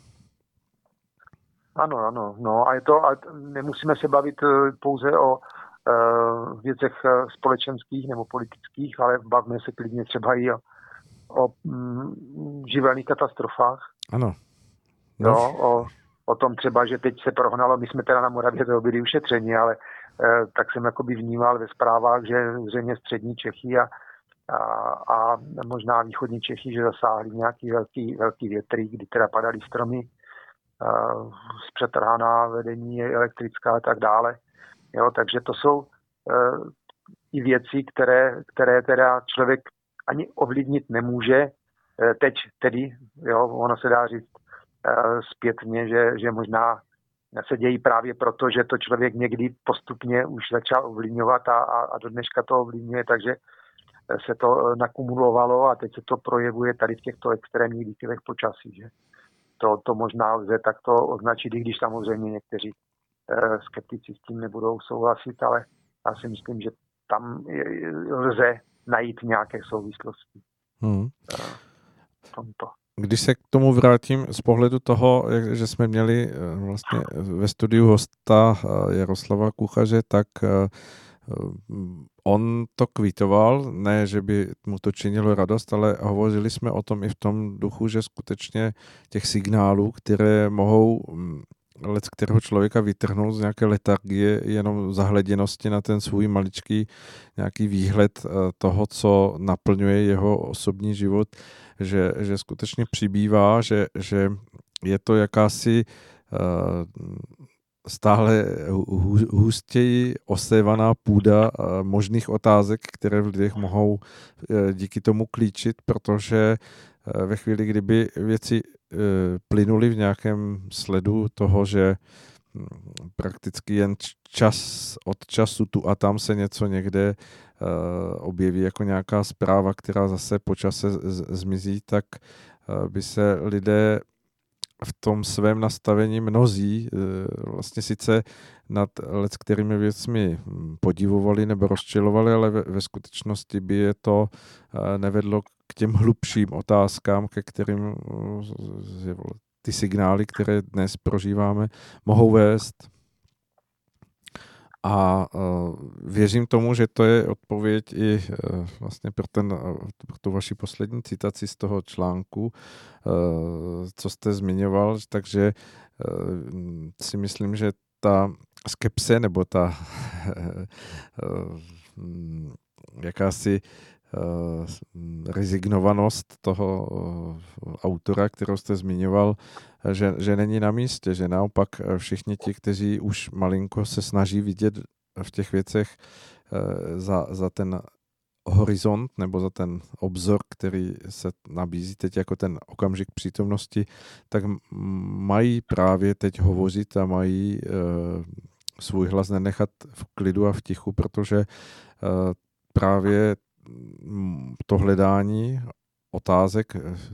Ano, ano, no a je to, a nemusíme se bavit pouze o uh, věcech společenských nebo politických, ale bavíme se klidně třeba i o, o um, živelných katastrofách. Ano. No. Jo, o, o tom třeba, že teď se prohnalo, my jsme teda na Moravě to byli ušetření, ale uh, tak jsem jakoby vnímal ve zprávách, že zřejmě střední Čechy a, a, a možná východní Čechy, že zasáhly nějaký velký, velký větry, kdy teda padaly stromy, zpřetrhaná vedení elektrická a tak dále. Jo, takže to jsou uh, i věci, které, které teda člověk ani ovlivnit nemůže. Uh, teď tedy, jo, ono se dá říct uh, zpětně, že, že možná se dějí právě proto, že to člověk někdy postupně už začal ovlivňovat a, a, a do dneška to ovlivňuje, takže se to nakumulovalo a teď se to projevuje tady v těchto extrémních výkyvech počasí, že? To, to možná lze takto označit, i když samozřejmě někteří e, skeptici s tím nebudou souhlasit, ale já si myslím, že tam je, lze najít nějaké souvislosti. Hmm. E, v tomto. Když se k tomu vrátím z pohledu toho, jak, že jsme měli vlastně ve studiu hosta Jaroslava Kuchaře, tak on to kvítoval, ne, že by mu to činilo radost, ale hovořili jsme o tom i v tom duchu, že skutečně těch signálů, které mohou lec kterého člověka vytrhnout z nějaké letargie, jenom zahleděnosti na ten svůj maličký nějaký výhled toho, co naplňuje jeho osobní život, že, že skutečně přibývá, že, že je to jakási stále hustěji osévaná půda možných otázek, které v lidech mohou díky tomu klíčit, protože ve chvíli, kdyby věci plynuly v nějakém sledu toho, že prakticky jen čas od času tu a tam se něco někde objeví jako nějaká zpráva, která zase po čase zmizí, tak by se lidé v tom svém nastavení mnozí vlastně sice nad let kterými věcmi podivovali nebo rozčilovali, ale ve, ve skutečnosti by je to nevedlo k těm hlubším otázkám, ke kterým ty signály, které dnes prožíváme, mohou vést. A uh, věřím tomu, že to je odpověď i uh, vlastně pro, ten, uh, pro tu vaši poslední citaci z toho článku, uh, co jste zmiňoval, takže uh, si myslím, že ta skepse nebo ta uh, jakási uh, rezignovanost toho uh, autora, kterou jste zmiňoval, že, že není na místě, že naopak všichni ti, kteří už malinko se snaží vidět v těch věcech uh, za, za ten horizont nebo za ten obzor, který se nabízí teď jako ten okamžik přítomnosti, tak mají právě teď hovořit a mají uh, svůj hlas nenechat v klidu a v tichu, protože právě to hledání otázek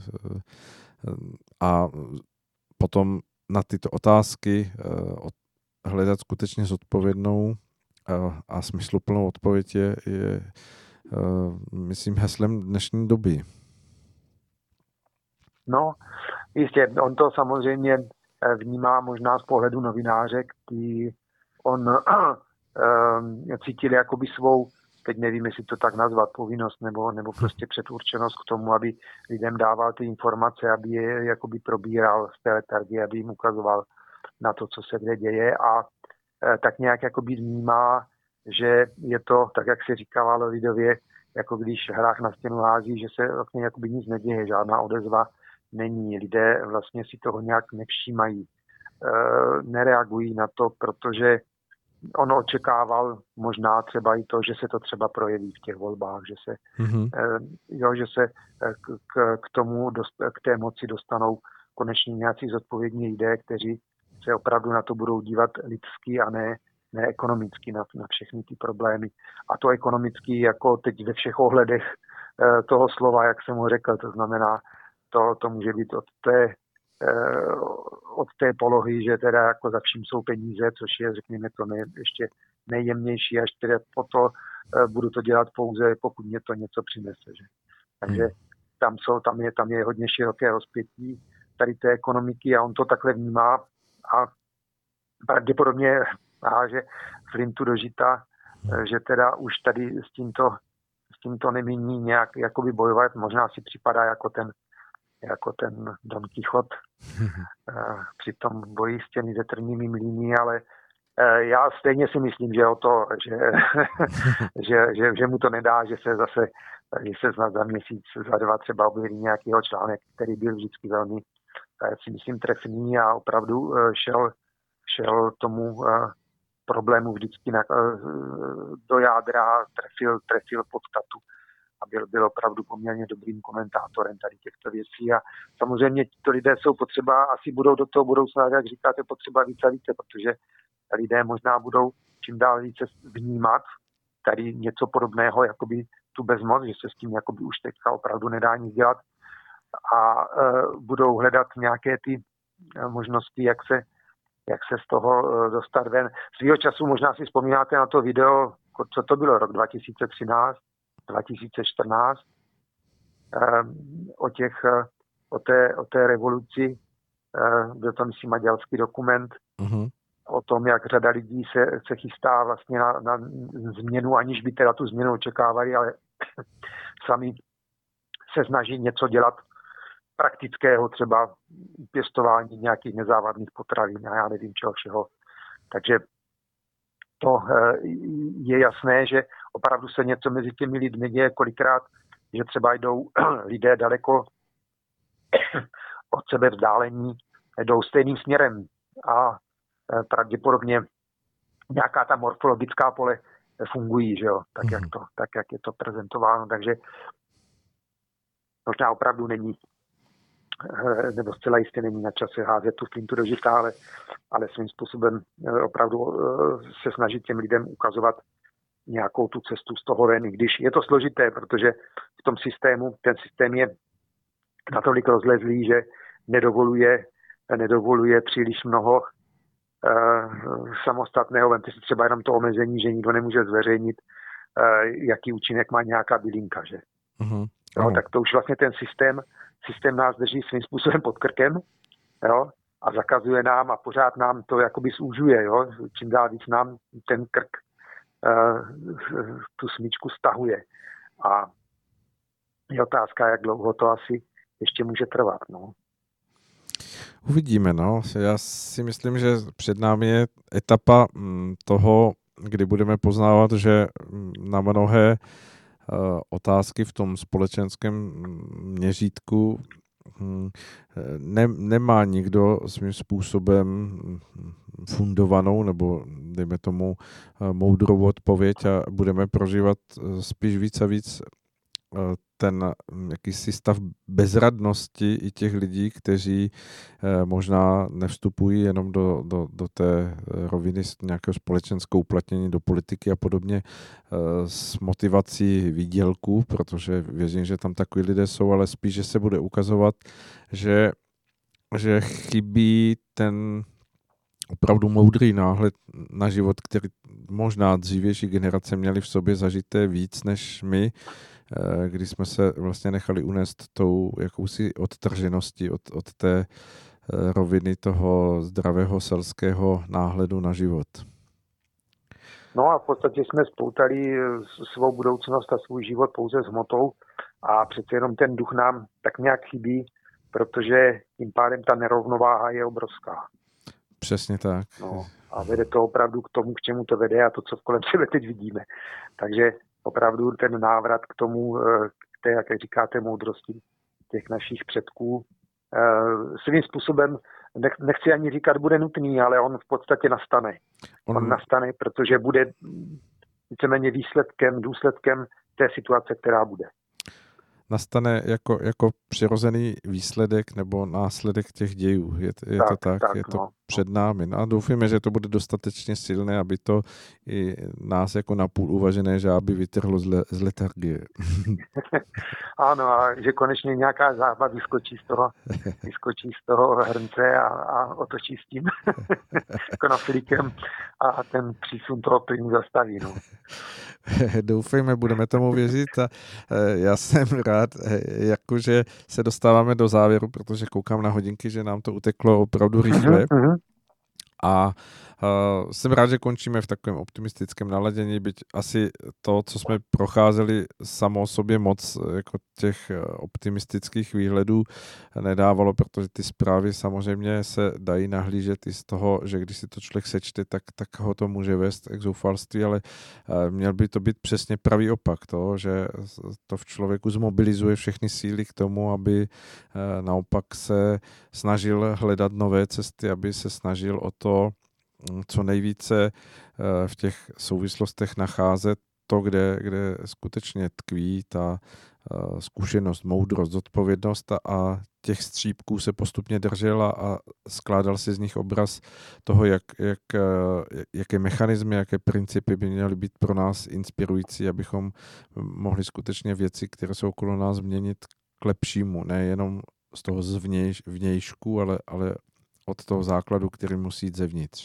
a potom na tyto otázky hledat skutečně zodpovědnou a smysluplnou odpověď je, je myslím, heslem dnešní doby. No, jistě, on to samozřejmě vnímá možná z pohledu novináře, který on cítil jakoby svou, teď nevím, jestli to tak nazvat, povinnost nebo, nebo prostě předurčenost k tomu, aby lidem dával ty informace, aby je jakoby probíral z té letargie, aby jim ukazoval na to, co se kde děje a tak nějak jakoby vnímá, že je to, tak jak se říkávalo lidově, jako když hrách na stěnu hází, že se vlastně jakoby nic neděje, žádná odezva není. Lidé vlastně si toho nějak nevšímají, e, nereagují na to, protože on očekával možná třeba i to, že se to třeba projeví v těch volbách, že se, mm-hmm. e, jo, že se k, k, k tomu, dost, k té moci dostanou konečně nějací zodpovědní lidé, kteří se opravdu na to budou dívat lidsky a ne, ne ekonomicky na, na všechny ty problémy. A to ekonomicky jako teď ve všech ohledech e, toho slova, jak jsem mu řekl, to znamená, to, to může být od té, e, od té polohy, že teda jako za vším jsou peníze, což je, řekněme, to nej, ještě nejjemnější, až teda po to e, budu to dělat pouze, pokud mě to něco přinese. Že? Takže tam, jsou, tam, je, tam je hodně široké rozpětí tady té ekonomiky a on to takhle vnímá a pravděpodobně háže flintu do žita, že teda už tady s tímto, s tímto nemíní nějak jakoby bojovat, možná si připadá jako ten, jako ten Don Kichot při tom boji s těmi větrnými mlýny, ale já stejně si myslím, že o to, že, že, že, že mu to nedá, že se zase, že se snad za měsíc, za dva třeba objeví nějakýho článek, který byl vždycky velmi, si myslím, trefný a opravdu šel, šel tomu problému vždycky na, do jádra, trefil, trefil podstatu a byl, byl opravdu poměrně dobrým komentátorem tady těchto věcí. A samozřejmě tyto lidé jsou potřeba, asi budou do toho budoucna, jak říkáte, potřeba více a více, protože lidé možná budou čím dál více vnímat tady něco podobného, jakoby tu bezmoc, že se s tím jakoby už teďka opravdu nedá nic dělat a uh, budou hledat nějaké ty uh, možnosti, jak se jak se z toho dostat ven. Svýho času možná si vzpomínáte na to video, co to bylo, rok dva tisíce třináct, dva tisíce čtrnáct, o, těch, o, té, o té revoluci, byl to, myslím, maďarský dokument, mm-hmm. o tom, jak řada lidí se, se chystá vlastně na, na změnu, aniž by teda tu změnu očekávali, ale sami se snaží něco dělat praktického, třeba pěstování nějakých nezávadných potravin a já nevím čeho všeho. Takže to je jasné, že opravdu se něco mezi těmi lidmi děje kolikrát, že třeba jdou lidé daleko od sebe vzdálení, jdou stejným směrem a pravděpodobně nějaká ta morfologická pole fungují, že jo, tak, jak to, tak jak je to prezentováno, takže možná opravdu není nebo zcela jistě není na čase házet tu flintu do žita, ale, ale svým způsobem opravdu se snažit těm lidem ukazovat nějakou tu cestu z toho ven, i když je to složité, protože v tom systému, ten systém je natolik rozlezlý, že nedovoluje, nedovoluje příliš mnoho uh, samostatného, vemte si třeba jenom to omezení, že nikdo nemůže zveřejnit, uh, jaký účinek má nějaká bylinka, že? Uh-huh. No, tak to už vlastně ten systém Systém nás drží svým způsobem pod krkem, jo, a zakazuje nám a pořád nám to jakoby zúžuje, jo, čím dál víc nám ten krk uh, tu smyčku stahuje. A je otázka, jak dlouho to asi ještě může trvat, no. Uvidíme, no. Já si myslím, že před námi je etapa toho, kdy budeme poznávat, že na mnohé otázky v tom společenském měřítku ne, nemá nikdo svým způsobem fundovanou nebo dejme tomu moudrou odpověď a budeme prožívat spíš víc a víc ten jakýsi stav bezradnosti i těch lidí, kteří možná nevstupují jenom do, do, do té roviny nějakého společenského uplatnění do politiky a podobně s motivací výdělku, protože věřím, že tam takový lidé jsou, ale spíš, že se bude ukazovat, že, že chybí ten opravdu moudrý náhled na život, který možná dřívější generace měly v sobě zažité víc než my, když jsme se vlastně nechali unést tou jakousi odtržeností od, od té roviny toho zdravého selského náhledu na život. No a v podstatě jsme spoutali svou budoucnost a svůj život pouze s hmotou a přece jenom ten duch nám tak nějak chybí, protože tím pádem ta nerovnováha je obrovská. Přesně tak. No, a vede to opravdu k tomu, k čemu to vede a to, co kolem sebe teď vidíme. Takže opravdu ten návrat k tomu, k té, jak říkáte, moudrosti těch našich předků, svým způsobem, nechci ani říkat, bude nutný, ale on v podstatě nastane. On, on nastane, protože bude víceméně výsledkem, důsledkem té situace, která bude. Nastane jako, jako přirozený výsledek nebo následek těch dějů. Je, je tak, to tak, tak je to no. před námi. No a doufíme, že to bude dostatečně silné, aby to i nás jako napůl uvažené žáby vytrhlo z, le, z letargie. Ano, a že konečně nějaká žába vyskočí z toho, vyskočí z toho hrnce a, a otočí s tím konoflíkem a ten přísun toho plynu zastaví. No. Doufejme, budeme tomu věřit a já jsem rád, jakože se dostáváme do závěru, protože koukám na hodinky, že nám to uteklo opravdu rychle. A uh, jsem rád, že končíme v takovém optimistickém naladění, byť asi to, co jsme procházeli samo o sobě moc jako těch optimistických výhledů nedávalo, protože ty zprávy samozřejmě se dají nahlížet i z toho, že když si to člověk sečte, tak, tak ho to může vést k zoufalství, ale uh, měl by to být přesně pravý opak toho, že to v člověku zmobilizuje všechny síly k tomu, aby uh, naopak se snažil hledat nové cesty, aby se snažil o to co nejvíce v těch souvislostech nacházet to, kde, kde skutečně tkví ta zkušenost, moudrost, zodpovědnost a, a těch střípků se postupně držel a, a skládal si z nich obraz toho, jak, jak, jaké mechanismy, jaké principy by měly být pro nás inspirující, abychom mohli skutečně věci, které jsou okolo nás, změnit k lepšímu, nejenom z toho zvnějš, vnějšku, ale, ale od toho základu, který musí jít zevnitř.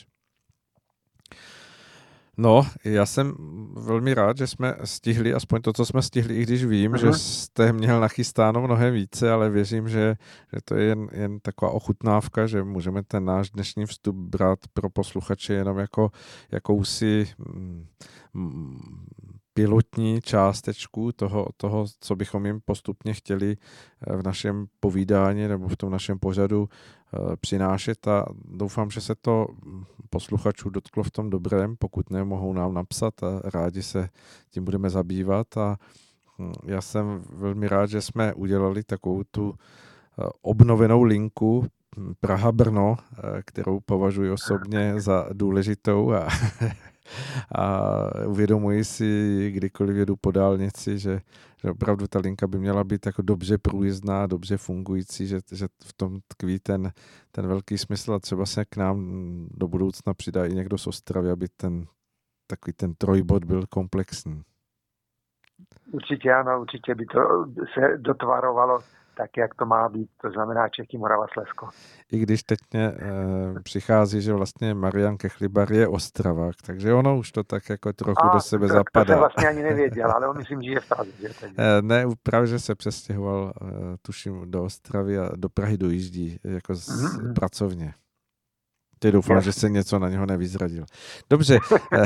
No, já jsem velmi rád, že jsme stihli, aspoň to, co jsme stihli, i když vím, uh-huh. že jste měl nachystáno mnohem více, ale věřím, že, že to je jen, jen taková ochutnávka, že můžeme ten náš dnešní vstup brát pro posluchače jenom jako jakousi mm, pilotní částečku toho, toho, co bychom jim postupně chtěli v našem povídání nebo v tom našem pořadu přinášet a doufám, že se to posluchačů dotklo v tom dobrém, pokud ne, mohou nám napsat a rádi se tím budeme zabývat a já jsem velmi rád, že jsme udělali takovou tu obnovenou linku Praha-Brno, kterou považuji osobně za důležitou a a uvědomuji si, kdykoliv jedu po dálnici, že, že opravdu ta linka by měla být jako dobře průjezdná, dobře fungující, že, že v tom tkví ten, ten velký smysl a třeba se k nám do budoucna přidá i někdo z Ostravy, aby ten takový ten trojbod byl komplexní. Určitě ano, určitě by to se dotvarovalo tak, jak to má být, to znamená Čechy, Morava, Slezsko. I když teď mě e, přichází, že vlastně Marian Kechlibar je Ostravák, takže ono už to tak jako trochu a, do sebe to, zapadá. To jsem vlastně ani nevěděl, ale on myslím, že je v Praze. E, ne, právě, že se přestěhoval, e, tuším, do Ostravy a do Prahy dojíždí jako z, mm-hmm. pracovně. Teď doufám, yes. že se něco na něho nevyzradil. Dobře.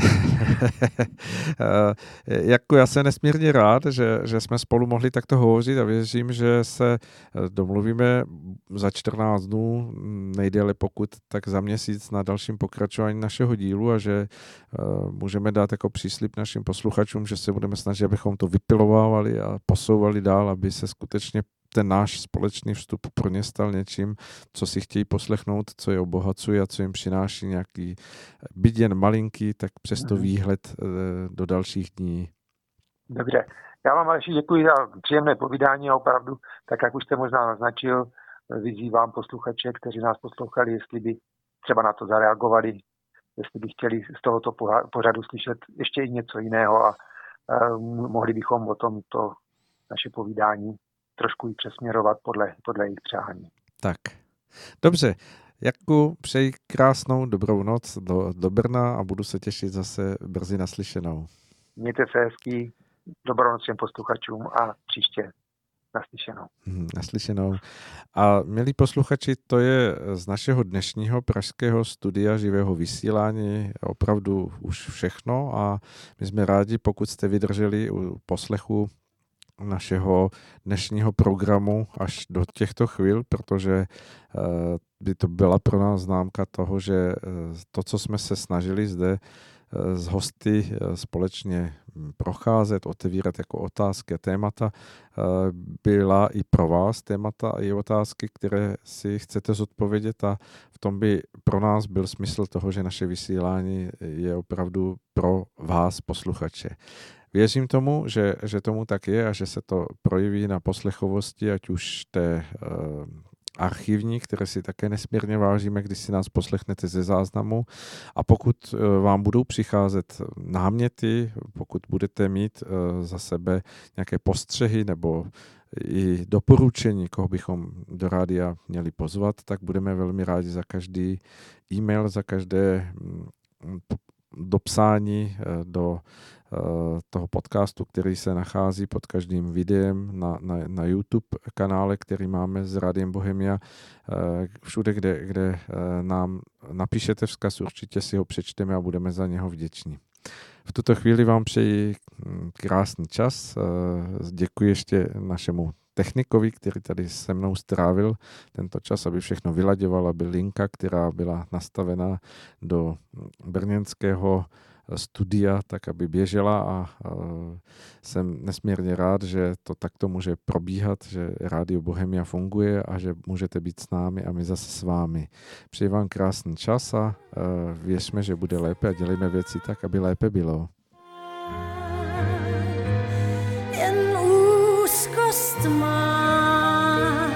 Jako já jsem nesmírně rád, že, že jsme spolu mohli takto hovořit a věřím, že se domluvíme za čtrnáct dnů, nejdéle pokud tak za měsíc na dalším pokračování našeho dílu a že můžeme dát jako příslib našim posluchačům, že se budeme snažit, abychom to vypilovávali a posouvali dál, aby se skutečně ten náš společný vstup pro ně stal něčím, co si chtějí poslechnout, co je obohacuje a co jim přináší nějaký, byť jen malinký, tak přesto výhled do dalších dní. Dobře. Já vám Aleši děkuji za příjemné povídání a opravdu, tak jak už jste možná naznačil, vyzývám posluchače, kteří nás poslouchali, jestli by třeba na to zareagovali, jestli by chtěli z tohoto pořadu slyšet ještě i něco jiného a uh, mohli bychom o tomto naše povídání trošku i přesměrovat podle, podle jejich přání. Tak, dobře. Jakku, přeji krásnou dobrou noc do, do Brna a budu se těšit zase brzy naslyšenou. Mějte se hezky, dobrou noc všem posluchačům a příště naslyšenou. Hmm, naslyšenou. A milí posluchači, to je z našeho dnešního pražského studia živého vysílání opravdu už všechno a my jsme rádi, pokud jste vydrželi u poslechu našeho dnešního programu až do těchto chvíl, protože by to byla pro nás známka toho, že to, co jsme se snažili zde s hosty společně procházet, otevírat jako otázky a témata, byla i pro vás témata a i otázky, které si chcete zodpovědět a v tom by pro nás byl smysl toho, že naše vysílání je opravdu pro vás, posluchače. Věřím tomu, že, že tomu tak je a že se to projeví na poslechovosti, ať už té uh, archivní, které si také nesmírně vážíme, když si nás poslechnete ze záznamu. A pokud uh, vám budou přicházet náměty, pokud budete mít uh, za sebe nějaké postřehy nebo i doporučení, koho bychom do rádia měli pozvat, tak budeme velmi rádi za každý e-mail, za každé um, dopsání do toho podcastu, který se nachází pod každým videem na, na, na YouTube kanále, který máme s Rádiem Bohemia. Všude, kde, kde nám napíšete vzkaz, určitě si ho přečteme a budeme za něho vděční. V tuto chvíli vám přeji krásný čas. Děkuji ještě našemu technikovi, který tady se mnou strávil tento čas, aby všechno vylaďoval, aby linka, která byla nastavená do brněnského studia, tak aby běžela a jsem nesmírně rád, že to takto může probíhat, že Rádio Bohemia funguje a že můžete být s námi a my zase s vámi. Přeji vám krásný čas a věřme, že bude lépe a dělejme věci tak, aby lépe bylo. Jen úzkost mám,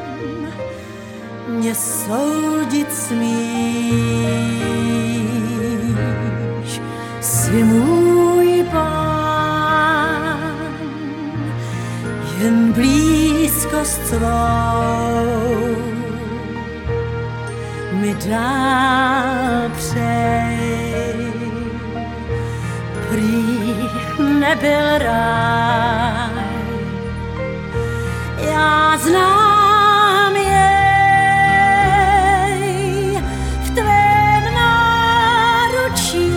mě soudit smíš, jsi můj pán, jen blízkost svou mi dál přej. Prý nebyl ráj, já znám jej v tvém náručí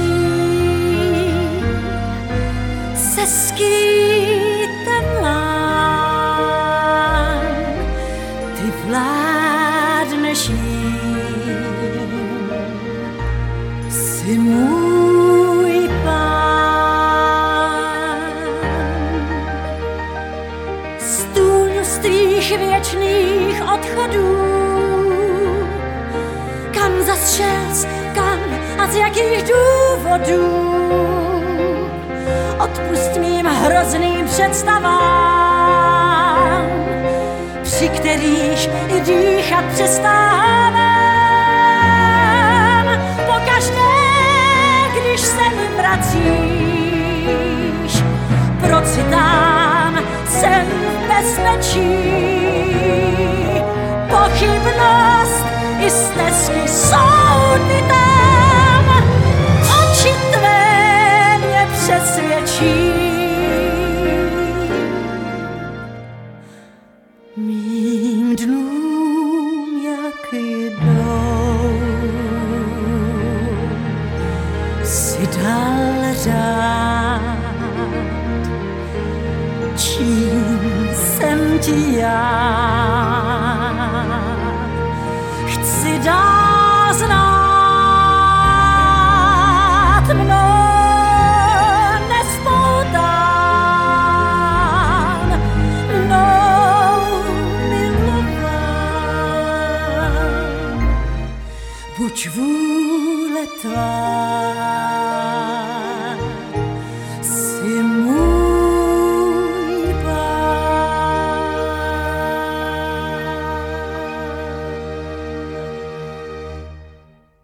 se skýtem lán, ty vládneš jím, jsi můj pán. Stůl tvých věčných odchodů, kam zas šel, kam a z jakých důvodů. Odpust mým hrozným představám, při kterých i dýchat přestávám. Pokaždé, když se mi vracíš, procitám, jsem v bezpečí. Pochybnost i stesky jsou ty tam, oči tvé mě přesvědčí. Mým dnům, jak jdou, si dal řád, čím jsem ti já.